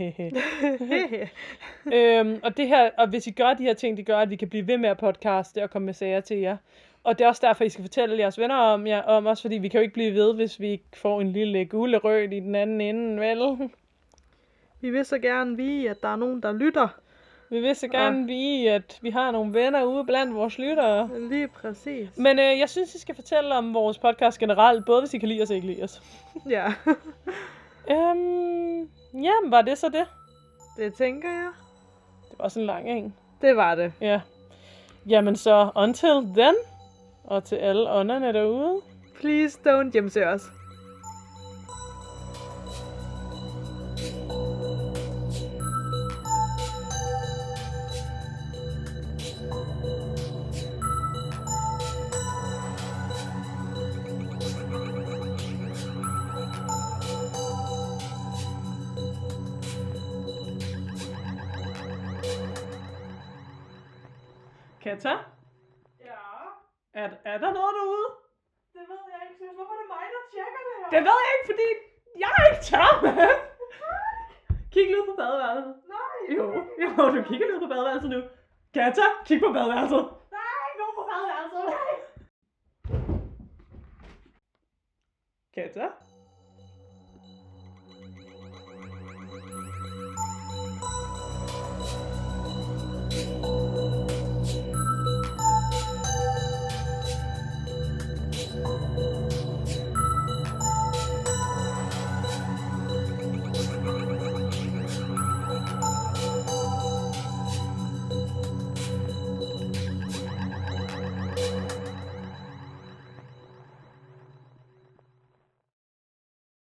Og hvis I gør de her ting, det gør, at vi kan blive ved med at podcaste og komme med sager til jer. Og det er også derfor, I skal fortælle jeres venner om os, fordi vi kan jo ikke blive ved, hvis vi ikke får en lille gulerød i den anden ende, vel? Vi vil så gerne vide, at der er nogen, der lytter. Vi vil så gerne vide, at vi har nogle venner ude blandt vores lyttere. Lige præcis. Men jeg synes, I skal fortælle om vores podcast generelt, både hvis I kan lide os og ikke lide os. Ja. Jamen, var det så det? Det tænker jeg. Det var sådan en lang en. Det var det. Ja. Jamen så, until then, og til alle ånderne derude. Please don't hjemsøge os. Katja? Ja. Er der noget derude? Det ved jeg ikke. Hvorfor er det mig, der tjekker det her? Det ved jeg ikke, fordi jeg er ikke tør, mand. Kig lige på badeværelset. Nej. Jo, du kigger lige på badeværelset nu. Katja, kig på badeværelset. Nej, gå på badeværelset. Katja?